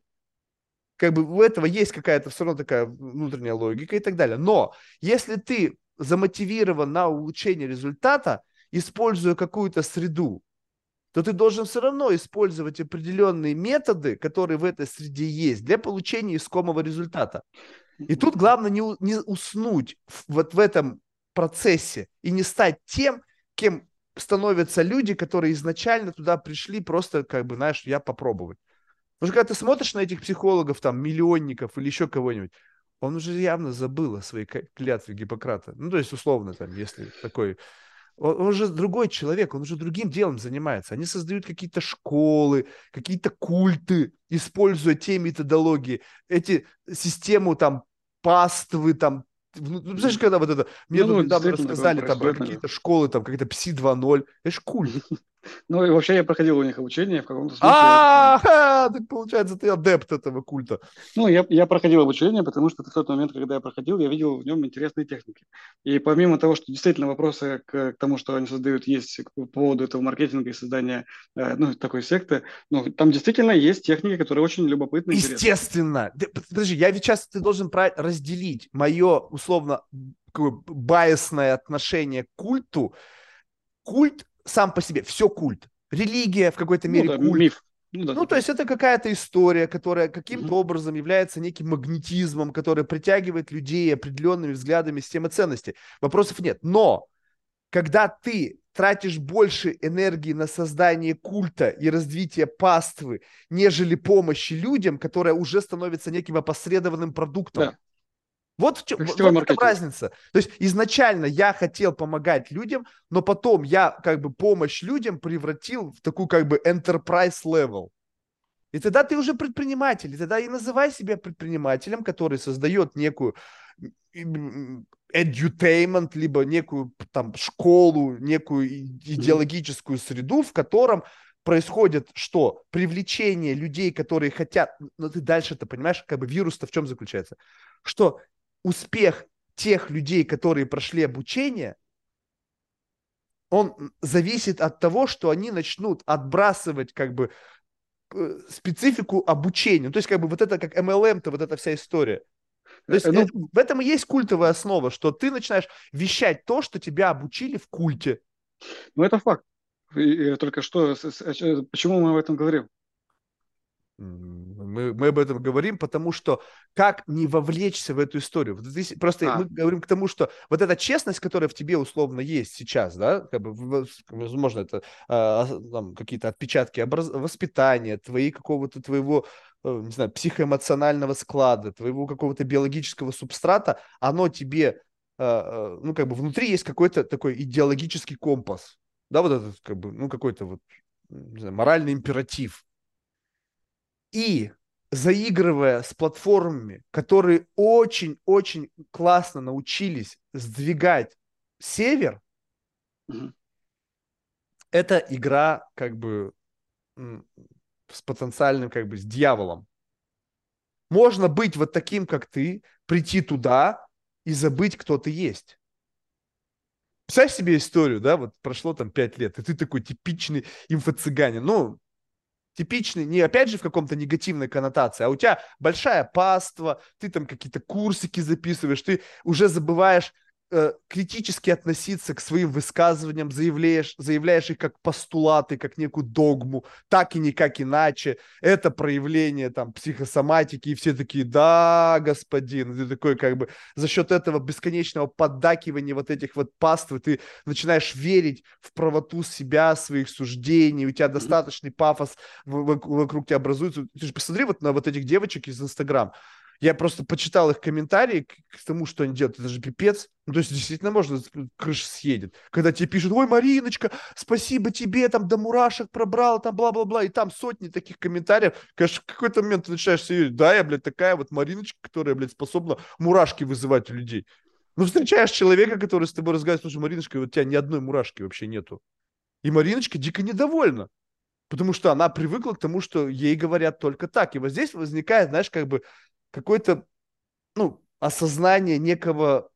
Как бы у этого есть какая-то все равно такая внутренняя логика и так далее. Но если ты замотивирован на улучшение результата, используя какую-то среду, то ты должен все равно использовать определенные методы, которые в этой среде есть, для получения искомого результата. И тут главное не, не уснуть в, вот в этом процессе и не стать тем, кем становятся люди, которые изначально туда пришли просто, как бы, знаешь, я попробовать. Потому что когда ты смотришь на этих психологов, там, миллионников или еще кого-нибудь, он уже явно забыл о своей клятве Гиппократа. Ну, то есть, условно, там, если такой... Он, он же другой человек, он уже другим делом занимается. Они создают какие-то школы, какие-то культы, используя те методологии, эти систему там паствы, там, ну, знаешь, когда вот это, мне Ну, тут ну, недавно действительно, такое рассказали там про происходит, какие-то школы, там какая-то пси два ноль, это ж культ. Ну, и вообще я проходил у них обучение, в каком-то смысле это... А, так получается, ты адепт этого культа. Ну, я, я проходил обучение, потому что в тот момент, когда я проходил, я видел в нем интересные техники. И помимо того, что действительно вопросы к, к тому, что они создают, есть по поводу этого маркетинга и создания э, ну, такой секты, ну, там действительно есть техники, которые очень любопытны и интересны. Естественно. Ты- Подожди, я ведь сейчас ты должен про- разделить мое, условно, такое байесное отношение к культу. Культ сам по себе, все культ. Религия в какой-то Ну, мере да, культ. миф. Ну, да, Ну, то такой. есть это какая-то история, которая каким-то Мгм. образом является неким магнетизмом, который притягивает людей определенными взглядами, системы ценностей. Вопросов нет. Но когда ты тратишь больше энергии на создание культа и развитие паствы, нежели помощи людям, которая уже становится неким опосредованным продуктом. Да, Вот в, чём- как вот сетевой в этом маркетинг. разница. То есть изначально я хотел помогать людям, но потом я как бы помощь людям превратил в такую как бы enterprise level. И тогда ты уже предприниматель, и тогда и называй себя предпринимателем, который создает некую edutainment, либо некую там школу, некую идеологическую среду, в котором происходит что? Привлечение людей, которые хотят, но ты дальше-то понимаешь, как бы вирус-то в чем заключается? Что успех тех людей, которые прошли обучение, он зависит от того, что они начнут отбрасывать как бы специфику обучения. То есть как бы вот это как эм эл эм-то, вот эта вся история. То есть Э, Ну, это, в этом и есть культовая основа, что ты начинаешь вещать то, что тебя обучили в культе. ну, это факт. И, и только что, с- с- э, почему мы об этом говорим? Мы, мы об этом говорим, потому что как не вовлечься в эту историю? Вот здесь просто А, мы говорим к тому, что вот эта честность, которая в тебе условно есть сейчас, да, как бы, в- возможно, это а, там, какие-то отпечатки образ... воспитания, твои какого-то твоего, э, не знаю, психоэмоционального склада, твоего какого-то биологического субстрата, оно тебе, а, а, ну, как бы внутри есть какой-то такой идеологический компас, да, вот этот, как бы, ну, какой-то вот, не знаю, моральный императив. И заигрывая с платформами, которые очень-очень классно научились сдвигать север, мгм. это игра как бы м, с потенциальным, как бы с дьяволом. Можно быть вот таким, как ты, прийти туда и забыть, кто ты есть. Представь себе историю, да, вот прошло там пять лет, и ты такой типичный инфо-цыганин. Ну, типичный, не опять же в каком-то негативной коннотации, а у тебя большая паства, ты там какие-то курсики записываешь, ты уже забываешь э, критически относиться к своим высказываниям, заявляешь, заявляешь их как постулаты, как некую догму, так и никак иначе. Это проявление там психосоматики, и все такие, да, господин. И ты такой как бы за счет этого бесконечного поддакивания вот этих вот паствы ты начинаешь верить в правоту себя, своих суждений, у тебя Мгм. достаточный пафос вокруг тебя образуется. Ты же посмотри вот на вот этих девочек из Инстаграм. Я просто почитал их комментарии к, к тому, что они делают. Это же пипец. Ну, то есть, действительно, можно, крыша съедет. Когда тебе пишут, ой, Мариночка, спасибо тебе, там, до мурашек пробрал, там, бла-бла-бла. И там сотни таких комментариев. Конечно, в какой-то момент ты начинаешь себе верить, да, я, блядь, такая вот Мариночка, которая, блядь, способна мурашки вызывать у людей. Ну, встречаешь человека, который с тобой разговаривает, слушай, Мариночка, вот у тебя ни одной мурашки вообще нету. И Мариночка дико недовольна. Потому что она привыкла к тому, что ей говорят только так. И вот здесь возникает, знаешь, как бы какое-то, ну, осознание некого,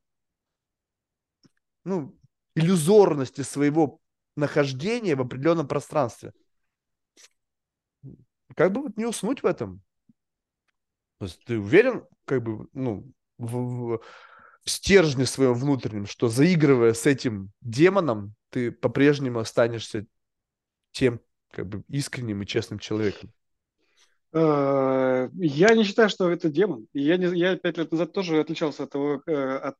ну, иллюзорности своего нахождения в определенном пространстве. Как бы вот не уснуть в этом? То есть ты уверен, как бы, ну, в, в, в стержне своем внутреннем, что заигрывая с этим демоном, ты по-прежнему останешься тем, как бы, искренним и честным человеком? Э, Я не считаю, что это демон. И Я, не, я пять лет назад тоже отличался от того, э, от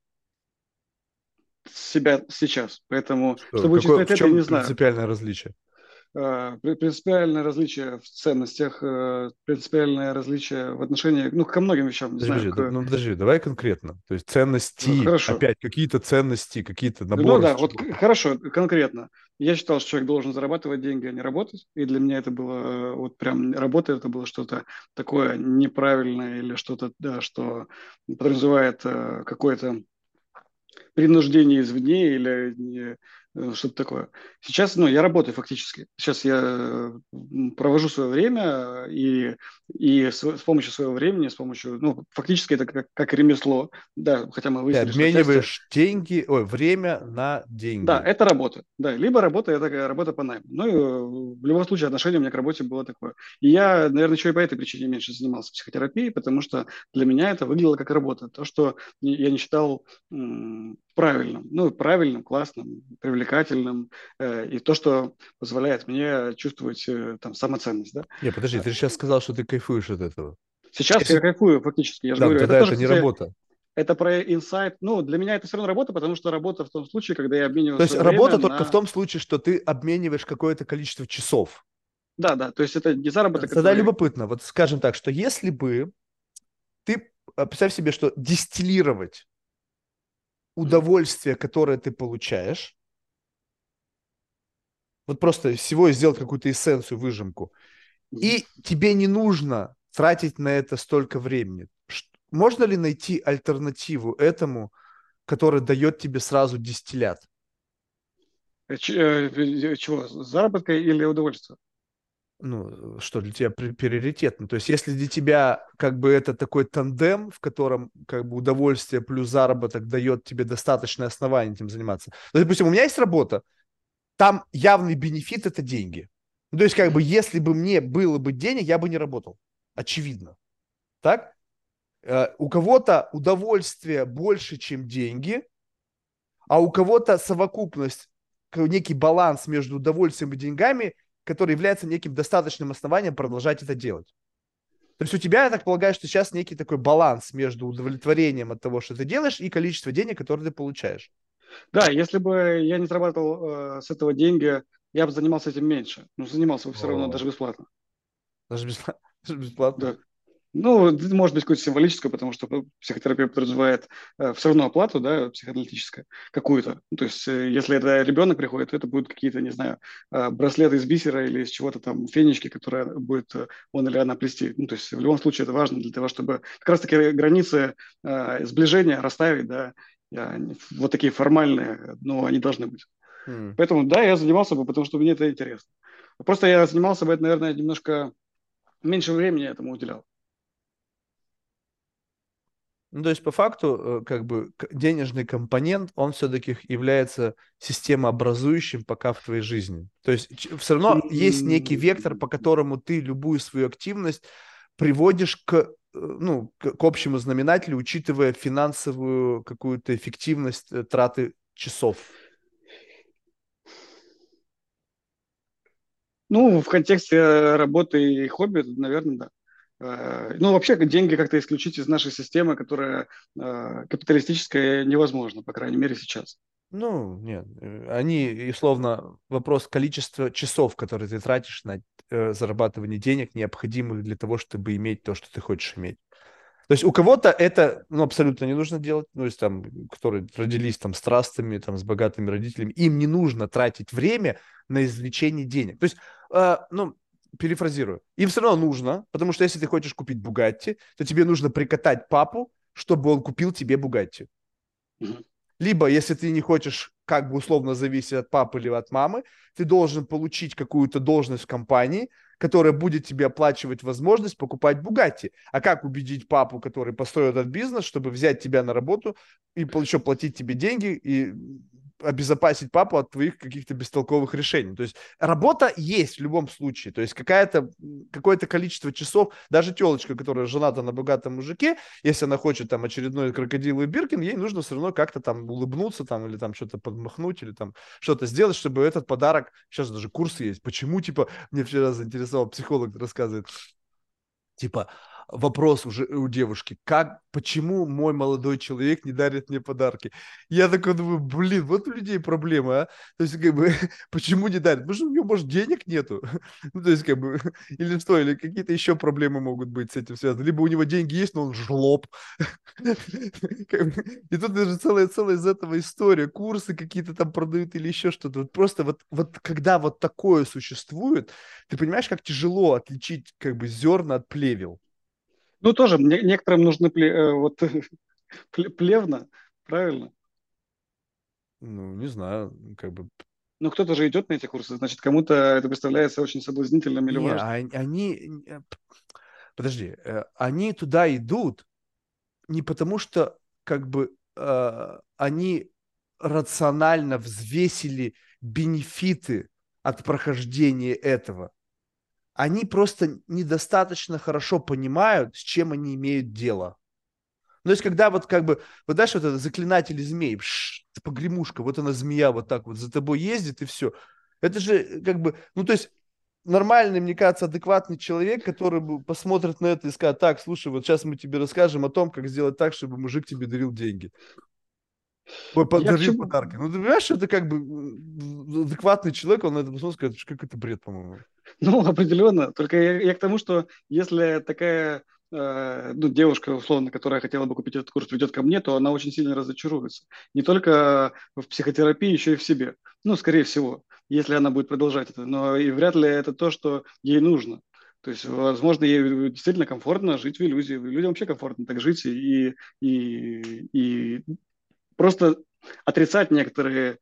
себя сейчас. Поэтому, Что, чтобы какое, вычислять в это, я чем не знаю. принципиальное различие? Э, при- Принципиальное различие в ценностях, э, принципиальное различие в отношении, ну, ко многим вещам, не Подожди, знаю, подожди, да- к... ну подожди, давай конкретно. То есть э, ценности, Хорошо. опять какие-то ценности, какие-то Ну наборы с да, вот чего-то. к- хорошо, конкретно. Я считал, что человек должен зарабатывать деньги, а не работать. И для меня это было, э, вот прям работа, это было что-то такое неправильное или что-то, да, что подразумевает э, какое-то принуждение извне или не- э, что-то такое. Сейчас, ну, я работаю фактически. Сейчас я э, м, провожу свое время и, и с, с помощью своего времени, с помощью, ну, фактически это как, как ремесло, да, хотя мы Ты выяснили, что отчасти обмениваешь деньги, ой, время на да, деньги. это работа. Да, либо работа, это такая работа по найму. Ну, и э, в любом случае отношение у меня к работе было такое. И я, наверное, еще и по этой причине меньше занимался психотерапией, потому что для меня это выглядело как работа. То, что не- я не считал м, правильным. Ну, правильным, классным, привлекательным. э, и то, что позволяет мне чувствовать э, там самоценность. Да? Не, подожди, А ты же сейчас сказал, что ты кайфуешь от этого. Сейчас я Если, кайфую фактически. Я же да, ну говорю, это тогда тоже, это не кстати, работа. это про инсайт. Ну, для меня это все равно работа, потому что работа в том случае, когда я обмениваю То есть свое время работа только в на... том случае, что ты обмениваешь какое-то количество часов. Да, да, то есть это не заработок, Тогда который... любопытно, вот скажем так, что если бы ты, э, представь себе, что дистиллировать Мгм. удовольствие, которое ты получаешь, вот просто всего сделать какую-то эссенцию, выжимку, Мгм. и тебе не нужно тратить на это столько времени. Ш- Можно ли найти альтернативу этому, который дает тебе сразу дистиллят? Э, ч- э, Чего? Заработка или удовольствия? Ну, что для тебя при- приоритетно? То есть, если для тебя как бы это такой тандем, в котором как бы удовольствие плюс заработок дает тебе достаточное основание этим заниматься. Ну, допустим, у меня есть работа, там явный бенефит – это деньги. Ну, то есть, как бы, если бы мне было бы денег, я бы не работал. Очевидно. Так? Э, У кого-то удовольствие больше, чем деньги, а у кого-то совокупность, к- некий баланс между удовольствием и деньгами, который является неким достаточным основанием продолжать это делать. То есть у тебя, я так полагаю, что сейчас некий такой баланс между удовлетворением от того, что ты делаешь, и количеством денег, которые ты получаешь. Да, если бы я не зарабатывал э, с этого деньги, я бы занимался этим меньше. Но занимался бы все равно О, даже бесплатно. даже бесплатно. Даже бесплатно. Да. Ну, это может быть какое-то символическое, потому что психотерапия подразумевает э, все равно оплату, да, психоаналитическую какую-то. Ну, то есть, э, если это ребенок приходит, то это будут какие-то, не знаю, э, браслеты из бисера или из чего-то там, фенечки, которые будет э, он или она плести. Ну, то есть, в любом случае это важно для того, чтобы как раз-таки границы э, сближения расставить, да, э, вот такие формальные, но они должны быть. М. Поэтому, да, я занимался бы, потому что мне это интересно. Просто я занимался бы, это, наверное, немножко меньше времени этому уделял. Ну, то есть, по факту, э, как бы к- денежный компонент, он все-таки является системообразующим пока в твоей жизни. То есть, все равно есть некий вектор, по которому ты любую свою активность приводишь к, э, ну, к, к общему знаменателю, учитывая финансовую какую-то эффективность э, траты часов. Ну, в контексте э, работы и хобби, наверное, да. Э, Ну, вообще, деньги как-то исключить из нашей системы, которая э, капиталистическая, невозможно, по крайней мере, сейчас. Ну, нет, э, они, и словно вопрос количества часов, которые ты тратишь на э, зарабатывание денег, необходимых для того, чтобы иметь то, что ты хочешь иметь. То есть у кого-то это, ну, абсолютно не нужно делать, ну, есть там, которые родились там с трастами, там, с богатыми родителями, им не нужно тратить время на извлечение денег. То есть, э, ну, перефразирую, им все равно нужно, потому что если ты хочешь купить Бугатти, то тебе нужно прикатать папу, чтобы он купил тебе Бугатти. Мгм. Либо, если ты не хочешь как бы условно зависеть от папы или от мамы, ты должен получить какую-то должность в компании, которая будет тебе оплачивать возможность покупать Бугатти. А как убедить папу, который построил этот бизнес, чтобы взять тебя на работу и еще платить тебе деньги и обезопасить папу от твоих каких-то бестолковых решений. То есть работа есть в любом случае. То есть какая-то, какое-то количество часов, даже телочка, которая жената на богатом мужике, если она хочет там очередной крокодиловый Биркин, ей нужно все равно как-то там улыбнуться там или там что-то подмахнуть или там что-то сделать, чтобы этот подарок, сейчас даже курсы есть. Почему, типа, мне вчера заинтересовал психолог, рассказывает, типа, вопрос уже у девушки, как, почему мой молодой человек не дарит мне подарки? Я такой думаю, блин, вот у людей проблема, а? То есть, как бы, почему не дарит? Потому что у него, может, денег нету. Ну, то есть, как бы, или что, или какие-то еще проблемы могут быть с этим связаны. Либо у него деньги есть, но он жлоб. И тут даже целая, целая из этого история. Курсы какие-то там продают или еще что-то. Вот просто вот, вот когда вот такое существует, ты понимаешь, как тяжело отличить как бы зерна от плевел. Ну, тоже не- некоторым нужны пле- э, вот, пле- плевна, правильно? Ну, не знаю, как бы... Но кто-то же идет на эти курсы, значит, кому-то это представляется очень соблазнительным или Не, важным. а- они... э, Подожди, э, они туда идут не потому, что как бы э, они рационально взвесили бенефиты от прохождения этого. Они просто недостаточно хорошо понимают, с чем они имеют дело. Ну, то есть, когда вот как бы, вот знаешь, вот это заклинатель змей, пш, погремушка, вот она змея вот так вот за тобой ездит и все. Это же э, как бы, ну, то есть, нормальный, мне кажется, адекватный человек, который бы посмотрит на это и скажет, так, слушай, вот сейчас мы тебе расскажем о том, как сделать так, чтобы мужик тебе дарил деньги. Ой, Я к подарил чему? подарки. Ну, ты понимаешь, что это как бы м, адекватный человек, он на это посмотрит и скажет, что как это бред, по-моему. Ну, определенно. Только я, я к тому, что если такая э, ну, девушка, условно, которая хотела бы купить этот курс, придет ко мне, то она очень сильно разочаруется. Не только в психотерапии, еще и в себе. Ну, скорее всего, если она будет продолжать это. Но и вряд ли это то, что ей нужно. То есть, возможно, ей действительно комфортно жить в иллюзии. Людям вообще комфортно так жить и, и, и просто отрицать некоторые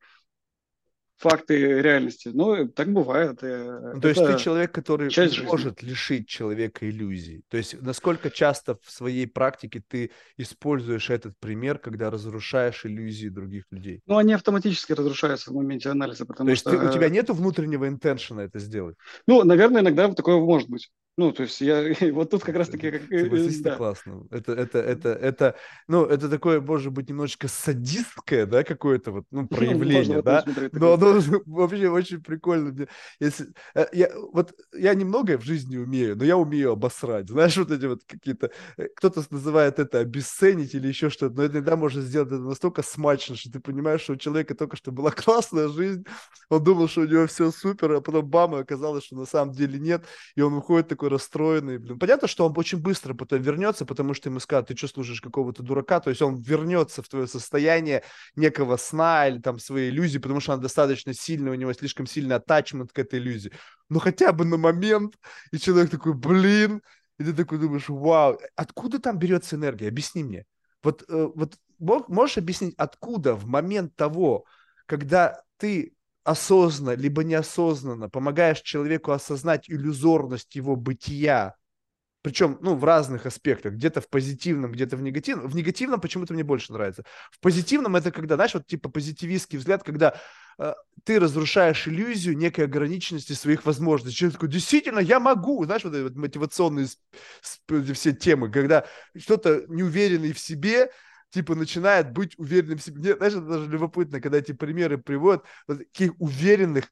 факты реальности. Ну, так бывает. э, Ну, то есть ты Это человек, который часть не жизни. может лишить человека иллюзий. То есть насколько часто в своей практике ты используешь этот пример, когда разрушаешь иллюзии других людей? Ну, они автоматически разрушаются в моменте анализа, То потому есть что, ты, у тебя э, нету внутреннего интеншена это сделать? ну, наверное, иногда такое может быть. Ну, то есть я вот тут как раз-таки, как, э, э, Согласись, это да, классно. Это, это, это, это, ну, это такое, может быть, немножечко садистское, да, какое-то вот, ну, ну, можно в проявление, этом да, смотреть но такое. оно вообще очень прикольно. Мне- Если, э, я, вот, я немногое в жизни умею, но я умею обосрать. Знаешь, вот эти вот какие-то, э, кто-то называет это обесценить или еще что-то, но иногда можно сделать это настолько смачно, что ты понимаешь, что у человека только что была классная жизнь, он думал, что у него все супер, а потом бам, и оказалось, что на самом деле нет, и он уходит такой расстроенный. Блин. Понятно, что он очень быстро потом вернется, потому что ему скажут, ты что слушаешь какого-то дурака, то есть он вернется в твое состояние некого сна или там своей иллюзии, потому что она достаточно сильная, у него слишком сильный аттачмент к этой иллюзии. Но хотя бы на момент, и человек такой, блин, и ты такой думаешь, вау, откуда там берется энергия? Объясни мне. Вот, э, вот можешь объяснить, откуда в момент того, когда ты осознанно, либо неосознанно помогаешь человеку осознать иллюзорность его бытия, причем, ну, в разных аспектах, где-то в позитивном, где-то в негативном. В негативном почему-то мне больше нравится. В позитивном это когда, знаешь, вот типа позитивистский взгляд, когда э, ты разрушаешь иллюзию некой ограниченности своих возможностей. Человек такой, действительно, я могу. Знаешь, вот эти вот мотивационные сп- сп- все темы, когда кто-то неуверенный в себе, типа, начинает быть уверенным в себе. Мне, знаешь, это даже любопытно, когда эти примеры приводят вот таких уверенных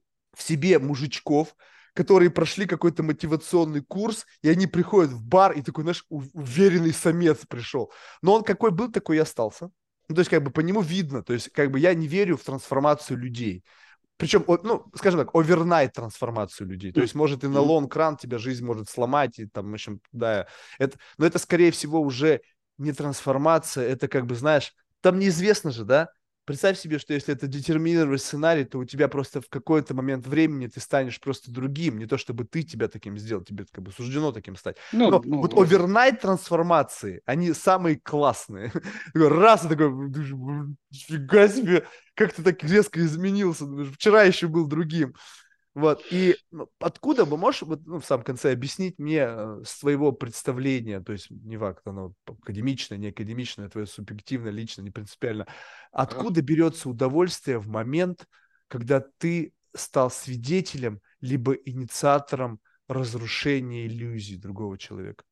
в себе мужичков, которые прошли какой-то мотивационный курс, и они приходят в бар, и такой, знаешь, уверенный самец пришел. Но он какой был, такой и остался. Ну, то есть, как бы по нему видно, то есть, как бы я не верю в трансформацию людей. причем, ну, скажем так, овернайт трансформацию людей. То есть, может, и на лонг-ран тебя жизнь может сломать, и там, в общем, да. Это, но это, скорее всего, уже не трансформация, это как бы, знаешь, там неизвестно же, да? Представь себе, что если это детерминированный сценарий, то у тебя просто в какой-то момент времени ты станешь просто другим. Не то, чтобы ты тебя таким сделал, тебе как бы суждено таким стать. Ну, Но ну, вот овернайт трансформации, они самые классные. Раз, и такой, фига себе, как ты так резко изменился. Вчера еще был другим. Вот, и ну, откуда бы можешь вот, ну, в самом конце объяснить мне э, своего представления, то есть не факт, оно академичное, не академичное, твое субъективное, лично, не принципиально, ага. откуда берется удовольствие в момент, когда ты стал свидетелем либо инициатором разрушения иллюзий другого человека?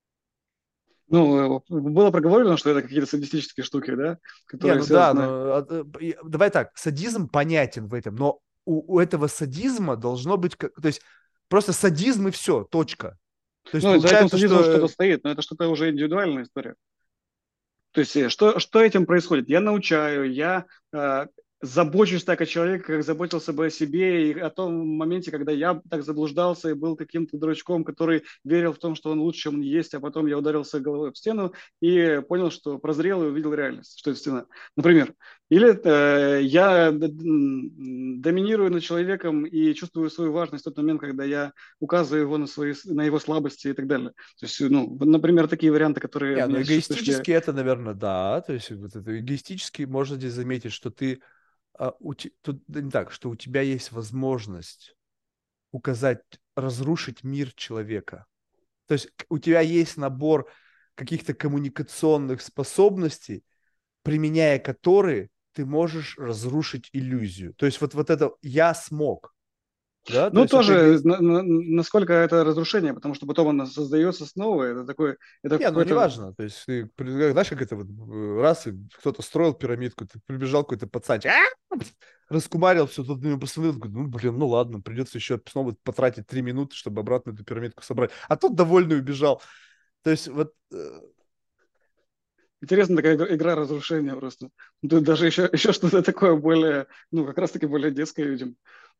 Ну, э, было проговорено, что это какие-то садистические штуки, да, Не, которые ну да, связаны... но э, и- давай так, садизм понятен в этом, но у, у этого садизма должно быть, как- то есть просто садизм и все, точка. То есть Ну, и за этим получается, садизмом что что-то э, стоит, но это что-то уже индивидуальная история. То есть э, что, что этим происходит? Я научаю, я э, забочусь так о человеке, как заботился бы о себе, и о том моменте, когда я так заблуждался и был каким-то дурачком, который верил в том, что он лучше, чем он есть, а потом я ударился головой в стену и понял, что прозрел и увидел реальность, что это стена. Например. Или э, я д- м, доминирую над человеком и чувствую свою важность в тот момент, когда я указываю его на, свои, на его слабости и так далее. То есть, ну, например, такие варианты, которые не, ну меня сейчас пришли. эгоистически это, наверное, да. То есть вот это эгоистически можно здесь заметить, что ты а, у те- тут да не так, что у тебя есть возможность указать, разрушить мир человека. То есть к- у тебя есть набор каких-то коммуникационных способностей, применяя которые ты можешь разрушить иллюзию. То есть вот, вот это «я смог», да, то Ну, есть это тоже, эгоист... на- на- насколько это разрушение, потому что потом оно создается снова, это такое, это Не, ну какой-то... неважно. То есть ты, при- знаешь, как это вот э, раз, и кто-то строил пирамидку, ты прибежал какой-то пацанчик, «А!» раскумарил все, тут на него посмотрел, такой, ну, блин, ну ладно, придется еще снова потратить три минуты, чтобы обратно эту пирамидку собрать. А тот довольный убежал. То есть вот э, Интересная такая игра, игра разрушения просто. Тут даже еще, еще что-то такое более, ну, как раз-таки более детское видим.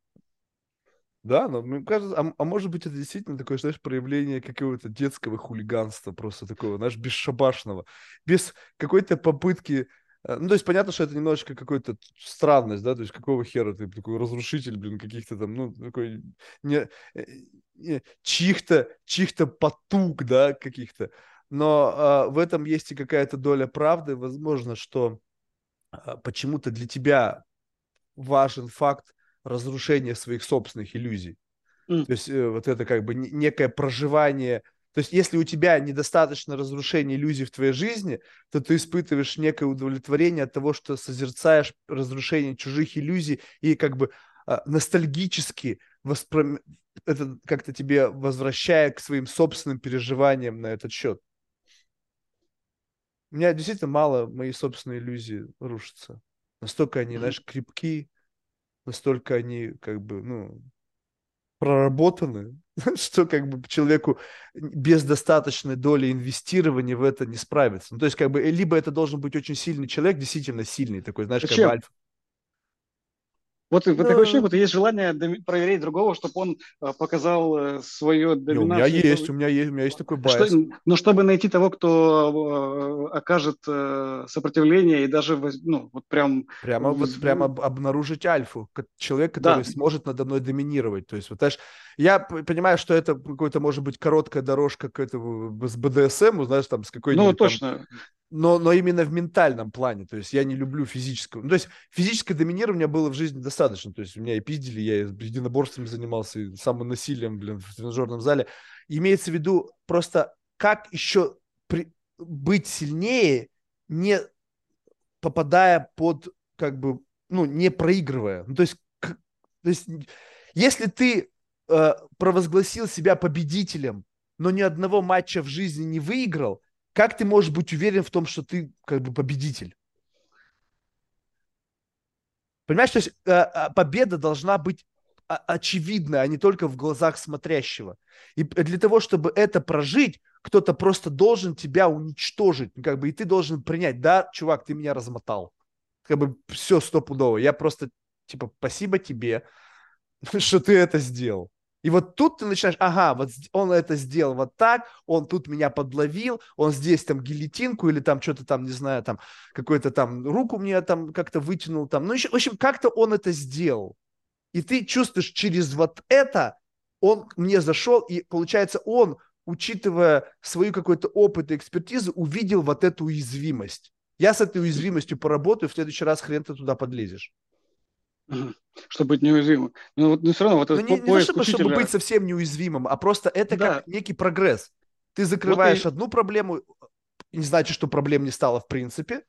да, но мне кажется, а, а может быть, это действительно такое, знаешь, проявление какого-то детского хулиганства, просто такого, знаешь, бесшабашного, без какой-то попытки. э, Ну, то есть понятно, что это немножечко какая-то странность, да, то есть какого хера ты такой разрушитель, блин, каких-то там, ну, такой не, э, не- чьих-то, чьих-то потуг, да, каких-то. Но а, в этом есть и какая-то доля правды, возможно, что а, почему-то для тебя важен факт разрушения своих собственных иллюзий. М. То есть э, вот это как бы не- некое проживание. То есть если у тебя недостаточно разрушения иллюзий в твоей жизни, то ты испытываешь некое удовлетворение от того, что созерцаешь разрушение чужих иллюзий и как бы а, ностальгически воспро... это как-то тебе возвращая к своим собственным переживаниям на этот счет. У меня действительно мало мои собственные иллюзии рушатся. Настолько они, Мгм. знаешь, крепки, настолько они как бы, ну, проработаны, что как бы человеку без достаточной доли инвестирования в это не справиться. Ну, то есть как бы либо это должен быть очень сильный человек, действительно сильный такой, знаешь, как бы Зачем? альфа. Вот, вот такое ощущение, Ну, будто есть желание доми- проверить другого, чтобы он э, показал э, свою не, у меня доминацию. есть, у меня есть, у меня есть такой Что, байс. но чтобы найти того, кто э, окажет э, сопротивление и даже, воз- ну, вот прям, Прямо вот прямо в- об- обнаружить альфу, как человек, который да, сможет надо мной доминировать. То есть вот, знаешь, я п- понимаю, что это какой-то, может быть, короткая дорожка к этому с бэ дэ эс эм, знаешь, там с ну, какой-нибудь там точно. но, но именно в ментальном плане. То есть я не люблю физическое. Ну, то есть физическое доминирование было в жизни достаточно. То есть у меня и пиздили, я и единоборствами занимался, и самонасилием, блин, в тренажерном зале. Имеется в виду просто как еще при... быть сильнее, не попадая под, как бы, ну, не проигрывая. Ну, то есть, к... то есть если ты э, провозгласил себя победителем, но ни одного матча в жизни не выиграл, как ты можешь быть уверен в том, что ты как бы победитель? Понимаешь, то есть э, э, победа должна быть о- очевидна, а не только в глазах смотрящего. И п- для того, чтобы это прожить, кто-то просто должен тебя уничтожить, ну, как бы, и ты должен принять, да, чувак, ты меня размотал, как бы все стопудово, я просто типа, спасибо тебе, что ты это сделал. И вот тут ты начинаешь, ага, вот он это сделал вот так, он тут меня подловил, он здесь там гильотинку или там что-то там, не знаю, там какой-то там руку мне там как-то вытянул там. Ну, еще, в общем, как-то он это сделал. И ты чувствуешь через вот это, он мне зашел, и получается он, учитывая свою какой-то опыт и экспертизу, увидел вот эту уязвимость. Я с этой уязвимостью поработаю, в следующий раз хрен ты туда подлезешь. Мгм. Чтобы быть неуязвимым. Но вот но все равно вот Ну, этот не, по- не то поиск чтобы, чтобы быть учителя, совсем неуязвимым, а просто это как да, некий прогресс. Ты вот закрываешь и одну проблему, не значит, что проблем не стало в принципе.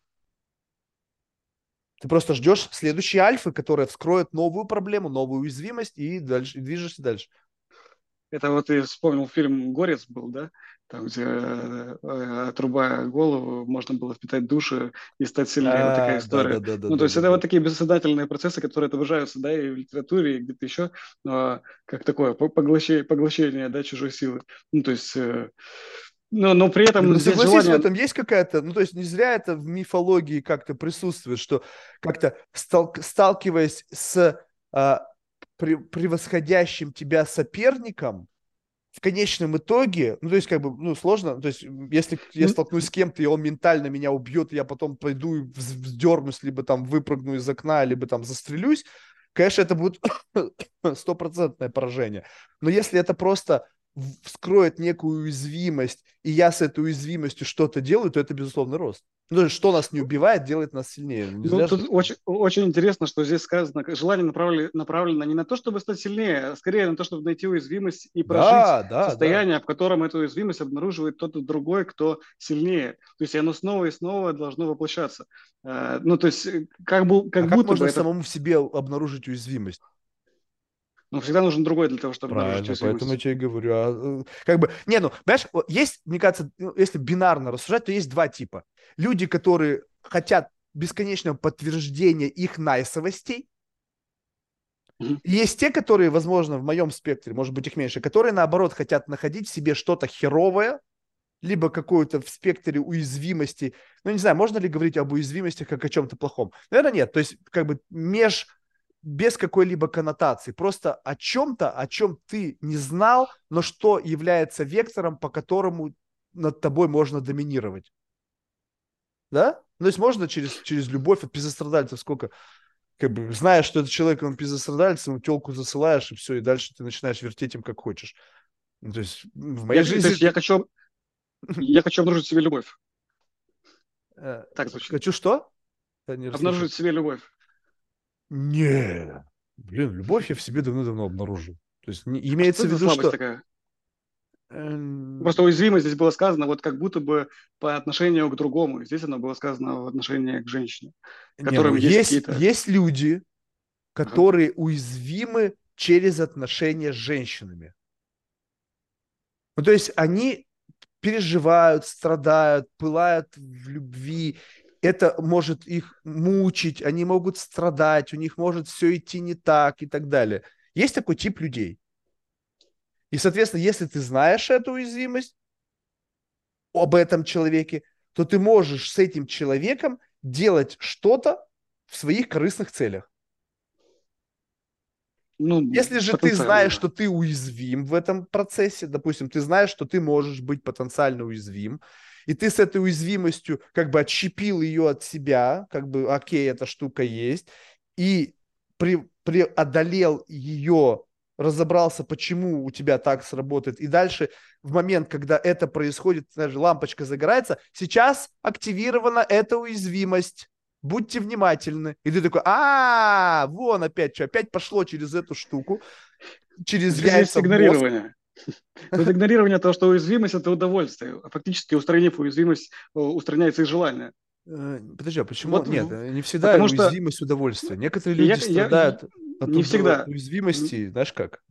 Ты просто ждешь следующей альфы, которая вскроет новую проблему, новую уязвимость, и дальше и движешься дальше. это вот и вспомнил фильм «Горец» был, да, там, где э, э, отрубая голову, можно было впитать душу и стать сильнее. Вот такая А, да, да, история. да, да, Ну, то да, есть да, это да. вот такие бессознательные процессы, которые отображаются, да, и в литературе, и где-то еще, но как такое по- поглощение, поглощение, да, чужой силы. Ну, то есть, э, но, но при Не, ну этом здесь согласись, в желание. этом есть какая-то, ну то есть не зря это в мифологии как-то присутствует, что как-то стал- сталкиваясь с а, пре- превосходящим тебя соперником, в конечном итоге, ну, то есть, как бы, ну, сложно, то есть, если я Ну, столкнусь с кем-то, и он ментально меня убьет, я потом пойду и вз- вздернусь, либо там выпрыгну из окна, либо там застрелюсь, конечно, это будет стопроцентное поражение. Но если это просто в- вскроет некую уязвимость, и я с этой уязвимостью что-то делаю, то это, безусловно, рост. Ну, то есть, что нас не убивает, делает нас сильнее. Не Ну, зря же. тут очень, очень интересно, что здесь сказано, как желание направлено, направлено не на то, чтобы стать сильнее, а скорее на то, чтобы найти уязвимость и прожить Да, да, да. состояние, в котором эту уязвимость обнаруживает тот другой, кто сильнее. То есть оно снова и снова должно воплощаться. Э, Ну, то есть э, как, бу- А как как будто бы можно это, самому в себе обнаружить уязвимость? ну, всегда нужен другой для того, чтобы обнаружить Правильно, поэтому я уязвимость. тебе и говорю. А, э, как бы, не, ну, понимаешь, вот есть, мне кажется, ну, если бинарно рассуждать, то есть два типа. Люди, которые хотят бесконечного подтверждения их найсовостей, Мгм. и есть те, которые, возможно, в моем спектре, может быть, их меньше, которые, наоборот, хотят находить в себе что-то херовое, либо какую-то в спектре уязвимости. Ну, не знаю, можно ли говорить об уязвимости как о чем-то плохом? Наверное, нет. То есть, как бы меж, без какой-либо коннотации. Просто о чем-то, о чем ты не знал, но что является вектором, по которому над тобой можно доминировать. Да? Ну, то есть можно через, через любовь от пизострадальцев сколько, как бы, знаешь, что этот человек, он пизострадальцем, ему телку засылаешь, и все, и дальше ты начинаешь вертеть им как хочешь. Ну, то есть в моей Я, то жизни... есть я хочу, я хочу обнаружить в себе любовь. э, Так звучит. Хочу что? Я не расслышал. Обнаружить в себе любовь. Не, блин, любовь я в себе давно-давно обнаружил. То есть не, А что имеется в это за виду, слабость что... такая? эм, Просто уязвимость здесь было сказано вот как будто бы по отношению к другому. Здесь оно было сказано в отношении к женщине, не, ну которым есть есть, какие-то... есть люди, Ага. которые уязвимы через отношения с женщинами. Ну, то есть они переживают, страдают, пылают в любви. Это может их мучить, они могут страдать, у них может все идти не так и так далее. Есть такой тип людей. И, соответственно, если ты знаешь эту уязвимость об этом человеке, то ты можешь с этим человеком делать что-то в своих корыстных целях. Ну, Если же ты потенциально, знаешь, да. что ты уязвим в этом процессе, допустим, ты знаешь, что ты можешь быть потенциально уязвим, и ты с этой уязвимостью как бы отщепил ее от себя, как бы, окей, эта штука есть, и при, преодолел ее, разобрался, почему у тебя так сработает, и дальше в момент, когда это происходит, даже лампочка загорается, сейчас активирована эта уязвимость. Будьте внимательны. И ты такой, а, вон опять что, опять пошло через эту штуку, через Здесь есть яйца в мозг. игнорирование. Тут игнорирование того, что уязвимость– это удовольствие. А фактически, устранив уязвимость, э, устраняется и желание. Э, Подожди, а почему? Вот, Нет, в- э, не всегда потому что уязвимость удовольствие. Некоторые я, люди я, я- страдают от, не уд- от всегда. уязвимости, знаешь как?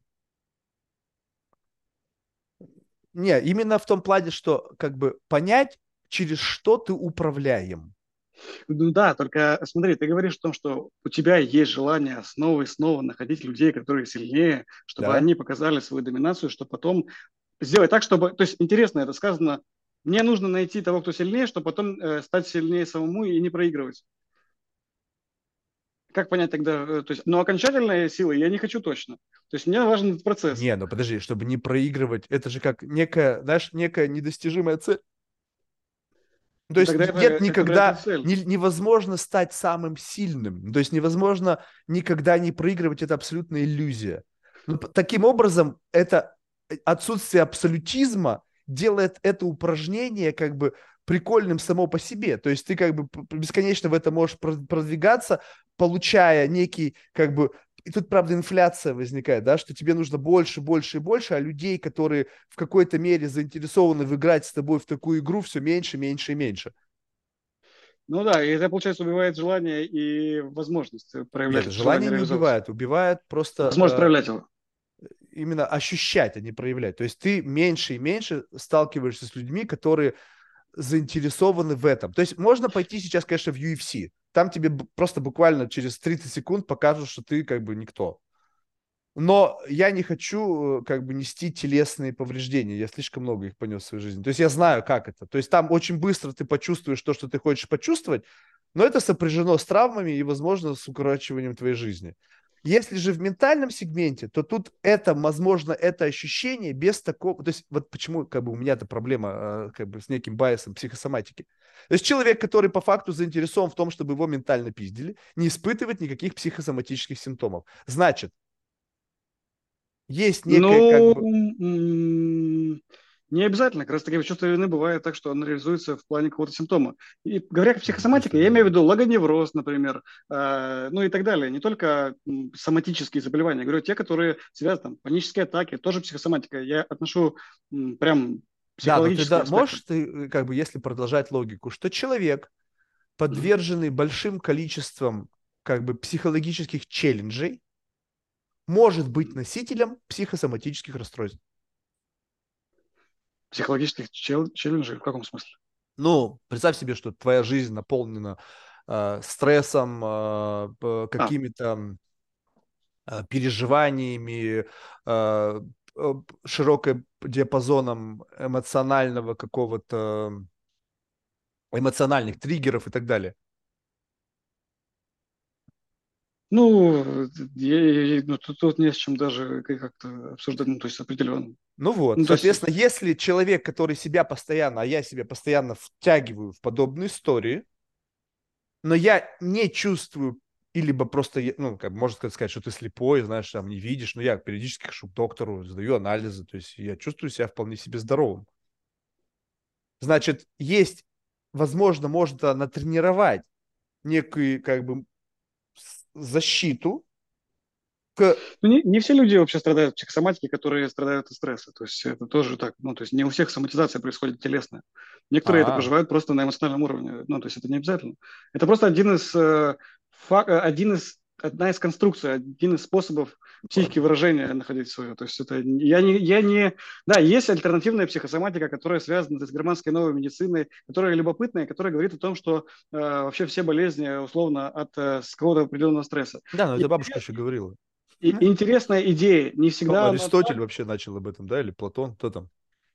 Не, именно в том плане, что как бы понять, через что ты управляем. Ну да, только смотри, ты говоришь о том, что у тебя есть желание снова и снова находить людей, которые сильнее, чтобы Да? они показали свою доминацию, чтобы потом сделать так, чтобы... То есть интересно, это сказано, мне нужно найти того, кто сильнее, чтобы потом э, стать сильнее самому и не проигрывать. Как понять тогда, э, то есть, но окончательной силы я не хочу точно. То есть мне важен этот процесс. Не, ну подожди, чтобы не проигрывать, это же как некая, знаешь, некая недостижимая цель. То Ну, есть тогда это, нет это вряд ли никогда, цель. не- невозможно стать самым сильным. То есть невозможно никогда не проигрывать, это абсолютная иллюзия. Ну, п- таким образом, это э, отсутствие абсолютизма делает это упражнение как бы прикольным само по себе. То есть ты как бы п- бесконечно в это можешь про- продвигаться, получая некий как бы... И тут, правда, инфляция возникает, да, что тебе нужно больше, больше и больше, а людей, которые в какой-то мере заинтересованы в играть с тобой в такую игру, все меньше, меньше и меньше. Ну да, и это, получается, убивает желание и возможность проявлять Нет, это желание желание, не реализовываться. убивает, убивает Возможность просто проявлять его. э, именно ощущать, а не проявлять. То есть ты меньше и меньше сталкиваешься с людьми, которые заинтересованы в этом. То есть можно пойти сейчас, конечно, в ю эф си. Там тебе б- просто буквально через тридцать секунд покажут, что ты как бы никто. Но я не хочу э, как бы нести телесные повреждения. Я слишком много их понес в своей жизни. То есть я знаю, как это. То есть там очень быстро ты почувствуешь то, что ты хочешь почувствовать, но это сопряжено с травмами и, возможно, с укорачиванием твоей жизни. Если же в ментальном сегменте, то тут это, возможно, это ощущение без такого... То есть вот почему как бы у меня эта проблема э, как бы с неким байесом психосоматики. То есть человек, который по факту заинтересован в том, чтобы его ментально пиздили, не испытывает никаких психосоматических симптомов. Значит, есть некое как Ну, бы... м, не обязательно. Как раз таки чувство вины бывает так, что оно реализуется в плане какого-то симптома. И говоря как Ну, чувство психосоматика, я имею в вины. виду логоневроз, например, э, ну и так далее. Не только м, соматические заболевания. Я говорю, те, которые связаны, там, панические атаки, тоже психосоматика. Я отношу м, прям Да, но ты психологические да, аспекты. можешь ты, э, как бы, если продолжать логику, что человек, Мгм. подверженный большим количеством как бы психологических челленджей, может быть носителем психосоматических расстройств. Психологических чел- челленджей в каком смысле? Ну, представь себе, что твоя жизнь наполнена э, стрессом, э, п- А, какими-то э, переживаниями, э, э, широким диапазоном эмоционального какого-то, эмоциональных триггеров и так далее. ну, я- я- ну, тут, тут не с чем даже как-то обсуждать, ну, то есть определенно. Ну вот, Ну, то есть, соответственно, если человек, который себя постоянно, а я себя постоянно втягиваю в подобные истории, но я не чувствую, и либо просто, я- ну, как бы можно сказать, что ты слепой, знаешь, там не видишь, но я периодически хожу к доктору, сдаю анализы, то есть я чувствую себя вполне себе здоровым. Значит, есть, возможно, можно натренировать некую, как бы, с- защиту к... ну, не, не все люди вообще страдают от психосоматики, которые страдают от стресса. То есть это тоже так. Ну, то есть не у всех соматизация происходит телесная. Некоторые это А, проживают просто на эмоциональном уровне. Ну, то есть это не обязательно. Это просто один из, э, фа- э, один из одна из конструкций, один из способов психики выражения находить свое. То есть это я не, я не... Да, есть альтернативная психосоматика, которая связана с германской новой медициной, которая любопытная, которая говорит о том, что э, вообще все болезни условно от э, с какого-то определенного стресса. да, но И, это бабушка еще говорила. и интересная идея, не Ну, всегда она Аристотель вообще начал об этом, да, или Платон, кто там?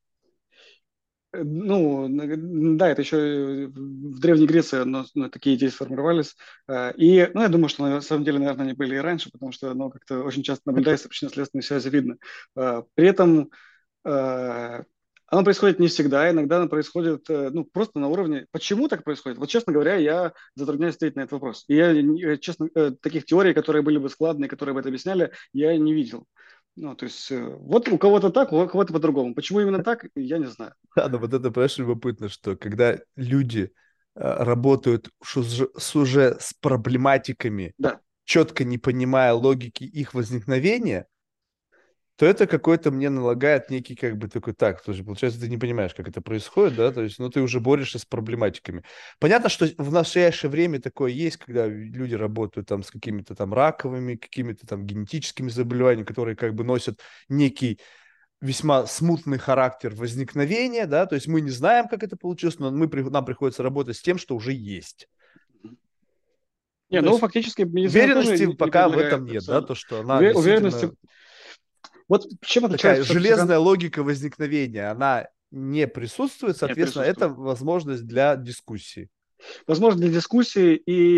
Э, Ну, н- да, это еще в Древней Греции оно- ну, такие идеи сформировались. Э, И, ну, я думаю, что на самом деле, наверное, они были и раньше, потому что оно как-то очень часто наблюдается, причинно-следственные связи видно. Э, При этом э, оно происходит не всегда, иногда оно происходит, э, ну, просто на уровне. Почему так происходит? Вот, честно говоря, я затрудняюсь ответить на этот вопрос. И я, не- э, честно, э, таких теорий, которые были бы складные, которые бы это объясняли, я не видел. Ну, то есть, э, вот у кого-то так, у кого-то по-другому. Почему именно так, я не знаю. Да, но вот это, понимаешь, любопытно, что когда люди э, работают ш- с с уже с проблематиками, Да. четко не понимая логики их возникновения, то это какой-то мне налагает некий как бы такой, так, тоже получается, ты не понимаешь, как это происходит, да, то есть, ну, ты уже борешься с проблематиками. Понятно, что в настоящее время такое есть, когда люди работают там с какими-то там раковыми, какими-то там генетическими заболеваниями, которые как бы носят некий весьма смутный характер возникновения, да, то есть мы не знаем, как это получилось, но мы, при- нам приходится работать с тем, что уже есть. Ну, Не, то ну есть фактически медицина тоже уверенности не, не пока в этом предлагает нет, да, официально. то, что она Уве- Уверенности. действительно Вот чем такая отличается психоанализ? железная логика возникновения, она не присутствует, Нет, соответственно, это присутствует. возможность для дискуссии. Возможно, для дискуссии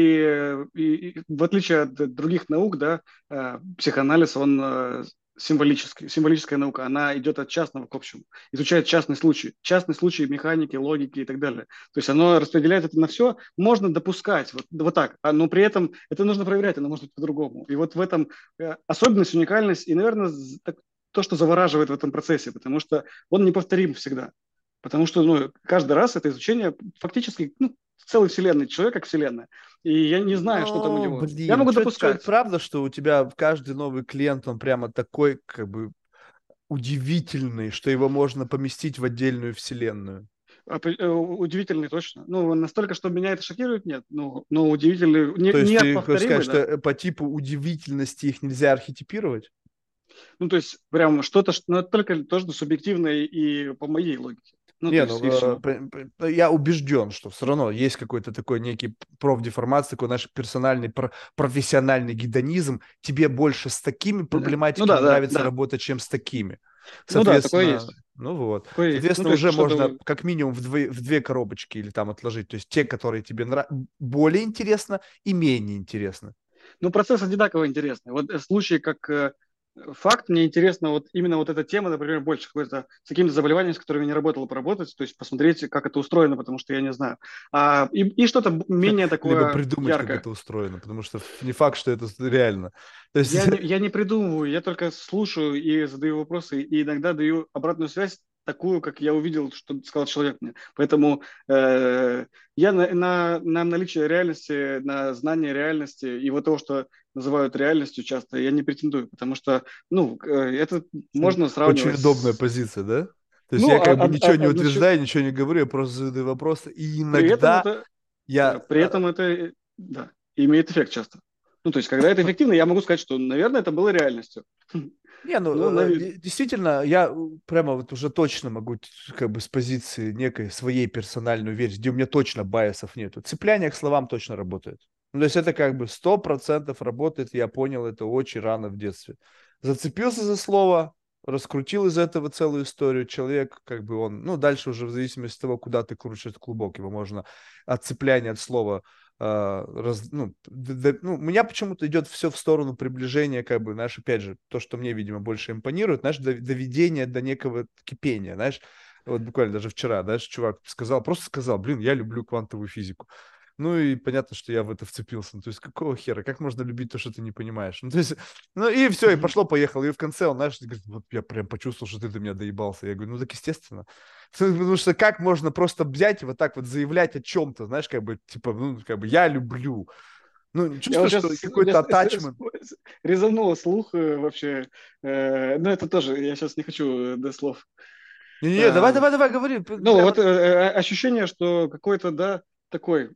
и, и- и в отличие от других наук, да, э, психоанализ, он э, символический, символическая наука, она идет от частного к общему, изучает частный случай, частный случай механики, логики и так далее. То есть оно распределяет это на все, можно допускать, вот, вот так, а, но при этом это нужно проверять, оно может быть по-другому. И вот в этом э, особенность, уникальность и, наверное, з- так- то, что завораживает в этом процессе, потому что он неповторим всегда. Потому что ну, каждый раз это изучение фактически ну, целой вселенной, человек как вселенная. И я не знаю, что там у Ну, него. Я блин, могу что это допускать. правда, что у тебя каждый новый клиент, он прямо такой, как бы, удивительный, что его можно поместить в отдельную вселенную? А, э, Удивительный точно. Ну, настолько, что меня это шокирует, нет. Ну, но удивительный, не, То есть ты хочешь сказать, неповторимый, что да. э, по типу удивительности их нельзя архетипировать? Ну, то есть, прям что-то, что- но это только тоже субъективное и по моей логике. Ну, то Не, есть, и ну, э, все. п- п- я убежден, что все равно есть какой-то такой некий профдеформация, такой наш персональный, про- профессиональный гедонизм. Тебе больше с такими Ну проблематиками да, да, нравится да. работать, чем с такими. Ну да, такое Соответственно, есть. ну вот. Такое есть. Ну, Соответственно, то есть, уже можно что-то. как минимум в две, в две коробочки или там отложить. То есть те, которые тебе нра- более интересно и менее интересно. Ну, процесс одинаково интересный. Вот э, случаи, как э, факт, мне интересно вот именно вот эта тема, например, больше какой-то с какими-то заболеваниями, с которыми не работало поработать, то есть посмотреть, как это устроено, потому что я не знаю. А, и, и что-то менее Либо такое придумать, как яркое. это устроено, потому что не факт, что это реально. То есть, Я не, я не придумываю, я только слушаю и задаю вопросы, и иногда даю обратную связь такую, как я увидел, что сказал человек мне. Поэтому э, я на, на, на наличие реальности, на знание реальности и вот того, что называют реальностью часто, я не претендую, потому что, ну, э, это очень, можно очень сравнивать удобная с... позиция, да? То есть Ну, я а, как бы а- ничего не а- а насчет- утверждаю, ничего не говорю, я просто задаю вопросы. И при этом иногда это, да, я... при а, этом это, э, да, имеет эффект часто. Ну, то есть, когда это эффективно, я могу сказать, что, наверное, это было реальностью. Не, ну, Ну, э, наве- де- действительно, я э, прямо вот уже точно могу т- как бы с позиции некой своей персональной уверенности, где у меня точно байесов нету. Цепляние к словам точно работает. Ну, то есть это как бы сто процентов работает, я понял это очень рано в детстве. Зацепился за слово, раскрутил из этого целую историю. Человек, как бы он, ну, дальше уже в зависимости от того, куда ты крутишь этот клубок, его можно от цепляния от слова а, раз, ну, д- д- ну, у меня почему-то идет все в сторону приближения, как бы, знаешь, опять же, то, что мне, видимо, больше импонирует, знаешь, дов- доведение до некого кипения, знаешь, вот буквально даже вчера, знаешь, чувак сказал, просто сказал, блин, я люблю квантовую физику. Ну и понятно, что я в это вцепился. Ну, то есть какого хера? Как можно любить то, что ты не понимаешь? Ну, то есть, ну и все, и пошло-поехало. И в конце он, знаешь, говорит, вот я прям почувствовал, что ты до меня доебался. Я говорю, ну так естественно. Потому что как можно просто взять и вот так вот заявлять о чем-то, знаешь, как бы, типа, ну, как бы, я люблю. Ну, Я вот чувствую, что сейчас какой-то атачмент. резануло слух э, вообще. Э, но это тоже, я сейчас не хочу э, до слов. Не-не, давай, Э, давай, давай, говори. п- ну, Прямо. вот э, э, ощущение, что какой-то, да, такой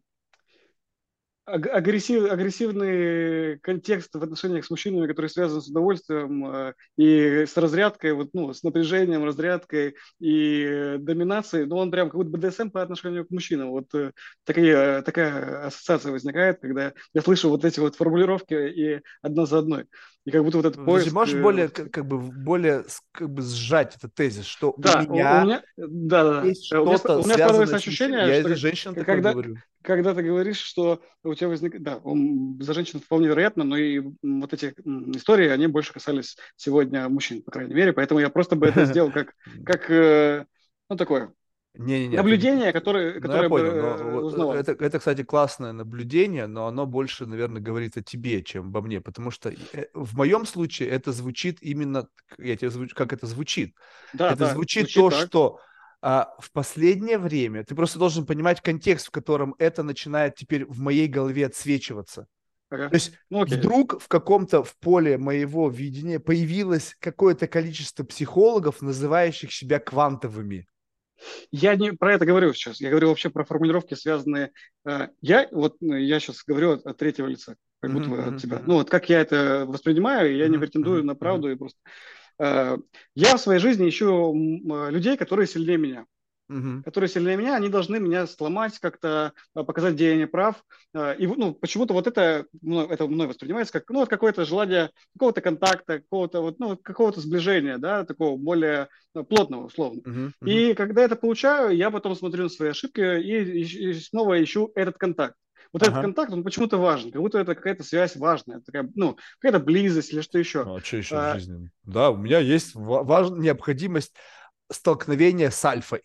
аг- агрессив, агрессивный контекст в отношениях с мужчинами, который связан с удовольствием э, и с разрядкой, вот, ну, с напряжением, разрядкой и э, доминацией, ну, он прям как будто бэ дэ эс эм по отношению к мужчинам. Вот э, такие, э, такая ассоциация возникает, когда я слышу вот эти вот формулировки и одна за одной. И как будто вот этот Подожди, поиск... можешь э, более, вот- как, как бы, более с- как бы сжать этот тезис, что у Да, у, у меня меня, да, да, да. есть Э, У меня, ст- что-то у меня складывается связанное с мужчиной. ощущение, Я что из-за как- женщин такое когда, говорю. когда ты говоришь, что у тебя возник, да, он, за женщин вполне вероятно, но и м, вот эти м, истории, они больше касались сегодня мужчин, по крайней мере, поэтому я просто бы это сделал как, как э, ну, такое Не-не-не, ты- наблюдение, которое, ну я которое бы понял, но э, вот, э, узнавал. это, это, кстати, классное наблюдение, но оно больше, наверное, говорит о тебе, чем обо мне, потому что э, в моем случае это звучит именно, я тебе звучу, как это звучит. Да, Это да, звучит звучит то, так. что а, в последнее время, ты просто должен понимать контекст, в котором это начинает теперь в моей голове отсвечиваться. Ага. То есть Ну, окей. вдруг в каком-то в поле моего видения появилось какое-то количество психологов, называющих себя квантовыми. Я не про это говорю сейчас. Я говорю вообще про формулировки, связанные... э, я вот ну, я сейчас говорю от, от третьего лица, как будто Мгм, бы от мгм, тебя. Ну мгм, вот как я это воспринимаю, я не мгм, претендую мгм, на мгм. правду и просто... э, я в своей жизни ищу м, э, людей, которые сильнее меня. Мгм. которые сильнее меня, они должны меня сломать, как-то а, показать, где я не прав. А, И ну, почему-то вот это, ну, это мной воспринимается как ну, вот какое-то желание какого-то контакта, какого-то вот, ну, вот какого-то сближения, да, такого более а, плотного, условно. Мгм. Мгм. И когда это получаю, я потом смотрю на свои ошибки и, и- и снова ищу этот контакт. Вот этот Ага. контакт, он почему-то важен, как будто это какая-то связь важная, такая, ну, какая-то близость или что еще. Ну, а что еще в А, жизни? Да, у меня есть ва- важная необходимость столкновения с альфой.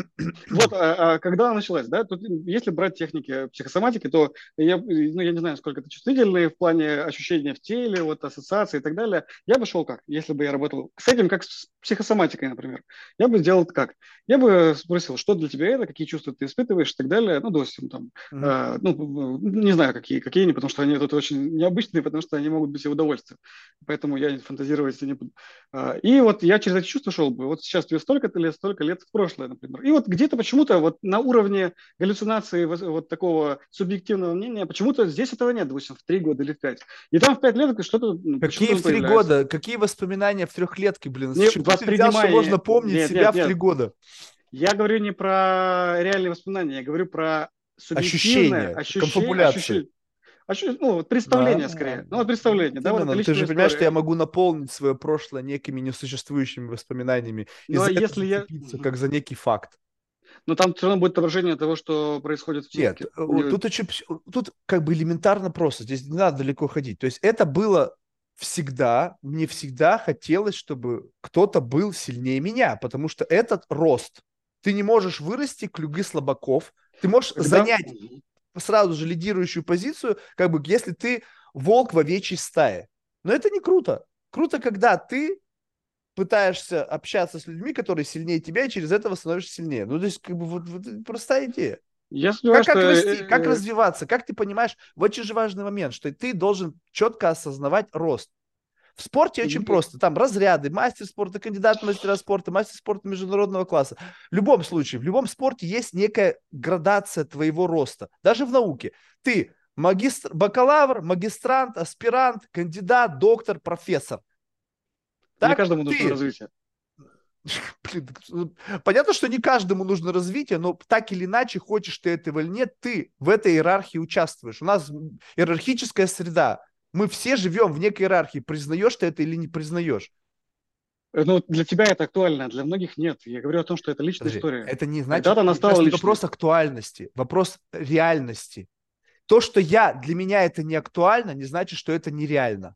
Вот, а, а когда началась, да, тут если брать техники психосоматики, то я, ну, я не знаю, сколько это чувствительные в плане ощущения в теле, вот, ассоциации и так далее. Я бы шел как, если бы я работал с этим, как с психосоматикой, например. Я бы сделал это как? Я бы спросил, что для тебя это, какие чувства ты испытываешь и так далее. Ну, допустим, там, Мгм. э, ну, не знаю, какие, какие они, потому что они тут очень необычные, потому что они могут быть и удовольствием. Поэтому я фантазировать не буду. А, И вот я через эти чувства шел бы. Вот сейчас тебе столько-то лет, столько лет в прошлое, например. И вот где-то почему-то вот на уровне галлюцинации вот, вот такого субъективного мнения, почему-то здесь этого нет, допустим, в три года или в пять. И там в пять лет что-то ну, Какие почему-то в он три появляется. года? Какие воспоминания в трехлетке, блин? С Не чего ты взял, что можно воспринимание... помнить Нет, себя нет, в три нет. года? Я говорю не про реальные воспоминания, я говорю про субъективное Ощущения, ощущение, конфабуляции. ощущение, ощущение, ну, вот представление А, скорее. Ну, вот вот представление, да, вот именно. это Но ты личная же понимаешь, что я история. могу наполнить свое прошлое некими несуществующими воспоминаниями и Но за это если я... зацепиться, как за некий факт. Но там все равно будет отображение того, что происходит в Нет, психике. э, вот Не- тут, очень, пс- тут как бы элементарно просто, здесь не надо далеко ходить. То есть это было всегда, мне всегда хотелось, чтобы кто-то был сильнее меня, потому что этот рост. Ты не можешь вырасти к Люги Слабаков, ты можешь Когда... занять сразу же лидирующую позицию, как бы если ты волк в овечьей стае. Но это не круто. Круто, когда ты пытаешься общаться с людьми, которые сильнее тебя, и через этого становишься сильнее. Ну, то есть, как бы, вот, вот простая идея. Я сомневаюсь, Как, что... как расти, как э, э, развиваться, как ты понимаешь, очень же важный момент, что ты должен четко осознавать рост. В спорте очень г- просто. Там разряды, мастер спорта, кандидат в мастера спорта, мастер спорта международного класса. В любом случае, в любом спорте есть некая градация твоего роста. Даже в науке. Ты магистр, бакалавр, магистрант, аспирант, кандидат, доктор, профессор. Не Так? каждому нужно Ты развитие. Блин, ну, понятно, что не каждому нужно развитие, но так или иначе, хочешь ты этого или нет, ты в этой иерархии участвуешь. У нас иерархическая среда. Мы все живем в некой иерархии. Признаешь ты это или не признаешь? Э, Ну, для тебя это актуально, для многих нет. Я говорю о том, что это личная Подожди, история. это не значит, Когда-то она стала сейчас не личной. вопрос актуальности, вопрос реальности. То, что я, для меня это не актуально, не значит, что это нереально.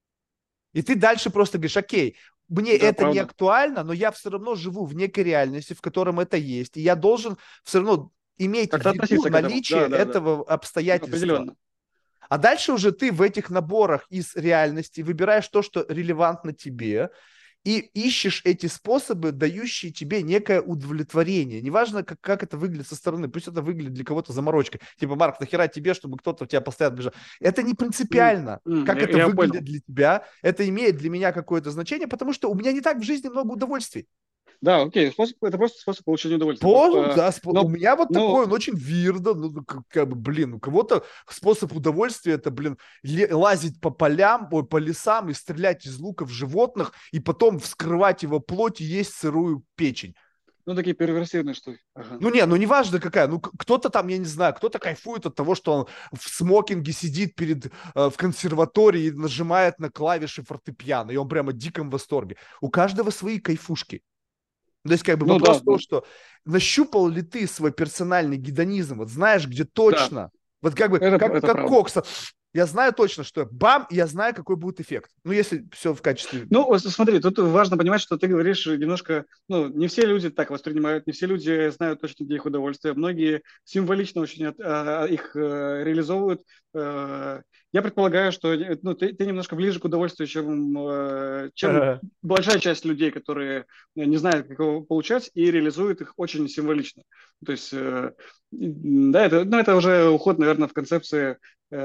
И ты дальше просто говоришь, окей, мне Да, это не правда. актуально, но я все равно живу в некой реальности, в котором это есть. И я должен все равно иметь в Как-то виду относиться к этому. наличие Да, да, да. этого обстоятельства. Определенно. А дальше уже ты в этих наборах из реальности выбираешь то, что релевантно тебе, и ищешь эти способы, дающие тебе некое удовлетворение. Неважно, как, как это выглядит со стороны. Пусть это выглядит для кого-то заморочкой. Типа, Марк, нахера тебе, чтобы кто-то в тебя постоянно бежал? Это не М, принципиально. м, Как Я, это я выглядит понял. для тебя, это имеет для меня какое-то значение, потому что у меня не так в жизни много удовольствий. Да, окей, способ, это просто способ получения удовольствия. П- По, п- да, спо- у Но, меня вот но такой, он очень вирдо, ну, ну, как, как бы, блин, у кого-то способ удовольствия это, блин, ле- лазить по полям, ой, по лесам и стрелять из лука в животных, и потом вскрывать его плоть и есть сырую печень. ну, такие перверсивные штуки. Ага. Ну, не, ну, неважно какая, ну, к- кто-то там, я не знаю, кто-то кайфует от того, что он в смокинге сидит перед, э, в консерватории и нажимает на клавиши фортепиано, и он прямо в диком восторге. У каждого свои кайфушки. То есть, как бы Ну да, вопрос в да, том, что нащупал ли ты свой персональный гедонизм, вот знаешь, где да, точно, вот как бы, это, как, это как правда. кокса, я знаю точно, что бам, и я знаю, какой будет эффект. Ну, если все в качестве... Ну, вот смотри, тут важно понимать, что ты говоришь немножко, ну, не все люди так воспринимают, не все люди знают точно, где их удовольствие. Многие символично очень от- а, их э, реализовывают. Э, Я предполагаю, что э, ну, ты, ты немножко ближе к удовольствию, чем, э, чем большая часть людей, которые не знают, как его получать, и реализуют их очень символично. То есть, э, да, это, ну, это уже уход, наверное, в концепции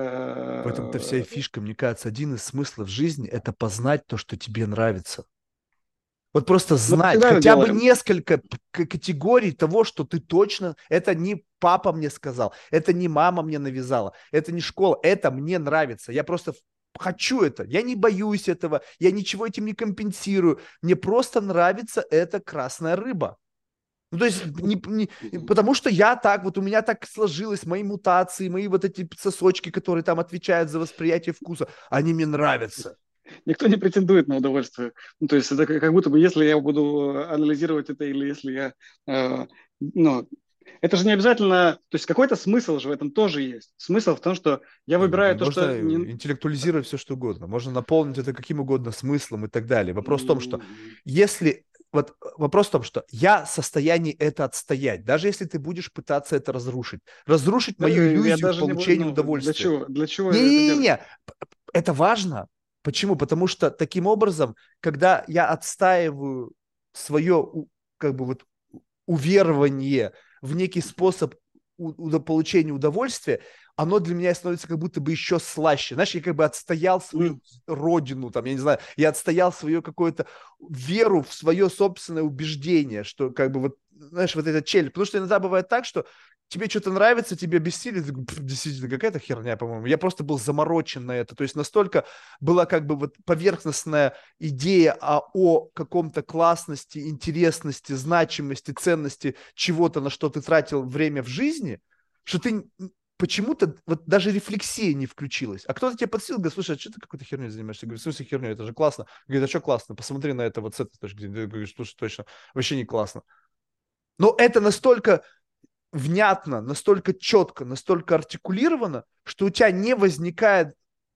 В этом-то вся и э, фишка, мне кажется, один из смыслов жизни – это познать то, что тебе нравится. Вот просто мы знать всегда это хотя бы делаем. несколько п- категорий того, что ты точно... Это не папа мне сказал, это не мама мне навязала, это не школа, это мне нравится. Я просто хочу это, я не боюсь этого, я ничего этим не компенсирую. Мне просто нравится эта красная рыба. Ну, то есть, не, не, потому что я так, вот у меня так сложилось, мои мутации, мои вот эти сосочки, которые там отвечают за восприятие вкуса, они мне нравятся. Никто не претендует на удовольствие. Ну, то есть это как будто бы, если я буду анализировать это, или если я, э, ну, это же не обязательно, то есть какой-то смысл же в этом тоже есть. Смысл в том, что я выбираю то, что... Можно Не... интеллектуализировать все, что угодно. Можно наполнить это каким угодно смыслом и так далее. Вопрос в том, что если... Вот вопрос в том, что я в состоянии это отстоять, даже если ты будешь пытаться это разрушить. Разрушить мою Я иллюзию в даже не... получении Ну, для удовольствия. чего? Для чего это делать? Не-не-не, это важно. Почему? Потому что таким образом, когда я отстаиваю свое как бы вот уверование в некий способ у, у, получения удовольствия, оно для меня становится как будто бы еще слаще. Знаешь, я как бы отстоял свою mm. родину, там, я не знаю, я отстоял свою какую-то веру в свое собственное убеждение, что как бы вот, знаешь, вот эта челюсть. Потому что иногда бывает так, что тебе что-то нравится, тебе бессилие, ты, действительно, какая-то херня, по-моему. Я просто был заморочен на это. То есть настолько была как бы вот поверхностная идея о, о каком-то классности, интересности, значимости, ценности чего-то, на что ты тратил время в жизни, что ты почему-то вот даже рефлексия не включилась. А кто-то тебе подсел, говорит, слушай, а что ты какой-то херней занимаешься? Я говорю, в смысле херней, это же классно. Говорит, а что классно? Посмотри на это вот с этой точки зрения. Ты говоришь, слушай, точно, вообще не классно. Но это настолько внятно, настолько четко, настолько артикулировано, что у тебя не возникает,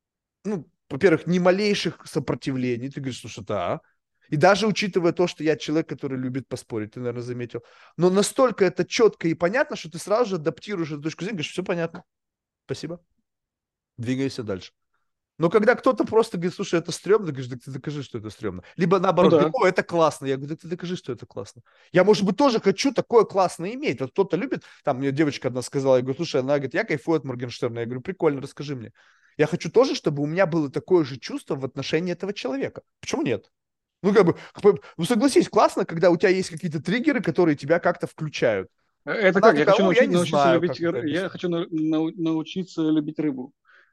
ну, во-первых, ни малейших сопротивлений. Ты говоришь, слушай, да. И даже учитывая то, что я человек, который любит поспорить, ты, наверное, заметил. Но настолько это четко и понятно, что ты сразу же адаптируешь эту точку зрения, говоришь, все понятно. Спасибо. Двигайся дальше. Но когда кто-то просто говорит, слушай, это стрёмно, ты говоришь, так ты докажи, что это стрёмно. Либо наоборот, Ну, да. о, это классно. Я говорю, так ты докажи, что это классно. Я, может быть, тоже хочу такое классное иметь. Вот кто-то любит, там мне девочка одна сказала, я говорю, слушай, она говорит, я кайфую от Моргенштерна. Я говорю, прикольно, расскажи мне. Я хочу тоже, чтобы у меня было такое же чувство в отношении этого человека. Почему нет? Ну, как бы, ну, согласись, классно, когда у тебя есть какие-то триггеры, которые тебя как-то включают. Это Она как? Я такая, хочу о, я научить, не научиться знаю, любить, как это я объяснить. хочу на, на, научиться любить рыбу.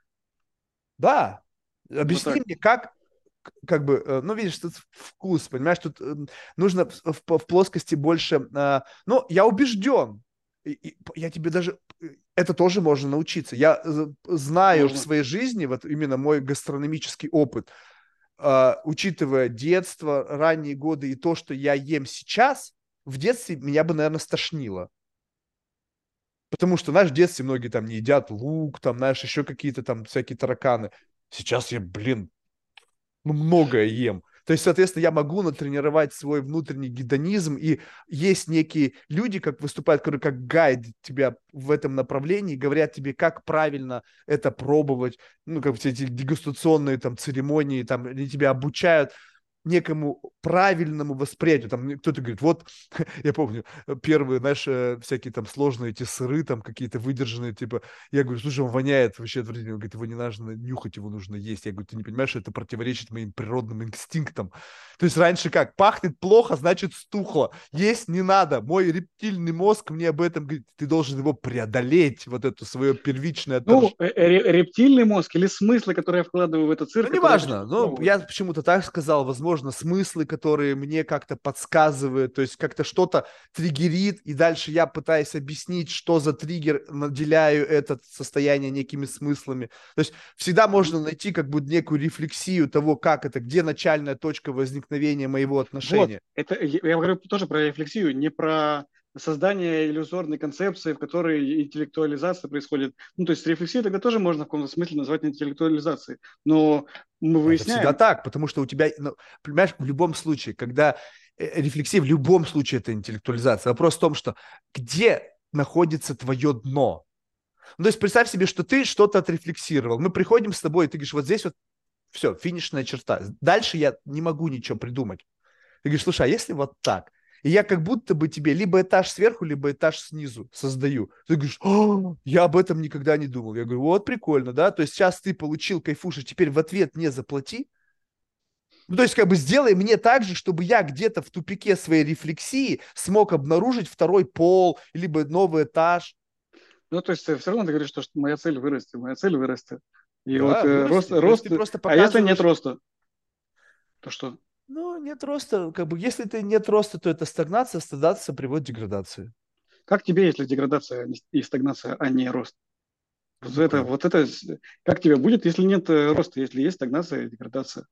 Да, Вот объясни так. мне, как, как бы, ну, видишь, тут вкус, понимаешь, тут нужно в, в, в плоскости больше, ну, я убежден, и, и, я тебе даже, это тоже можно научиться. Я знаю Можно. в своей жизни, вот именно мой гастрономический опыт, Uh, учитывая детство, ранние годы и то, что я ем сейчас, в детстве меня бы, наверное, стошнило. Потому что, знаешь, в детстве многие там не едят лук, там, знаешь, еще какие-то там всякие тараканы. Сейчас я, блин, ну, многое ем. То есть, соответственно, я могу натренировать свой внутренний гедонизм, и есть некие люди, как выступают, которые как гайд тебя в этом направлении, говорят тебе, как правильно это пробовать, ну, как все эти дегустационные там церемонии, там, они тебя обучают некому правильному восприятию. Там кто-то говорит, вот, я помню, первые, знаешь, всякие там сложные эти сыры, там какие-то выдержанные, типа, я говорю, слушай, он воняет вообще отвратительно. Он говорит, его не нужно нюхать, его нужно есть. Я говорю, ты не понимаешь, что это противоречит моим природным инстинктам. То есть раньше как? Пахнет плохо, значит стухло. Есть не надо. Мой рептильный мозг мне об этом говорит, ты должен его преодолеть, вот это свое первичное отторжение. Ну, рептильный мозг или смыслы, которые я вкладываю в этот цирк, Ну, которые я хочу неважно. Ну, попробовать. я почему-то так сказал. Возможно, смыслы, которые мне как-то подсказывают, то есть как-то что-то триггерит, и дальше я пытаюсь объяснить, что за триггер, наделяю это состояние некими смыслами. То есть всегда можно найти как бы некую рефлексию того, как это, где начальная точка возникновения моего отношения. Вот, это, я говорю тоже про рефлексию, не про создание иллюзорной концепции, в которой интеллектуализация происходит. Ну, то есть рефлексию тогда тоже можно в каком-то смысле назвать интеллектуализацией. Но мы Это всегда выясняем... так, потому что у тебя, ну, понимаешь, в любом случае, когда рефлексия, в любом случае это интеллектуализация. Вопрос в том, что где находится твое дно. Ну, то есть представь себе, что ты что-то отрефлексировал. Мы приходим с тобой, и ты говоришь, вот здесь вот все, финишная черта. Дальше я не могу ничего придумать. Ты говоришь, слушай, а если вот так? И я как будто бы тебе либо этаж сверху, либо этаж снизу создаю. Ты говоришь, я об этом никогда не думал. Я говорю, вот прикольно, да? То есть сейчас ты получил кайфуша, теперь в ответ не заплати. Ну, то есть как бы сделай мне так же, чтобы я где-то в тупике своей рефлексии смог обнаружить второй пол, либо новый этаж. Ну, то есть все равно ты говоришь, что, что моя цель вырасти, моя цель вырасти. И Да, вот э, рост, вырасти. То есть рост, ты просто а если нет показываешь... роста, то что? Ну, нет роста, как бы, если ты нет роста, то это стагнация, стагнация приводит к деградации. Как тебе, если деградация и стагнация, а не рост? Вот Ну это, как? вот это, как тебе будет, если нет э, роста, если есть стагнация и деградация?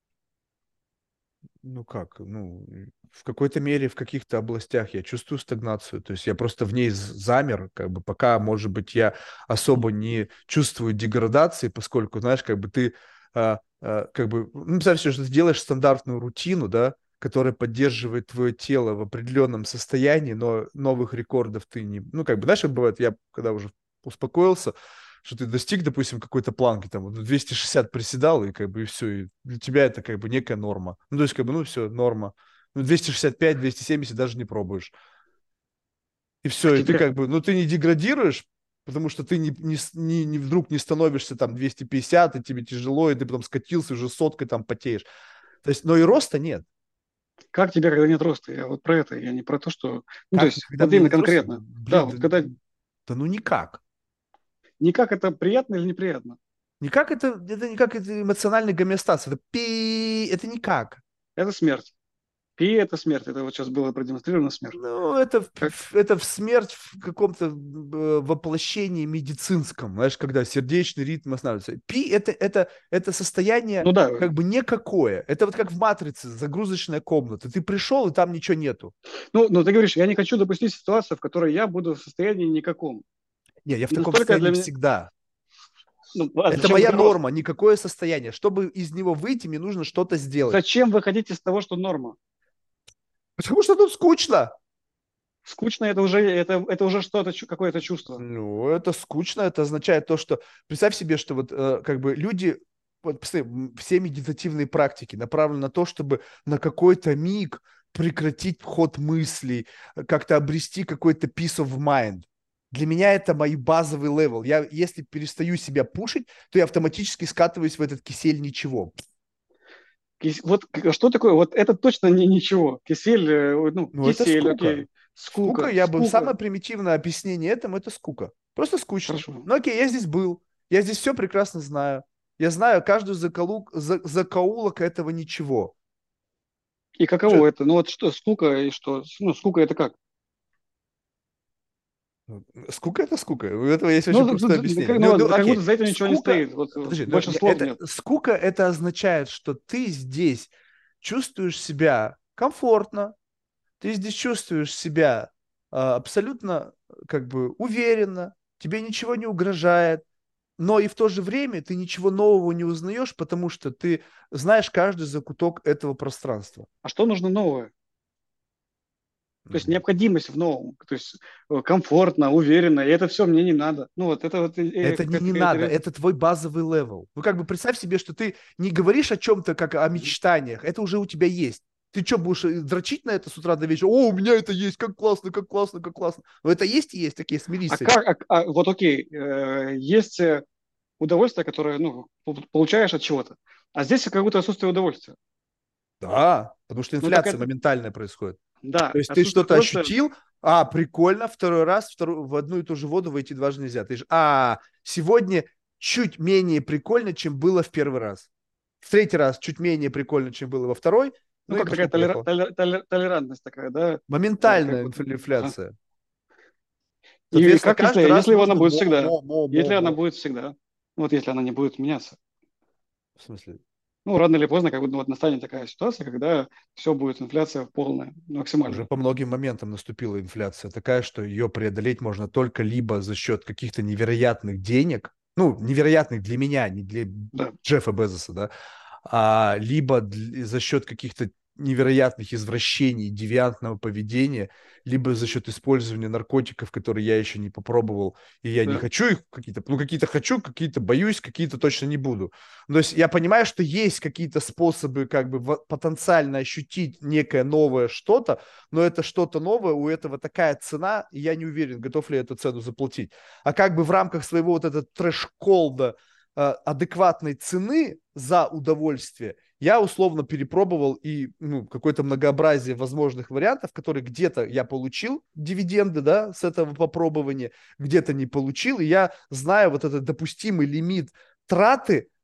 Ну как? Ну, в какой-то мере в каких-то областях я чувствую стагнацию. То есть я просто в ней з- замер, как бы пока, может быть, я особо не чувствую деградации, поскольку, знаешь, как бы ты, а, а, как бы, ну, представь себе, что ты делаешь стандартную рутину, да, которая поддерживает твое тело в определенном состоянии, но новых рекордов ты не... Ну, как бы, знаешь, как бывает, я когда уже успокоился, что ты достиг, допустим, какой-то планки, там, вот двести шестьдесят приседал, и как бы и все, и для тебя это как бы некая норма. Ну, то есть, как бы, ну, все, норма. Ну, двести шестьдесят пять, двести семьдесят даже не пробуешь. И А все, и ты тебе, как бы, ну, ты не деградируешь, потому что ты не, не, с- не, не вдруг не становишься там двести пятьдесят, и тебе тяжело, и ты потом скатился, уже соткой там потеешь. То есть, но и роста нет. как тебе, когда нет роста? Я вот про это, я не про то, что... Ну, то Как, есть, когда вот мне именно нет роста? конкретно. Да, Блин, да, вот когда да ну никак. никак это приятно или неприятно? Никак это, это никак это эмоциональный гомеостаз. Это пи, это никак. Это смерть. Пи– это смерть. Это вот сейчас было продемонстрировано смерть. Ну, это, в- Как? в- это в смерть в каком-то э, воплощении медицинском, знаешь, когда сердечный ритм останавливается. Пи это, это, это состояние Ну да. как бы никакое. Это вот как в «Матрице», загрузочная комната. Ты пришел, и там ничего нету. Ну, ну, ты говоришь, я не хочу допустить ситуацию, в которой я буду в состоянии никаком. Не, я в И таком настолько состоянии для меня... всегда. Ну, а Это зачем моя тогда рост? норма, никакое состояние. Чтобы из него выйти, мне нужно что-то сделать. Зачем вы хотите из того, что норма? Потому что тут скучно. Скучно это уже, это, это уже что-то, чу- какое-то чувство. Ну, это скучно, это означает то, что представь себе, что вот э, как бы люди, вот посмотри, м, все медитативные практики направлены на то, чтобы на какой-то миг прекратить ход мыслей, э, как-то обрести какой-то peace of mind. Для меня это мой базовый левел. Я, если перестаю себя пушить, то я автоматически скатываюсь в этот кисель ничего. Кис- Вот к- что такое? Вот это точно не ничего. Кисель, э, ну, Ну, это кисель, скука. окей. Скука, Скука, я бы самое скука. примитивное объяснение этому это скука. Просто скучно. Хорошо. Ну окей, я здесь был, я здесь все прекрасно знаю. Я знаю каждую закоулок, за, закоулок этого ничего. И Чё- каково это? Ну вот что, скука и что? Ну, скука это как? ну, скука это скука. У этого есть Ну, очень д- д- простое д- объяснение. как, Ну, ну, ну да как будто окей, за этим ничего не скука. стоит. Вот э, Подожди, ну, больше слов это нет. скука это означает, что ты здесь чувствуешь себя комфортно, ты здесь чувствуешь себя а, абсолютно как бы уверенно, тебе ничего не угрожает. Но и в то же время ты ничего нового не узнаешь, потому что ты знаешь каждый закуток этого пространства. А что нужно новое? То есть Ну, необходимость в новом. То есть э, комфортно, уверенно. И это все мне не надо. Ну вот это вот э, э, это не, какая-то... не какая-то надо, ре- это твой базовый левел. Ну, как бы представь себе, что ты не говоришь о чем-то, как о мечтаниях, это уже у тебя есть. Ты что, будешь э, дрочить на это с утра до вечера? О, у меня это есть, как классно, как классно, как классно. Но это есть и есть, такие, смирись А с этим. как... А, а, вот окей, э, есть э, удовольствие, которое ну, п- получаешь от чего-то. А здесь как будто отсутствие удовольствия. Да, потому что Ну так инфляция это... моментальная происходит. Да, То есть ты отсутствие что-то удовольствия. ощутил, а, прикольно, второй раз второй, в одну и ту же воду войти дважды нельзя. Ты же, а, сегодня чуть менее прикольно, чем было в первый раз. В третий раз чуть менее прикольно, чем было во второй, Ну ну и как такая толера- пошло-поехало. толер- толер- толерантность такая, да? Э, Как Моментальная бы... инфля- Ага. инфляция. И Соответственно, как если, каждый раз если она нужно будет всегда? мо, мо, мо, Если она мо. будет всегда? Ну, вот если она не будет меняться. В смысле? Ну, рано или поздно, как бы, ну, вот настанет такая ситуация, когда все будет инфляция полная, Уже максимальная. по многим моментам наступила инфляция такая, что ее преодолеть можно только либо за счет каких-то невероятных денег, ну, невероятных для меня, не для Да. Джеффа Безоса, да, а, либо дл- за счет каких-то невероятных извращений, девиантного поведения, либо за счет использования наркотиков, которые я еще не попробовал, и я не Да. хочу их какие-то, ну, какие-то хочу, какие-то боюсь, какие-то точно не буду. То есть я понимаю, что есть какие-то способы как бы во- потенциально ощутить некое новое что-то, но это что-то новое, у этого такая цена, и я не уверен, готов ли я эту цену заплатить. А как бы в рамках своего вот этого трэш-колда э, адекватной цены за удовольствие, я условно перепробовал и ну, какое-то многообразие возможных вариантов, которые где-то я получил дивиденды, да, с этого попробования, где-то не получил, и я знаю вот этот допустимый лимит траты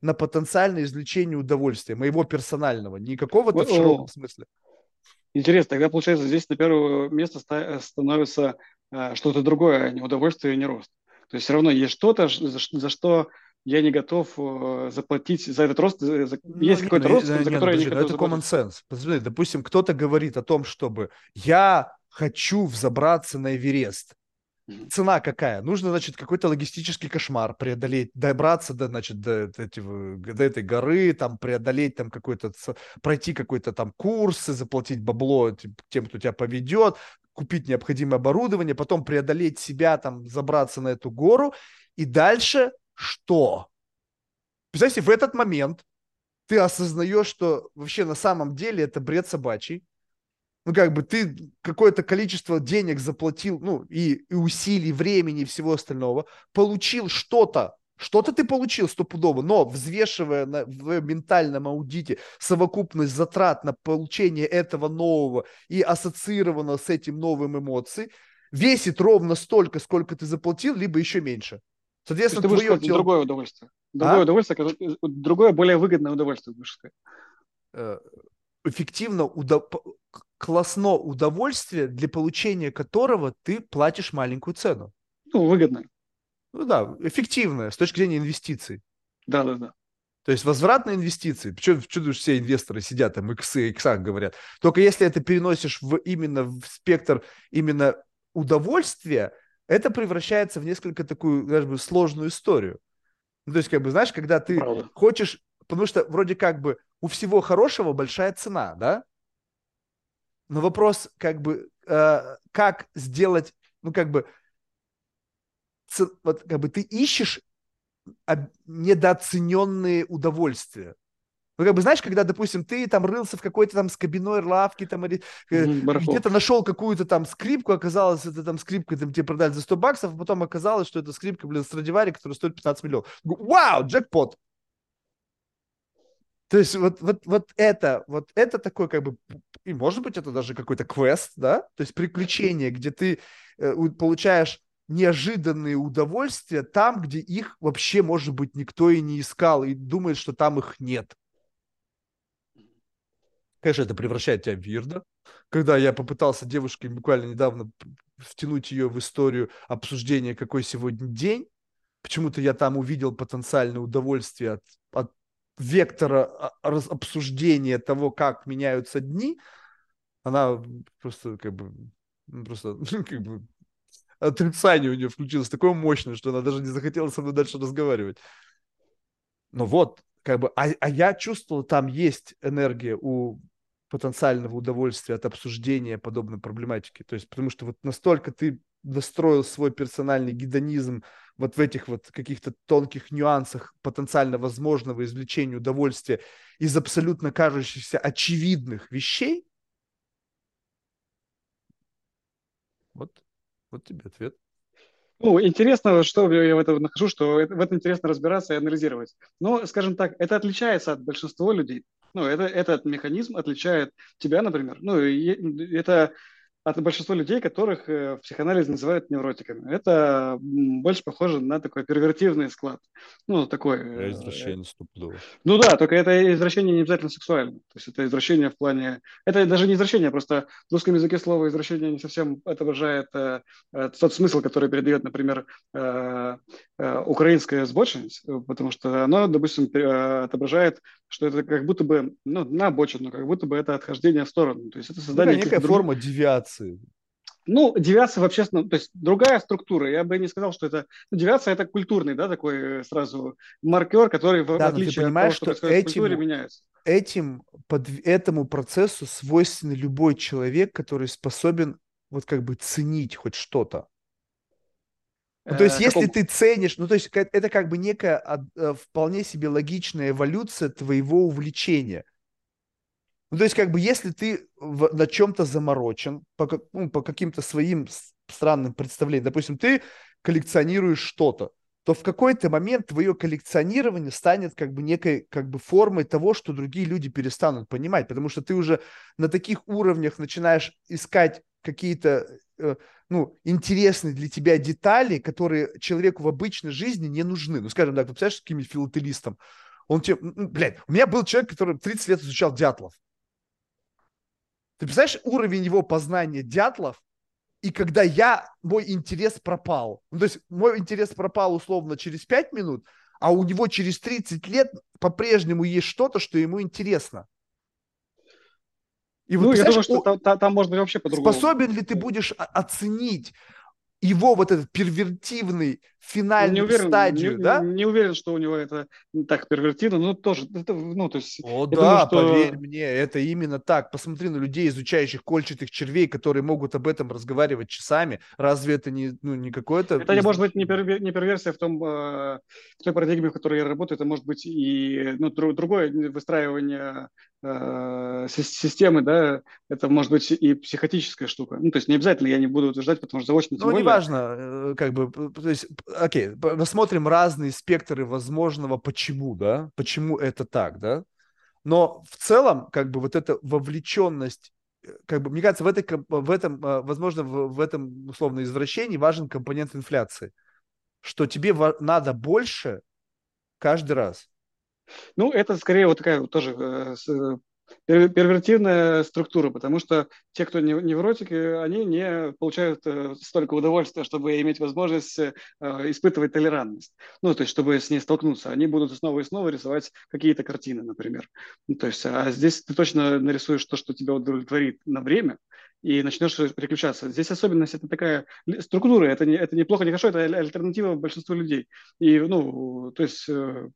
на потенциальное извлечение удовольствия, моего персонального, не какого-то в широком смысле. Интересно, тогда, получается, здесь на первое место ста- становится а, что-то другое, а не удовольствие и не рост. То есть все равно есть что-то, ж- за, ш- за что я не готов э, заплатить за этот рост. за- за- Ну, Есть не, ну, какой-то рост, э, за не, ну, который я не подожди, ну, готов это common заплатить. sense. Посмотри, допустим, кто-то говорит о том, чтобы я хочу взобраться на Эверест. Мгм. Цена какая? Нужно, значит, какой-то логистический кошмар преодолеть, добраться до, значит, до, до этого- до этой горы, там, преодолеть там какой-то, ц- пройти какой-то там курс, заплатить бабло тем, тем, кто тебя поведет, купить необходимое оборудование, потом преодолеть себя, там, забраться на эту гору. И дальше что? Представьте, в этот момент ты осознаешь, что вообще на самом деле это бред собачий. Ну, как бы ты какое-то количество денег заплатил, ну, и, и усилий, времени и всего остального, получил что-то, что-то ты получил стопудово, но взвешивая на, в ментальном аудите совокупность затрат на получение этого нового и ассоциированного с этим новым эмоций, весит ровно столько, сколько ты заплатил, либо еще меньше. То есть Соответственно, ты будешь твое сказать тело... другое удовольствие. Другое А? удовольствие, которое- другое, более выгодное удовольствие, будешь сказать. Э, эффективно, удо- классно удовольствие, для получения которого ты платишь маленькую цену. Ну, выгодное. Ну да, эффективное с точки зрения инвестиций. Да, да, да. То есть возвратные инвестиции. Что, что думаешь, все инвесторы сидят, там, иксы, иксах говорят. Только если это переносишь в, именно в спектр именно удовольствия, это превращается в несколько такую, даже бы, сложную историю. Ну, то есть, как бы, знаешь, когда ты Правда. хочешь, потому что вроде как бы у всего хорошего большая цена, да? Но вопрос, как бы, э, как сделать, ну, как бы, ц- вот, как бы ты ищешь об- недооцененные удовольствия. Ну, как бы, знаешь, когда, допустим, ты там рылся в какой-то там скобяной лавке там, или э, Мгм, барахло. где-то нашел какую-то там скрипку, оказалось, это там скрипка там, тебе продали за сто баксов, а потом оказалось, что это скрипка, блин, Страдивари, которая стоит пятнадцать миллионов. Вау, джекпот! То есть вот, вот, вот это, вот это такой как бы, и может быть это даже какой-то квест, да, то есть приключение, где ты э, у- получаешь неожиданные удовольствия там, где их вообще, может быть, никто и не искал, и думает, что там их нет. Конечно, это превращает тебя в вирда. Когда я попытался девушке буквально недавно втянуть ее в историю обсуждения, какой сегодня день, почему-то я там увидел потенциальное удовольствие от, от вектора а, раз- обсуждения того, как меняются дни. Она просто как бы ну, просто как бы отрицание у нее включилось такое мощное, что она даже не захотела со мной дальше разговаривать. Ну вот, как бы, а, а я чувствовал, там есть энергия у потенциального удовольствия от обсуждения подобной проблематики. То есть, потому что вот настолько ты настроил свой персональный гедонизм вот в этих вот каких-то тонких нюансах потенциально возможного извлечения удовольствия из абсолютно кажущихся очевидных вещей. Вот, вот тебе ответ. Ну, интересно, что я в этом нахожу, что это- в этом интересно разбираться и анализировать. Но, скажем так, это отличается от большинства людей. Ну, это, этот механизм отличает тебя, например. Ну, и это от большинства людей, которых э, в психоанализе называют невротиками. Это м, больше похоже на такой первертивный склад. Ну, такой Я э, извращенец стопудово. ну да, только это извращение не обязательно сексуальное. То есть это извращение в плане... Это даже не извращение, просто в русском языке слово извращение не совсем отображает э, э, тот смысл, который передает, например, э, э, украинская збоченность, э, потому что оно, допустим, пе- э, отображает, что это как будто бы, ну, на обочину, как будто бы это отхождение в сторону. То есть это Ну, такая создание некая каких-то других... форма девиации. Ну, девиация в общественном, то есть другая структура. Я бы не сказал, что это... Ну, девиация это культурный, да, такой э, сразу маркер, который в, в Да, но ты отличие от того, понимаешь, что что происходит в культуре, этим, меняется. этим, под этому процессу свойственный любой человек, который способен вот как бы ценить хоть что-то. Ну, то есть, Э, если каком? ты ценишь, ну, то есть, ка- это как бы некая а, э, вполне себе логичная эволюция твоего увлечения. Ну, то есть, как бы, если ты в- на чем-то заморочен, по, как- ну, по каким-то своим с- странным представлениям, допустим, ты коллекционируешь что-то, то в какой-то момент твое коллекционирование станет как бы некой как бы формой того, что другие люди перестанут понимать, потому что ты уже на таких уровнях начинаешь искать какие-то э, ну, интересные для тебя детали, которые человеку в обычной жизни не нужны. Ну, скажем так, вы представляешь, с каким филателистом? Он тебе, блядь, у меня был человек, который тридцать лет изучал дятлов. Ты представляешь уровень его познания дятлов? И когда я, мой интерес пропал. Ну, то есть мой интерес пропал условно через пять минут, а у него через тридцать лет по-прежнему есть что-то, что ему интересно. И вот Ну, я думаю, представляешь, что о, там, там, там можно и вообще по-другому. способен ли ты будешь о- оценить его вот этот первертивный Ну, не финальную уверен, не, стадию, да? не уверен, что у него это не так первертивно, но тоже, это, ну, то есть, О, я думаю, да, поверь что мне, это именно так. Посмотри на людей, изучающих кольчатых червей, которые могут об этом разговаривать часами. Разве это не, ну, не какое-то это, может быть, не, извращение? первер, не перверсия в, том, э, в той парадигме, в которой я работаю, это может быть и ну, дру, другое выстраивание э, системы, да, это может быть и психотическая штука. Ну, то есть не обязательно, я не буду утверждать, потому что заочно тем Ну, более. неважно, э, как бы, п- то есть, п- окей, п- рассмотрим разные спектры возможного почему, да, почему это так, да, но в целом, как бы, вот эта вовлеченность, э, как бы, мне кажется, в, этой, ком- в этом, э, возможно, в, в этом, условно, извращении важен компонент инфляции, что тебе во- надо больше каждый раз. Ну, это скорее вот такая вот тоже э, с- э, пер- первертивная структура, потому что те, кто не- невротики, они не получают э, столько удовольствия, чтобы иметь возможность э, испытывать толерантность. Ну, то есть, чтобы с ней столкнуться. Они будут снова и снова рисовать какие-то картины, например. Ну, то есть, а здесь ты точно нарисуешь то, что тебя удовлетворит на время, и начнешь переключаться. Здесь особенность это такая ли- структура, это, не, это неплохо, не хорошо, это аль- альтернатива большинству людей. И, ну, то есть э,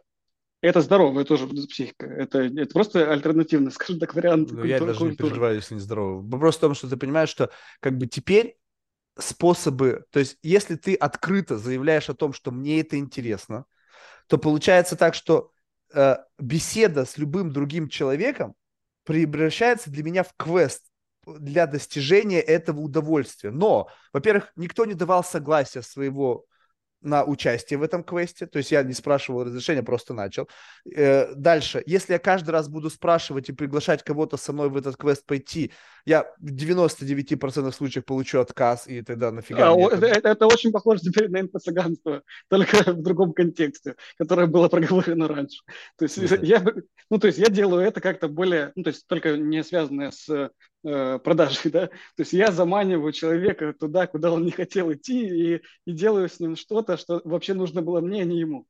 это здоровая тоже психика. Это, это просто альтернативный, скажем так, вариант Ну, я культуры. даже не культуры. переживаю, если не здорово. Вопрос в том, что ты понимаешь, что как бы теперь способы, то есть если ты открыто заявляешь о том, что мне это интересно, то получается так, что э, беседа с любым другим человеком превращается для меня в квест для достижения этого удовольствия. Но, во-первых, никто не давал согласия своего на участие в этом квесте, то есть я не спрашивал разрешения, просто начал. Э, дальше, если я каждый раз буду спрашивать и приглашать кого-то со мной в этот квест пойти, я в девяноста девяти процентах случаев получу отказ, и тогда нафига А, мне о, это? это, это- это очень похоже теперь на инфо-цыганство, только в другом контексте, которое было проговорено раньше. То В есть смысле? я, бы- ну, то есть я делаю это как-то более, ну, то есть только не связанное с э, продажей, да. То есть я заманиваю человека туда, куда он не хотел идти, и, и делаю с ним что-то, что вообще нужно было мне, а не ему.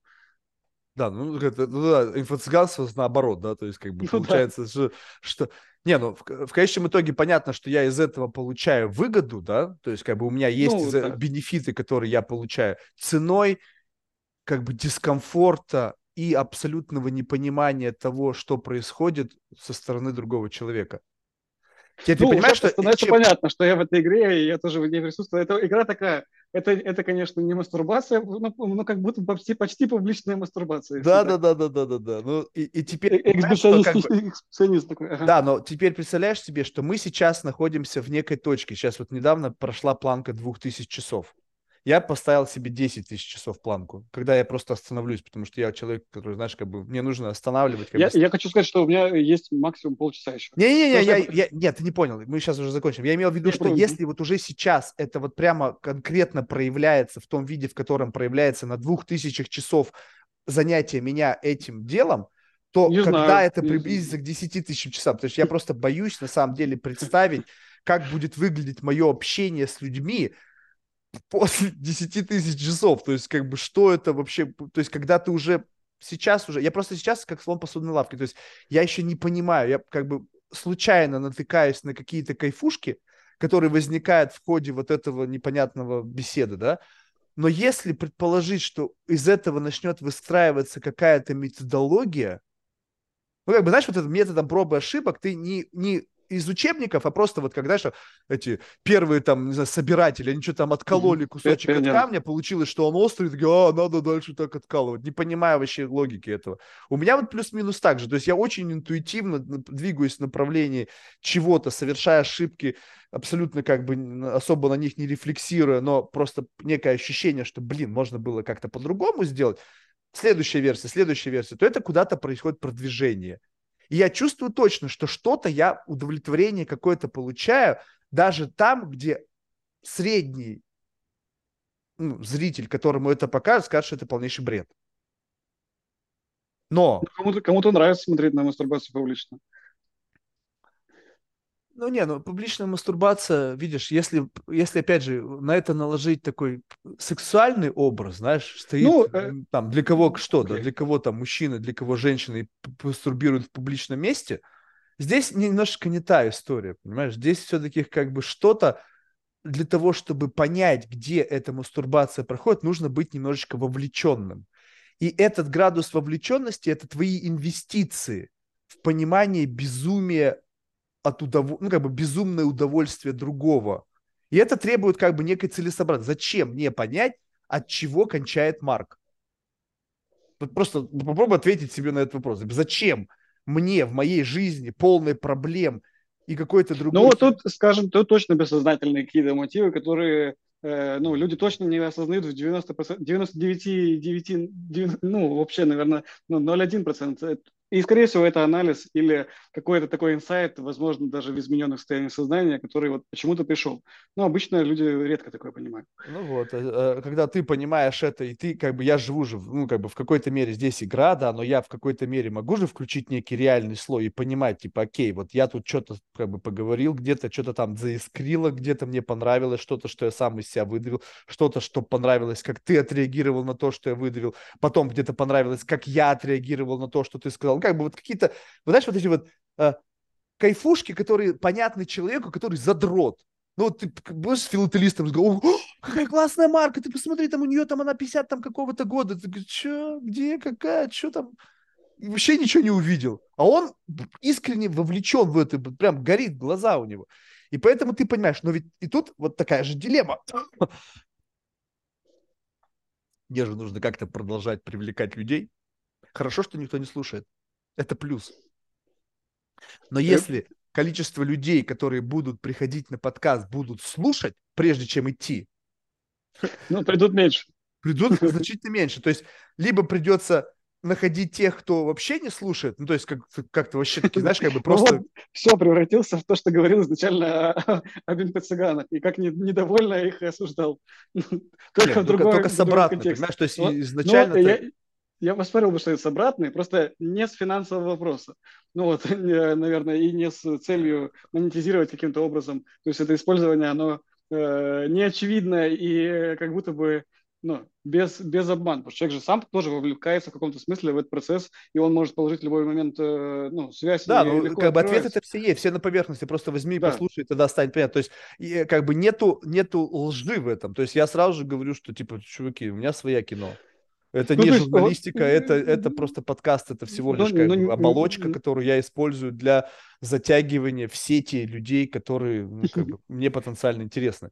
Да, ну, это, ну да, инфо-цыганство наоборот, да, то есть как бы Ну да, получается, что, что... Не, ну, в, в конечном итоге понятно, что я из этого получаю выгоду, да, то есть как бы у меня есть ну из э- да. бенефиты, которые я получаю ценой как бы дискомфорта и абсолютного непонимания того, что происходит со стороны другого человека. Теперь ты Ну, понимаешь, уже что становится чем... понятно, что я в этой игре, и я тоже в ней присутствую. Это игра такая, это, это конечно, не мастурбация, но, но как будто почти, почти публичная мастурбация, если Да, так. да, да, да, да, да, да. Ну, и, и теперь Э- понимаешь, что Эксбиционист, как бы эксбиционист такой. Ага. да, но теперь представляешь себе, что мы сейчас находимся в некой точке. Сейчас вот недавно прошла планка двух тысяч часов. Я поставил себе десять тысяч часов планку, когда я просто остановлюсь, потому что я человек, который, знаешь, как бы мне нужно останавливать, как бы. Я, я хочу сказать, что у меня есть максимум полчаса еще. Не-не-не, Потому я, что я, я, нет, ты не понял, мы сейчас уже закончим. Я имел в виду, я что про- если вот уже сейчас это вот прямо конкретно проявляется в том виде, в котором проявляется на двух тысячах часов занятия меня этим делом, то не когда знаю. это Не- приблизится к десяти тысячам часам, потому что я просто боюсь на самом деле представить, как будет выглядеть мое общение с людьми после десяти тысяч часов, то есть как бы что это вообще, то есть когда ты уже сейчас уже, я просто сейчас как слон посудной лавки, то есть я еще не понимаю, я как бы случайно натыкаюсь на какие-то кайфушки, которые возникают в ходе вот этого непонятного беседы, да, но если предположить, что из этого начнет выстраиваться какая-то методология, ну, как бы, знаешь, вот этим методом проб и ошибок ты не, не из учебников, а просто вот когда что эти первые там, не знаю, собиратели, они что там Мгм. откололи Пе- кусочек от Пионеры. камня, получилось, что он острый, такие, а, надо дальше так откалывать, не понимая вообще логики этого. У меня вот плюс-минус так же, то есть я очень интуитивно двигаюсь в направлении чего-то, совершая ошибки, абсолютно как бы особо на них не рефлексируя, но просто некое ощущение, что, блин, можно было как-то по-другому сделать, следующая версия, следующая версия, то это куда-то происходит продвижение. И я чувствую точно, что что-то я удовлетворение какое-то получаю, даже там, где средний ну, зритель, которому это покажет, скажет, что это полнейший бред. Но Кому-то, кому-то нравится смотреть на мастурбацию публично. Ну, не, ну, публичная мастурбация, видишь, если, если, опять же, на это наложить такой сексуальный образ, знаешь, стоит Ну, э, м, там, для кого что, да, окей. для кого там мужчина, для кого женщина и п- мастурбируют в публичном месте, здесь немножко не та история, понимаешь, здесь все-таки как бы что-то для того, чтобы понять, где эта мастурбация проходит, нужно быть немножечко вовлеченным. И этот градус вовлеченности – это твои инвестиции в понимание безумия от удов... ну, как бы безумное удовольствие другого. И это требует как бы некой целесообразности. Зачем мне понять, от чего кончает Марк? Вот просто попробуй ответить себе на этот вопрос. Зачем мне в моей жизни полной проблем и какой-то Ну, другой... вот тут, скажем, тут точно бессознательные какие-то мотивы, которые, э, ну, люди точно не осознают в девяносто процентов, девяносто девять и девять, девяносто, ну, вообще, наверное, ну, ноль целых одна десятая процента. И, скорее всего, это анализ или какой-то такой инсайт, возможно, даже в измененных состояниях сознания, который вот почему-то пришел. Но обычно люди редко такое понимают. Ну вот, э, э, когда ты понимаешь это, и ты, как бы, я живу же, ну, как бы, в какой-то мере здесь игра, да, но я в какой-то мере могу же включить некий реальный слой и понимать, типа, окей, вот я тут что-то, как бы, поговорил где-то, что-то там заискрило, где-то мне понравилось, что-то, что я сам из себя выдавил, что-то, что понравилось, как ты отреагировал на то, что я выдавил, потом где-то понравилось, как я отреагировал на то, что ты сказал. Ну, как бы, вот какие-то, вот знаешь, вот эти вот э, кайфушки, которые понятны человеку, который задрот. Ну, вот ты будешь с филателистом разговаривать, какая классная марка, ты посмотри, там у нее там она пятьдесят там какого-то года. Ты говоришь, что, где, какая, что там? И вообще ничего не увидел. А он искренне вовлечен в это, прям горит глаза у него. И поэтому ты понимаешь, но ведь и тут вот такая же дилемма. Мне же нужно как-то продолжать привлекать людей. Хорошо, что никто не слушает. Это плюс. Но Э, если количество людей, которые будут приходить на подкаст, будут слушать, прежде чем идти, Ну, придут меньше. придут значительно меньше. То есть либо придется находить тех, кто вообще не слушает, ну, то есть как, как-то вообще таки, знаешь, как бы Ну вот, просто... все превратился в то, что говорил изначально о- об инфо-цыганах, и как не- недовольно их осуждал. Только Нет, в только, другой, только в с другом обратной, контексте. понимаешь? То есть Вот. Ну вот, изначально-то... я, я поспорил бы, что это с обратной, просто не с финансового вопроса. Ну вот, не- наверное, и не с целью монетизировать каким-то образом. То есть это использование, оно э, неочевидно и э, как будто бы ну, без, без обмана. Потому что человек же сам тоже вовлекается в каком-то смысле в этот процесс, и он может положить в любой момент э, ну, связь, Да, и ну, легко как бы открывается. ответы-то все есть, все на поверхности, просто возьми и Да. послушай, тогда станет понятно. То есть, и, э, как бы нету, нету лжи в этом. То есть я сразу же говорю, что, типа, чуваки, у меня своя кино. Это Ну, не то есть, вот, журналистика, это, это просто подкаст, это всего ну, лишь как ну, бы оболочка, н- которую я использую для затягивания в сети людей, которые, ну, как бы, мне потенциально интересны.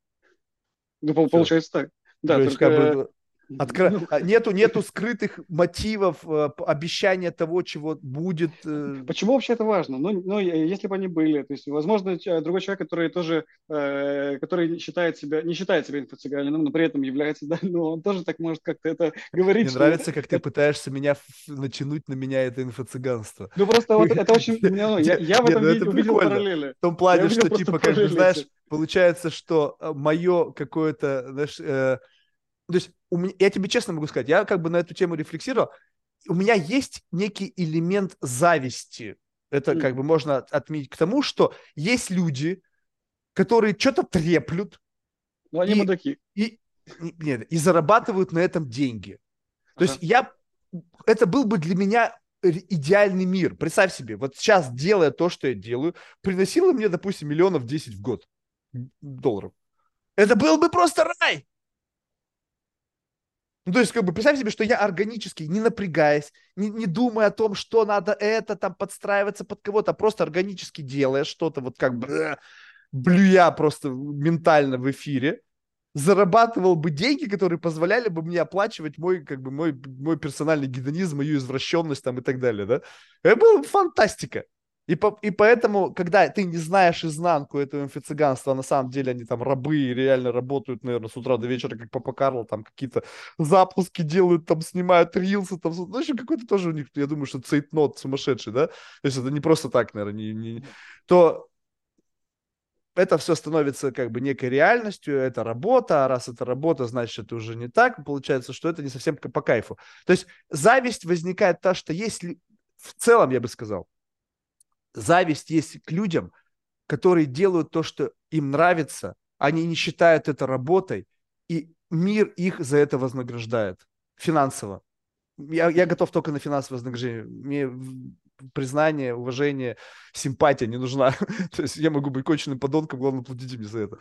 ну, пол- Все. получается так. То Да, есть, как только бы, откро... ну, а, нету, нету скрытых мотивов, э, п- обещания того, чего будет. э, почему вообще это важно? Ну, ну, э, если бы они были, то есть, возможно, ч- другой человек, который тоже, э, который считает себя, не считает себя инфо-цыганином, но при этом является, да, но он тоже так может как-то это говорить, Мне что нравится, как ты это- пытаешься меня ф- натянуть на меня это инфо-цыганство. ну, просто вот это очень, ну, я, Где- я в Не, этом ну это виде, увидел прикольно. параллели. В том Я плане, увидел что, просто типа, как бы, параллели все. знаешь, получается, что мое какое-то, знаешь, э, то есть у меня, я тебе честно могу сказать, я как бы на эту тему рефлексировал, у меня есть некий элемент зависти. Это как бы можно от- отметить к тому, что есть люди, которые что-то треплют Ну, они и, мудаки. и, и- нет, и зарабатывают на этом деньги. То есть Ага. я, это был бы для меня р- идеальный мир. Представь себе, вот сейчас, делая то, что я делаю, приносило мне, допустим, миллионов десять в год долларов. Это был бы просто рай. Ну, то есть, как бы, представь себе, что я органически, не напрягаясь, не, не думая о том, что надо это, там, подстраиваться под кого-то, а просто органически делая что-то, вот как бы, э, блюя просто ментально в эфире, зарабатывал бы деньги, которые позволяли бы мне оплачивать мой, как бы, мой, мой персональный гедонизм, мою извращенность там и так далее, да. Это была фантастика. И, по, и поэтому, когда ты не знаешь изнанку этого инфо-цыганства, а на самом деле они там рабы и реально работают, наверное, с утра до вечера, как Папа Карло, там какие-то запуски делают, там снимают рилсы, там, ну, в общем, какой-то тоже у них, я думаю, что цейтнот сумасшедший, да, то есть это не просто так, наверное, не, не, то это все становится как бы некой реальностью, это работа, а раз это работа, значит, это уже не так, получается, что это не совсем по кайфу. То есть зависть возникает то, что если в целом, я бы сказал, зависть есть к людям, которые делают то, что им нравится, они не считают это работой, и мир их за это вознаграждает финансово. Я, я готов только на финансовое вознаграждение. Мне признание, уважение, симпатия не нужна. То есть я могу быть конченным подонком, главное, платите мне за это.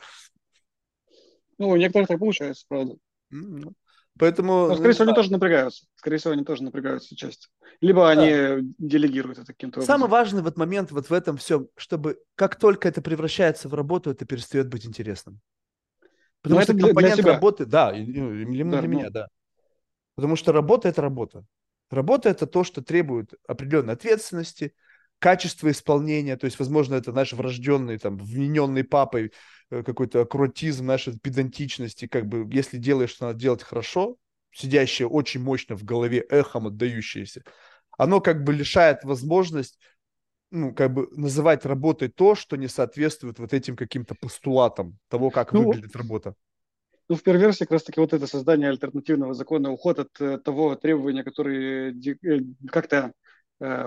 Ну, у некоторых так получается, правда. Mm-hmm. Поэтому... Но, скорее всего, они тоже напрягаются. Скорее всего, они тоже напрягаются часто. Либо они да. делегируют это каким-то образом. Самый важный вот момент вот в этом всем, чтобы как только это превращается в работу, это перестает быть интересным. Потому Но что это для, компонент для себя. работы, да, для, да, для меня, ну... да. Потому что работа – это работа. Работа – это то, что требует определенной ответственности, качества исполнения. То есть, возможно, это наш врожденный, там, вмененный папой какой-то аккуратизм, наша педантичность. И как бы, если делаешь, что надо делать хорошо, сидящее очень мощно в голове, эхом отдающееся, оно как бы лишает возможность, ну, как бы называть работой то, что не соответствует вот этим каким-то постулатам того, как ну, выглядит работа. Ну, в первой версии как раз-таки вот это создание альтернативного закона, уход от э, того требования, которые э, как-то э,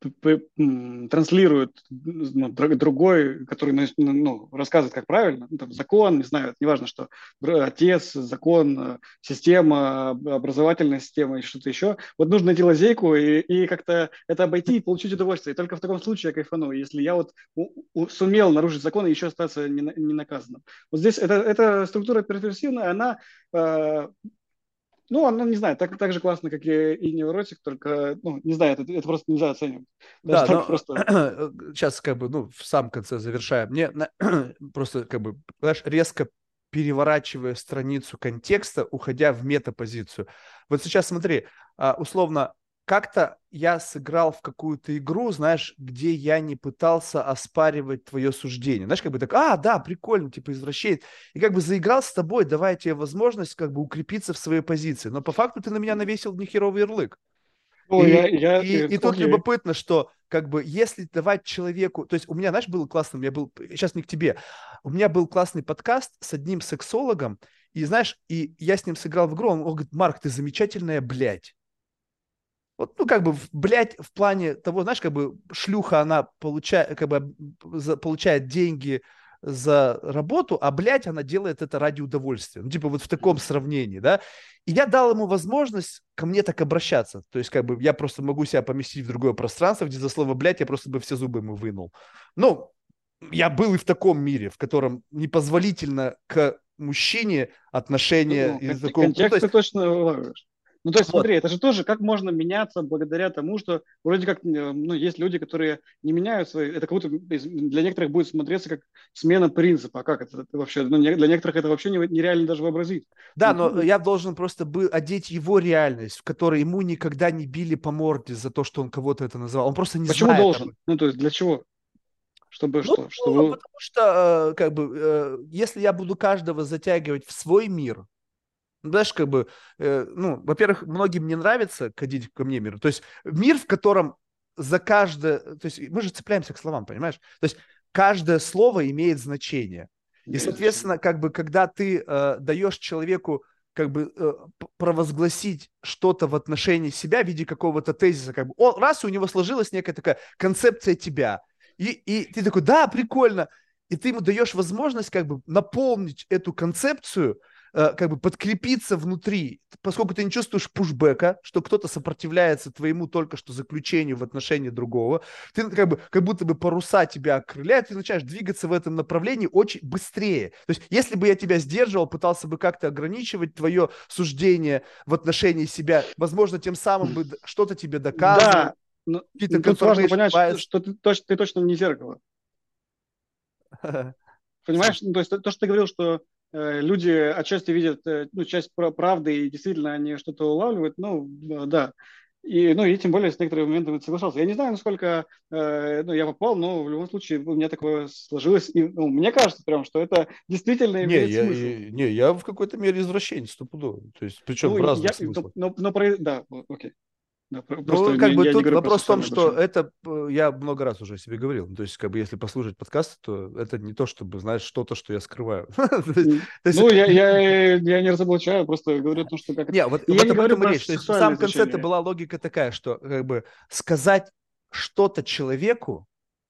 транслирует ну, другой, который ну, рассказывает, как правильно, ну, там, закон, не знаю, неважно что, отец, закон, система, образовательная система и что-то еще. Вот нужно найти лазейку и, и как-то это обойти и получить удовольствие. И только в таком случае я кайфану, если я вот у, у, сумел нарушить закон и еще остаться не, не наказанным. Вот здесь это, эта структура перверсивная, она... Э, Ну, она, не знаю, так, так же классно, как и, и невротик, только, ну, не знаю, это, это просто нельзя оценивать. Даже да, но просто... сейчас как бы, ну, в самом конце завершаем. Мне просто как бы, знаешь, резко переворачивая страницу контекста, уходя в метапозицию. Вот сейчас смотри, условно, как-то я сыграл в какую-то игру, знаешь, где я не пытался оспаривать твое суждение. Знаешь, как бы так, а, да, прикольно, типа извращает. И как бы заиграл с тобой, давая тебе возможность как бы укрепиться в своей позиции. Но по факту ты на меня навесил нехеровый ярлык. Ну, и, я, я, и, я, и тут любопытно, что как бы если давать человеку... То есть у меня, знаешь, был классный, у меня был... Сейчас не к тебе. У меня был классный подкаст с одним сексологом, и знаешь, и я с ним сыграл в игру, он, он говорит, Марк, ты замечательная, блядь. Вот, ну, как бы, блядь, в плане того, знаешь, как бы шлюха, она получает, как бы, за, получает деньги за работу, а, блядь, она делает это ради удовольствия. Ну, типа, вот в таком сравнении, да. И я дал ему возможность ко мне так обращаться. То есть, как бы, я просто могу себя поместить в другое пространство, где за слово «блядь» я просто бы все зубы ему вынул. Ну, я был и в таком мире, в котором непозволительно к мужчине отношения... Ну, из кон- такого... контекст ну, ты точно улавливаешь. Ну, то есть, вот. смотри, это же тоже, как можно меняться благодаря тому, что вроде как, ну, есть люди, которые не меняют свои, это как будто для некоторых будет смотреться как смена принципа. А как это, это вообще? Ну, для некоторых это вообще нереально даже вообразить. Да, ну, но я должен просто был одеть его реальность, в которой ему никогда не били по морде за то, что он кого-то это называл. Он просто не Почему знает. должен? Ну, то есть, для чего? Чтобы Ну, что? Чтобы... потому что, как бы, если я буду каждого затягивать в свой мир, знаешь, как бы, ну, во-первых, многим не нравится ходить ко мне миру. То есть мир, в котором за каждое... То есть мы же цепляемся к словам, понимаешь? То есть каждое слово имеет значение. И, соответственно, как бы, когда ты э, даешь человеку как бы э, провозгласить что-то в отношении себя в виде какого-то тезиса, как бы, он, раз у него сложилась некая такая концепция тебя, и, и ты такой, да, прикольно, и ты ему даешь возможность как бы наполнить эту концепцию, как бы подкрепиться внутри, поскольку ты не чувствуешь пушбэка, что кто-то сопротивляется твоему только что заключению в отношении другого, ты как бы как будто бы паруса тебя окрыляют, ты начинаешь двигаться в этом направлении очень быстрее. То есть, если бы я тебя сдерживал, пытался бы как-то ограничивать твое суждение в отношении себя, возможно, тем самым бы что-то тебе доказывал. Да, но тут важно понять, что, что ты, точно, ты точно не зеркало. Понимаешь? Ну, то есть то, то, что ты говорил, что э, люди отчасти видят э, ну, часть правды и действительно они что-то улавливают, ну, да. И, ну, и тем более с некоторыми моментами соглашался. Я не знаю, насколько э, ну, я попал, но в любом случае у меня такое сложилось. И ну, мне кажется прям, что это действительно имеет не, я, смысл. И, не, я в какой-то мере извращенец, стопудово. То есть, причем ну, в разных я, смыслах. Но, но, но, да, окей. Да, ну, как я, бы я тут вопрос в том, что обучение. Это ну, я много раз уже себе говорил. То есть, как бы, если послушать подкасты, то это не то, чтобы, знаешь, что-то, что я скрываю. М. То есть, Ну, я, я, я не разоблачаю, просто говорю о том, что как это... не, вот, И я вот не об говорю этом и про речь. То есть в сексуальное самом конце это значение. была логика такая, что как бы сказать что-то человеку,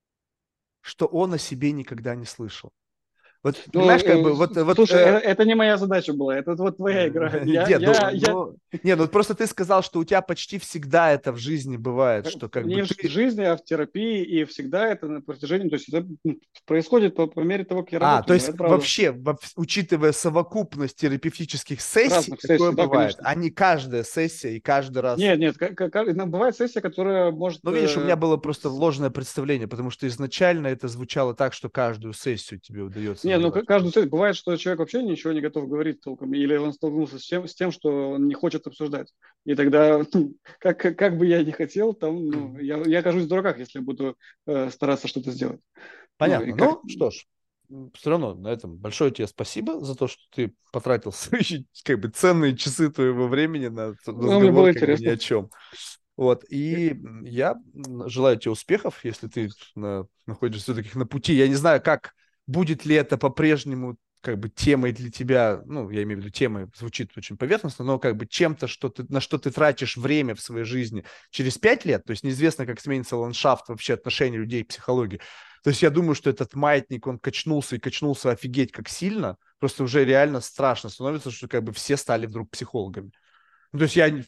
что он о себе никогда не слышал. Вот, Ну, понимаешь, как э, бы, вот, вот слушай, э, это, это не моя задача была, это вот твоя игра. Я, нет, я, ну, я ну, не, ну просто ты сказал, что у тебя почти всегда это в жизни бывает, что как бы не в ты... жизни, а в терапии, и всегда это на протяжении, то есть это ну, происходит по, по мере того, как я А, то работаю, да, есть это правда. вообще, во- учитывая совокупность терапевтических сессий, Разных такое сессий, да, бывает, конечно. а не каждая сессия и каждый раз. Нет, нет, как, как, ну, бывает сессия, которая может... Ну, видишь, у меня э, было просто ложное представление, потому что изначально это звучало так, что каждую сессию тебе удается Не, ну сдавать. к- каждую сессию бывает, что человек вообще ничего не готов говорить толком, или он столкнулся с тем, с тем, что он не хочет обсуждать. И тогда, ну, как, как, как бы я ни хотел, там, ну, я, я окажусь в дураках, если буду э, стараться что-то сделать. Ну, и Понятно. как... Ну, что ж, все равно на этом большое тебе спасибо за то, что ты потратил свои как бы ценные часы твоего времени на Ну, мне разговор было как бы ни интересно. о чем. Вот, и я желаю тебе успехов, если ты на, находишься все-таки на пути. Я не знаю, как будет ли это по-прежнему как бы темой для тебя, ну, я имею в виду темой, звучит очень поверхностно, но как бы чем-то, что ты, на что ты тратишь время в своей жизни через пять лет, то есть неизвестно, как сменится ландшафт вообще отношения людей к психологии. То есть я думаю, что этот маятник, он качнулся и качнулся офигеть как сильно, просто уже реально страшно становится, что как бы все стали вдруг психологами. Ну, то есть я,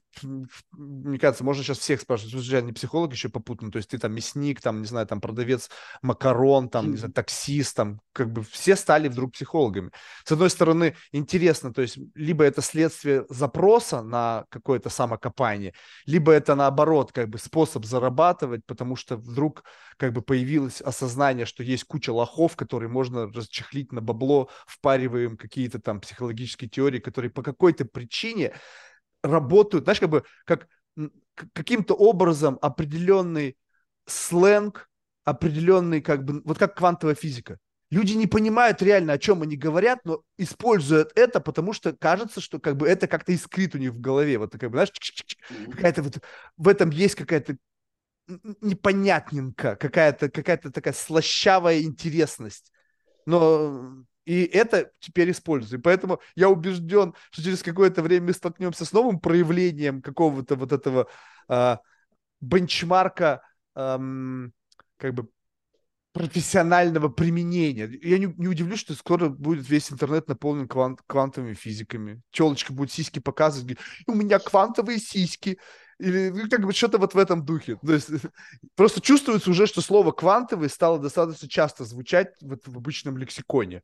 мне кажется, можно сейчас всех спрашивать, слушай, я не психолог еще попутно, то есть ты там мясник, там, не знаю, там продавец макарон, там, не знаю, таксист, там, как бы все стали вдруг психологами. С одной стороны, интересно, то есть либо это следствие запроса на какое-то самокопание, либо это наоборот, как бы способ зарабатывать, потому что вдруг как бы появилось осознание, что есть куча лохов, которые можно расчехлить на бабло, впариваем какие-то там психологические теории, которые по какой-то причине работают, знаешь, как бы как каким-то образом определенный сленг, определенный как бы, вот как квантовая физика. Люди не понимают реально, о чем они говорят, но используют это, потому что кажется, что как бы это как-то искрит у них в голове. Вот как бы, знаешь, какая-то вот в этом есть какая-то непонятненько, какая-то какая-то такая слащавая интересность. Но и это теперь используется. И поэтому я убежден, что через какое-то время мы столкнемся с новым проявлением какого-то вот этого а, бенчмарка ам, как бы профессионального применения. Я не, не удивлюсь, что скоро будет весь интернет наполнен квант, квантовыми физиками. Телочка будет сиськи показывать, говорит, у меня квантовые сиськи. Или ну, как бы что-то вот в этом духе. То есть просто чувствуется уже, что слово квантовый стало достаточно часто звучать вот в обычном лексиконе.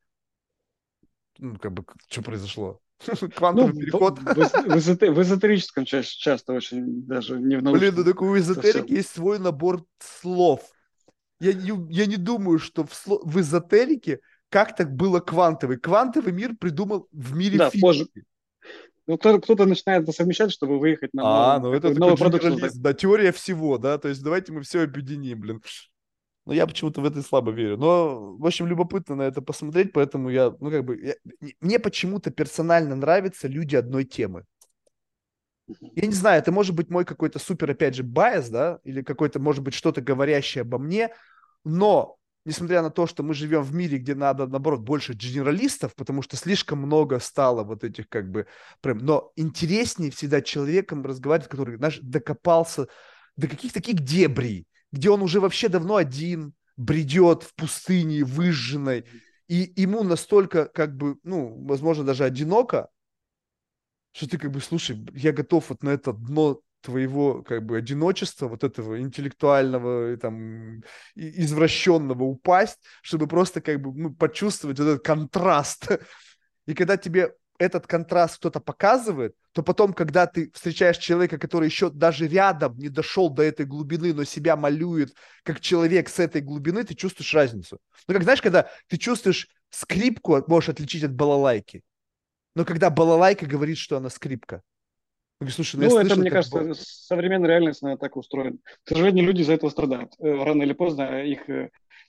Ну, как бы, что произошло? Ну, Квантовый в, переход. в, в эзоте- в эзотерическом ча- часто очень, даже не в Блин, ну научном такой у эзотерики совсем. есть свой набор слов. Я не, я не думаю, что в, сло- в эзотерике как-то было квантовый. Квантовый мир придумал в мире Да, позже. физики. Ну, кто, кто-то начинает это совмещать, чтобы выехать на А, новый, ну это какой, такой новый продукт создать. генерализм, да, теория всего, да, то есть давайте мы все объединим, блин. Но я почему-то в это слабо верю. Но, в общем, любопытно на это посмотреть, поэтому я, ну, как бы, я- мне почему-то персонально нравятся люди одной темы. Я не знаю, это может быть мой какой-то супер, опять же, байс, да, или какой-то, может быть, что-то говорящее обо мне, но, несмотря на то, что мы живем в мире, где надо, наоборот, больше генералистов, потому что слишком много стало вот этих, как бы, прям, но интереснее всегда человеком разговаривать, который, знаешь, докопался до каких-то таких дебрей, где он уже вообще давно один, бредет в пустыне выжженной, и ему настолько, как бы, ну, возможно, даже одиноко, что ты как бы, слушай, я готов вот на это дно твоего как бы одиночества, вот этого интеллектуального, и там, и- извращенного упасть, чтобы просто как бы ну, почувствовать вот этот контраст. И когда тебе этот контраст кто-то показывает, то потом, когда ты встречаешь человека, который еще даже рядом не дошел до этой глубины, но себя малюет как человек с этой глубины, ты чувствуешь разницу. Ну, как знаешь, когда ты чувствуешь скрипку, можешь отличить от балалайки. Но когда балалайка говорит, что она скрипка. Я говорю, слушай, ну я Ну, это, слышал, мне как... кажется, бал- современная реальность, она так устроена. К сожалению, люди из-за этого страдают. Э, Рано или поздно их э,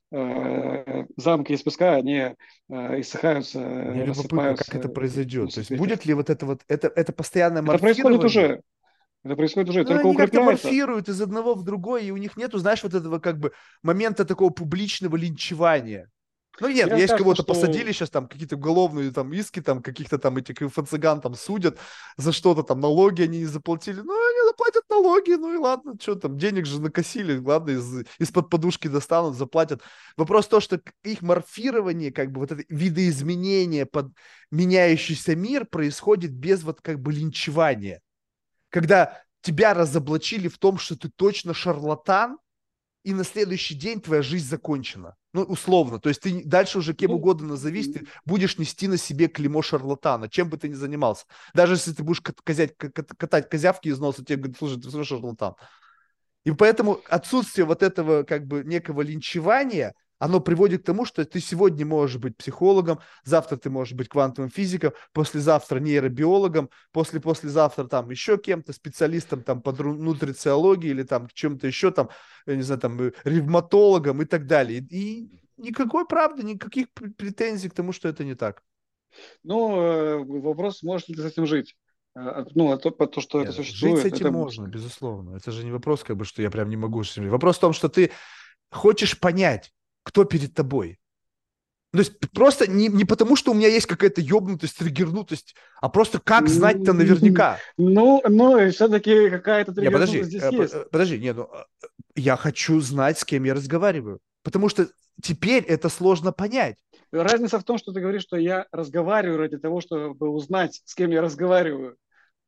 э, замки из песка, они э, иссыхаются, Мне э, любопытно, как это рассыпаются, и произойдет. То несут есть ветер. будет ли вот это вот, это, это постоянное Это происходит морфирование? уже. Это происходит уже, Ну, только они как-то укрепляется. морфируют из одного в другое, и у них нету, знаешь, вот этого как бы момента такого публичного линчевания. Ну, нет, Мне есть кажется, кого-то что посадили сейчас там, какие-то уголовные там иски, там, каких-то там этих инфо-цыган там судят за что-то там, налоги они не заплатили. Ну, они заплатят налоги, ну и ладно, что там, денег же накосили, ладно, из, из-под подушки достанут, заплатят. Вопрос то, что их морфирование, как бы вот это видоизменение под меняющийся мир происходит без вот как бы линчевания. Когда тебя разоблачили в том, что ты точно шарлатан, и на следующий день твоя жизнь закончена. Ну, условно. То есть ты дальше уже кем ну, угодно назовись, ты будешь нести на себе клеймо шарлатана, чем бы ты ни занимался. Даже если ты будешь козять, катать козявки из носа, тебе говорят, слушай, ты все равно шарлатан. И поэтому отсутствие вот этого как бы некого линчевания, оно приводит к тому, что ты сегодня можешь быть психологом, завтра ты можешь быть квантовым физиком, послезавтра нейробиологом, после-послезавтра там еще кем-то, специалистом там по нутрициологии или там чем-то еще там, я не знаю, там ревматологом и так далее. И никакой правды, никаких претензий к тому, что это не так. ну, э, вопрос, можешь ли ты с этим жить? Э, Ну, а то, то, что это Нет, жить с существует, этим это... можно, безусловно. Это же не вопрос, как бы, что я прям не могу. Вопрос в том, что ты хочешь понять, кто перед тобой. То есть просто не, не потому, что у меня есть какая-то ебнутость, триггернутость, а просто как знать-то наверняка. Ну, но все-таки какая-то Не, триггернутость подожди, здесь э, п- есть. э, подожди, не, ну, э, я хочу знать, с кем я разговариваю. Потому что теперь это сложно понять. Разница в том, что ты говоришь, что я разговариваю ради того, чтобы узнать, с кем я разговариваю.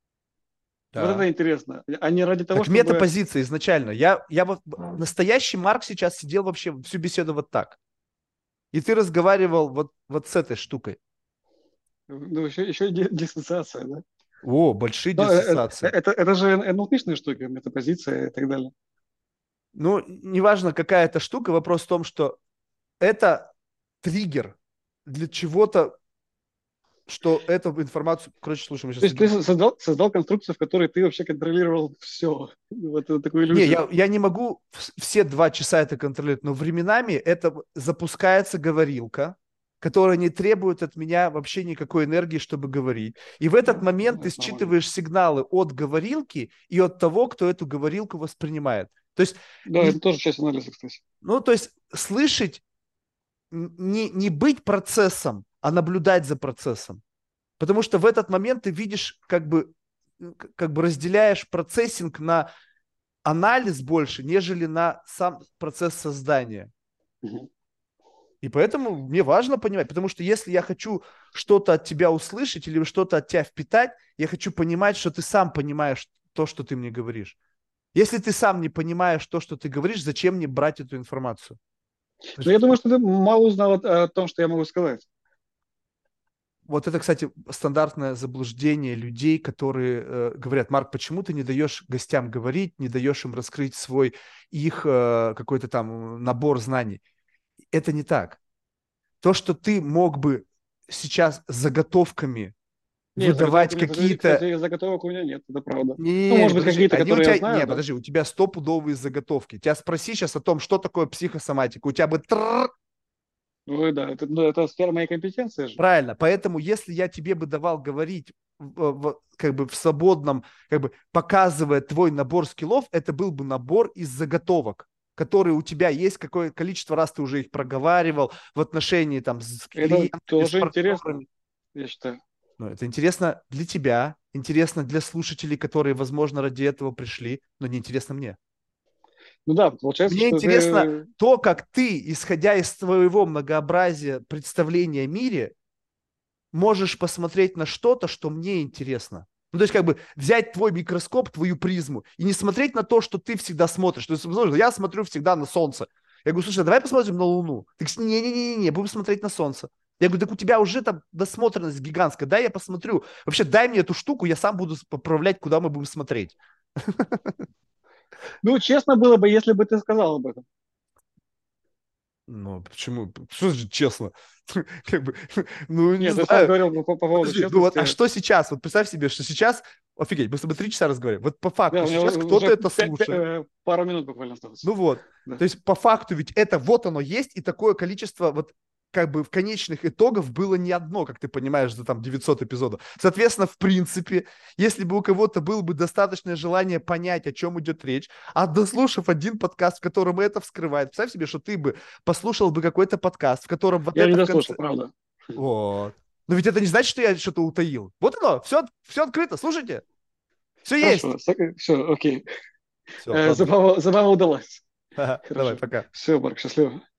Вот Да. это интересно. А не ради того, Так чтобы... метапозиция изначально. Я, я вот, настоящий Марк сейчас сидел вообще всю беседу вот так. И ты разговаривал вот, вот с этой штукой. Ну, еще, еще и диссоциация, да? О, большие Но э, э, диссоциации. это, это же эн эл пи-шные штуки, метапозиция и так далее. Ну, неважно, какая это штука, вопрос в том, что это триггер для чего-то, что эту информацию... Короче, слушай, мы То сейчас... есть ты создал, создал конструкцию, в которой ты вообще контролировал все. Вот это такую Не, иллюзию. я, я не могу все два часа это контролировать, но временами это запускается говорилка, которая не требует от меня вообще никакой энергии, чтобы говорить. И в этот момент Ну, ты это нормально. считываешь сигналы от говорилки и от того, кто эту говорилку воспринимает. То есть, Да, это тоже часть анализа, кстати. ну, то есть слышать, не, не быть процессом, а наблюдать за процессом. Потому что в этот момент ты видишь, как бы, как бы разделяешь процессинг на анализ больше, нежели на сам процесс создания. Угу. И поэтому мне важно понимать, потому что если я хочу что-то от тебя услышать или что-то от тебя впитать, я хочу понимать, что ты сам понимаешь то, что ты мне говоришь. Если ты сам не понимаешь то, что ты говоришь, зачем мне брать эту информацию? Но я думаю, что ты мало узнал о, о том, что я могу сказать. Вот это, кстати, стандартное заблуждение людей, которые э, говорят: Марк, почему ты не даешь гостям говорить, не даешь им раскрыть свой, их э, какой-то там набор знаний? Это не так. То, что ты мог бы сейчас заготовками Нет, выдавать заготовок, кстати, какие-то... кстати, заготовок у меня нет, это правда. Ну, Не, не, может быть, подожди, какие-то, они у которые я тебя... знаю, Не, да. подожди, у тебя стопудовые заготовки. Тебя спроси сейчас о том, что такое психосоматика. У тебя бы... трррр. Ну, да, это, ну, это сфера моей компетенции же. Правильно. Поэтому, если я тебе бы давал говорить в, в- как бы в свободном, как бы показывая твой набор скиллов, это был бы набор из заготовок, которые у тебя есть, какое количество раз ты уже их проговаривал в отношении там с Это клиентами, с тоже интересно, партнерами. я считаю. Ну, это интересно для тебя, интересно для слушателей, которые, возможно, ради этого пришли, но не интересно мне. Ну да, получается, Мне что интересно ты... то, как ты, исходя из своего многообразия представления о мире, можешь посмотреть на что-то, что мне интересно. Ну, то есть, как бы взять твой микроскоп, твою призму, и не смотреть на то, что ты всегда смотришь. То есть, я смотрю всегда на Солнце. Я говорю: слушай, давай посмотрим на Луну. Ты говоришь: не-не-не, будем смотреть на Солнце. Я говорю: так у тебя уже там досмотренность гигантская, дай я посмотрю. Вообще, дай мне эту штуку, я сам буду поправлять, куда мы будем смотреть. Ну, честно было бы, если бы ты сказал об этом. Ну, почему? Что значит честно? Как бы, ну, не Нет, ты сам знаю. говорил по, по поводу Подожди, ну вот, а честности. что сейчас? Вот представь себе, что сейчас, офигеть, мы с тобой три часа разговариваем. Вот по Да, факту у меня сейчас кто-то уже это пя- пя- слушает. э, пару минут буквально осталось. Ну вот, Да. то есть по факту ведь это вот оно есть, и такое количество вот как бы в конечных итогах было не одно, как ты понимаешь, за там девятьсот эпизодов. Соответственно, в принципе, если бы у кого-то было бы достаточное желание понять, о чем идет речь, а дослушав один подкаст, в котором это вскрывает, представь себе, что ты бы послушал бы какой-то подкаст, в котором вот Я не это в дослушал, конце... правда. Вот. Но ведь это не значит, что я что-то утаил. Вот оно, все, все открыто, слушайте. Все Хорошо, есть. все, окей. Все, Э, ладно. Забава, забава удалась. Давай, Хорошо. пока. Все, Марк, счастливо.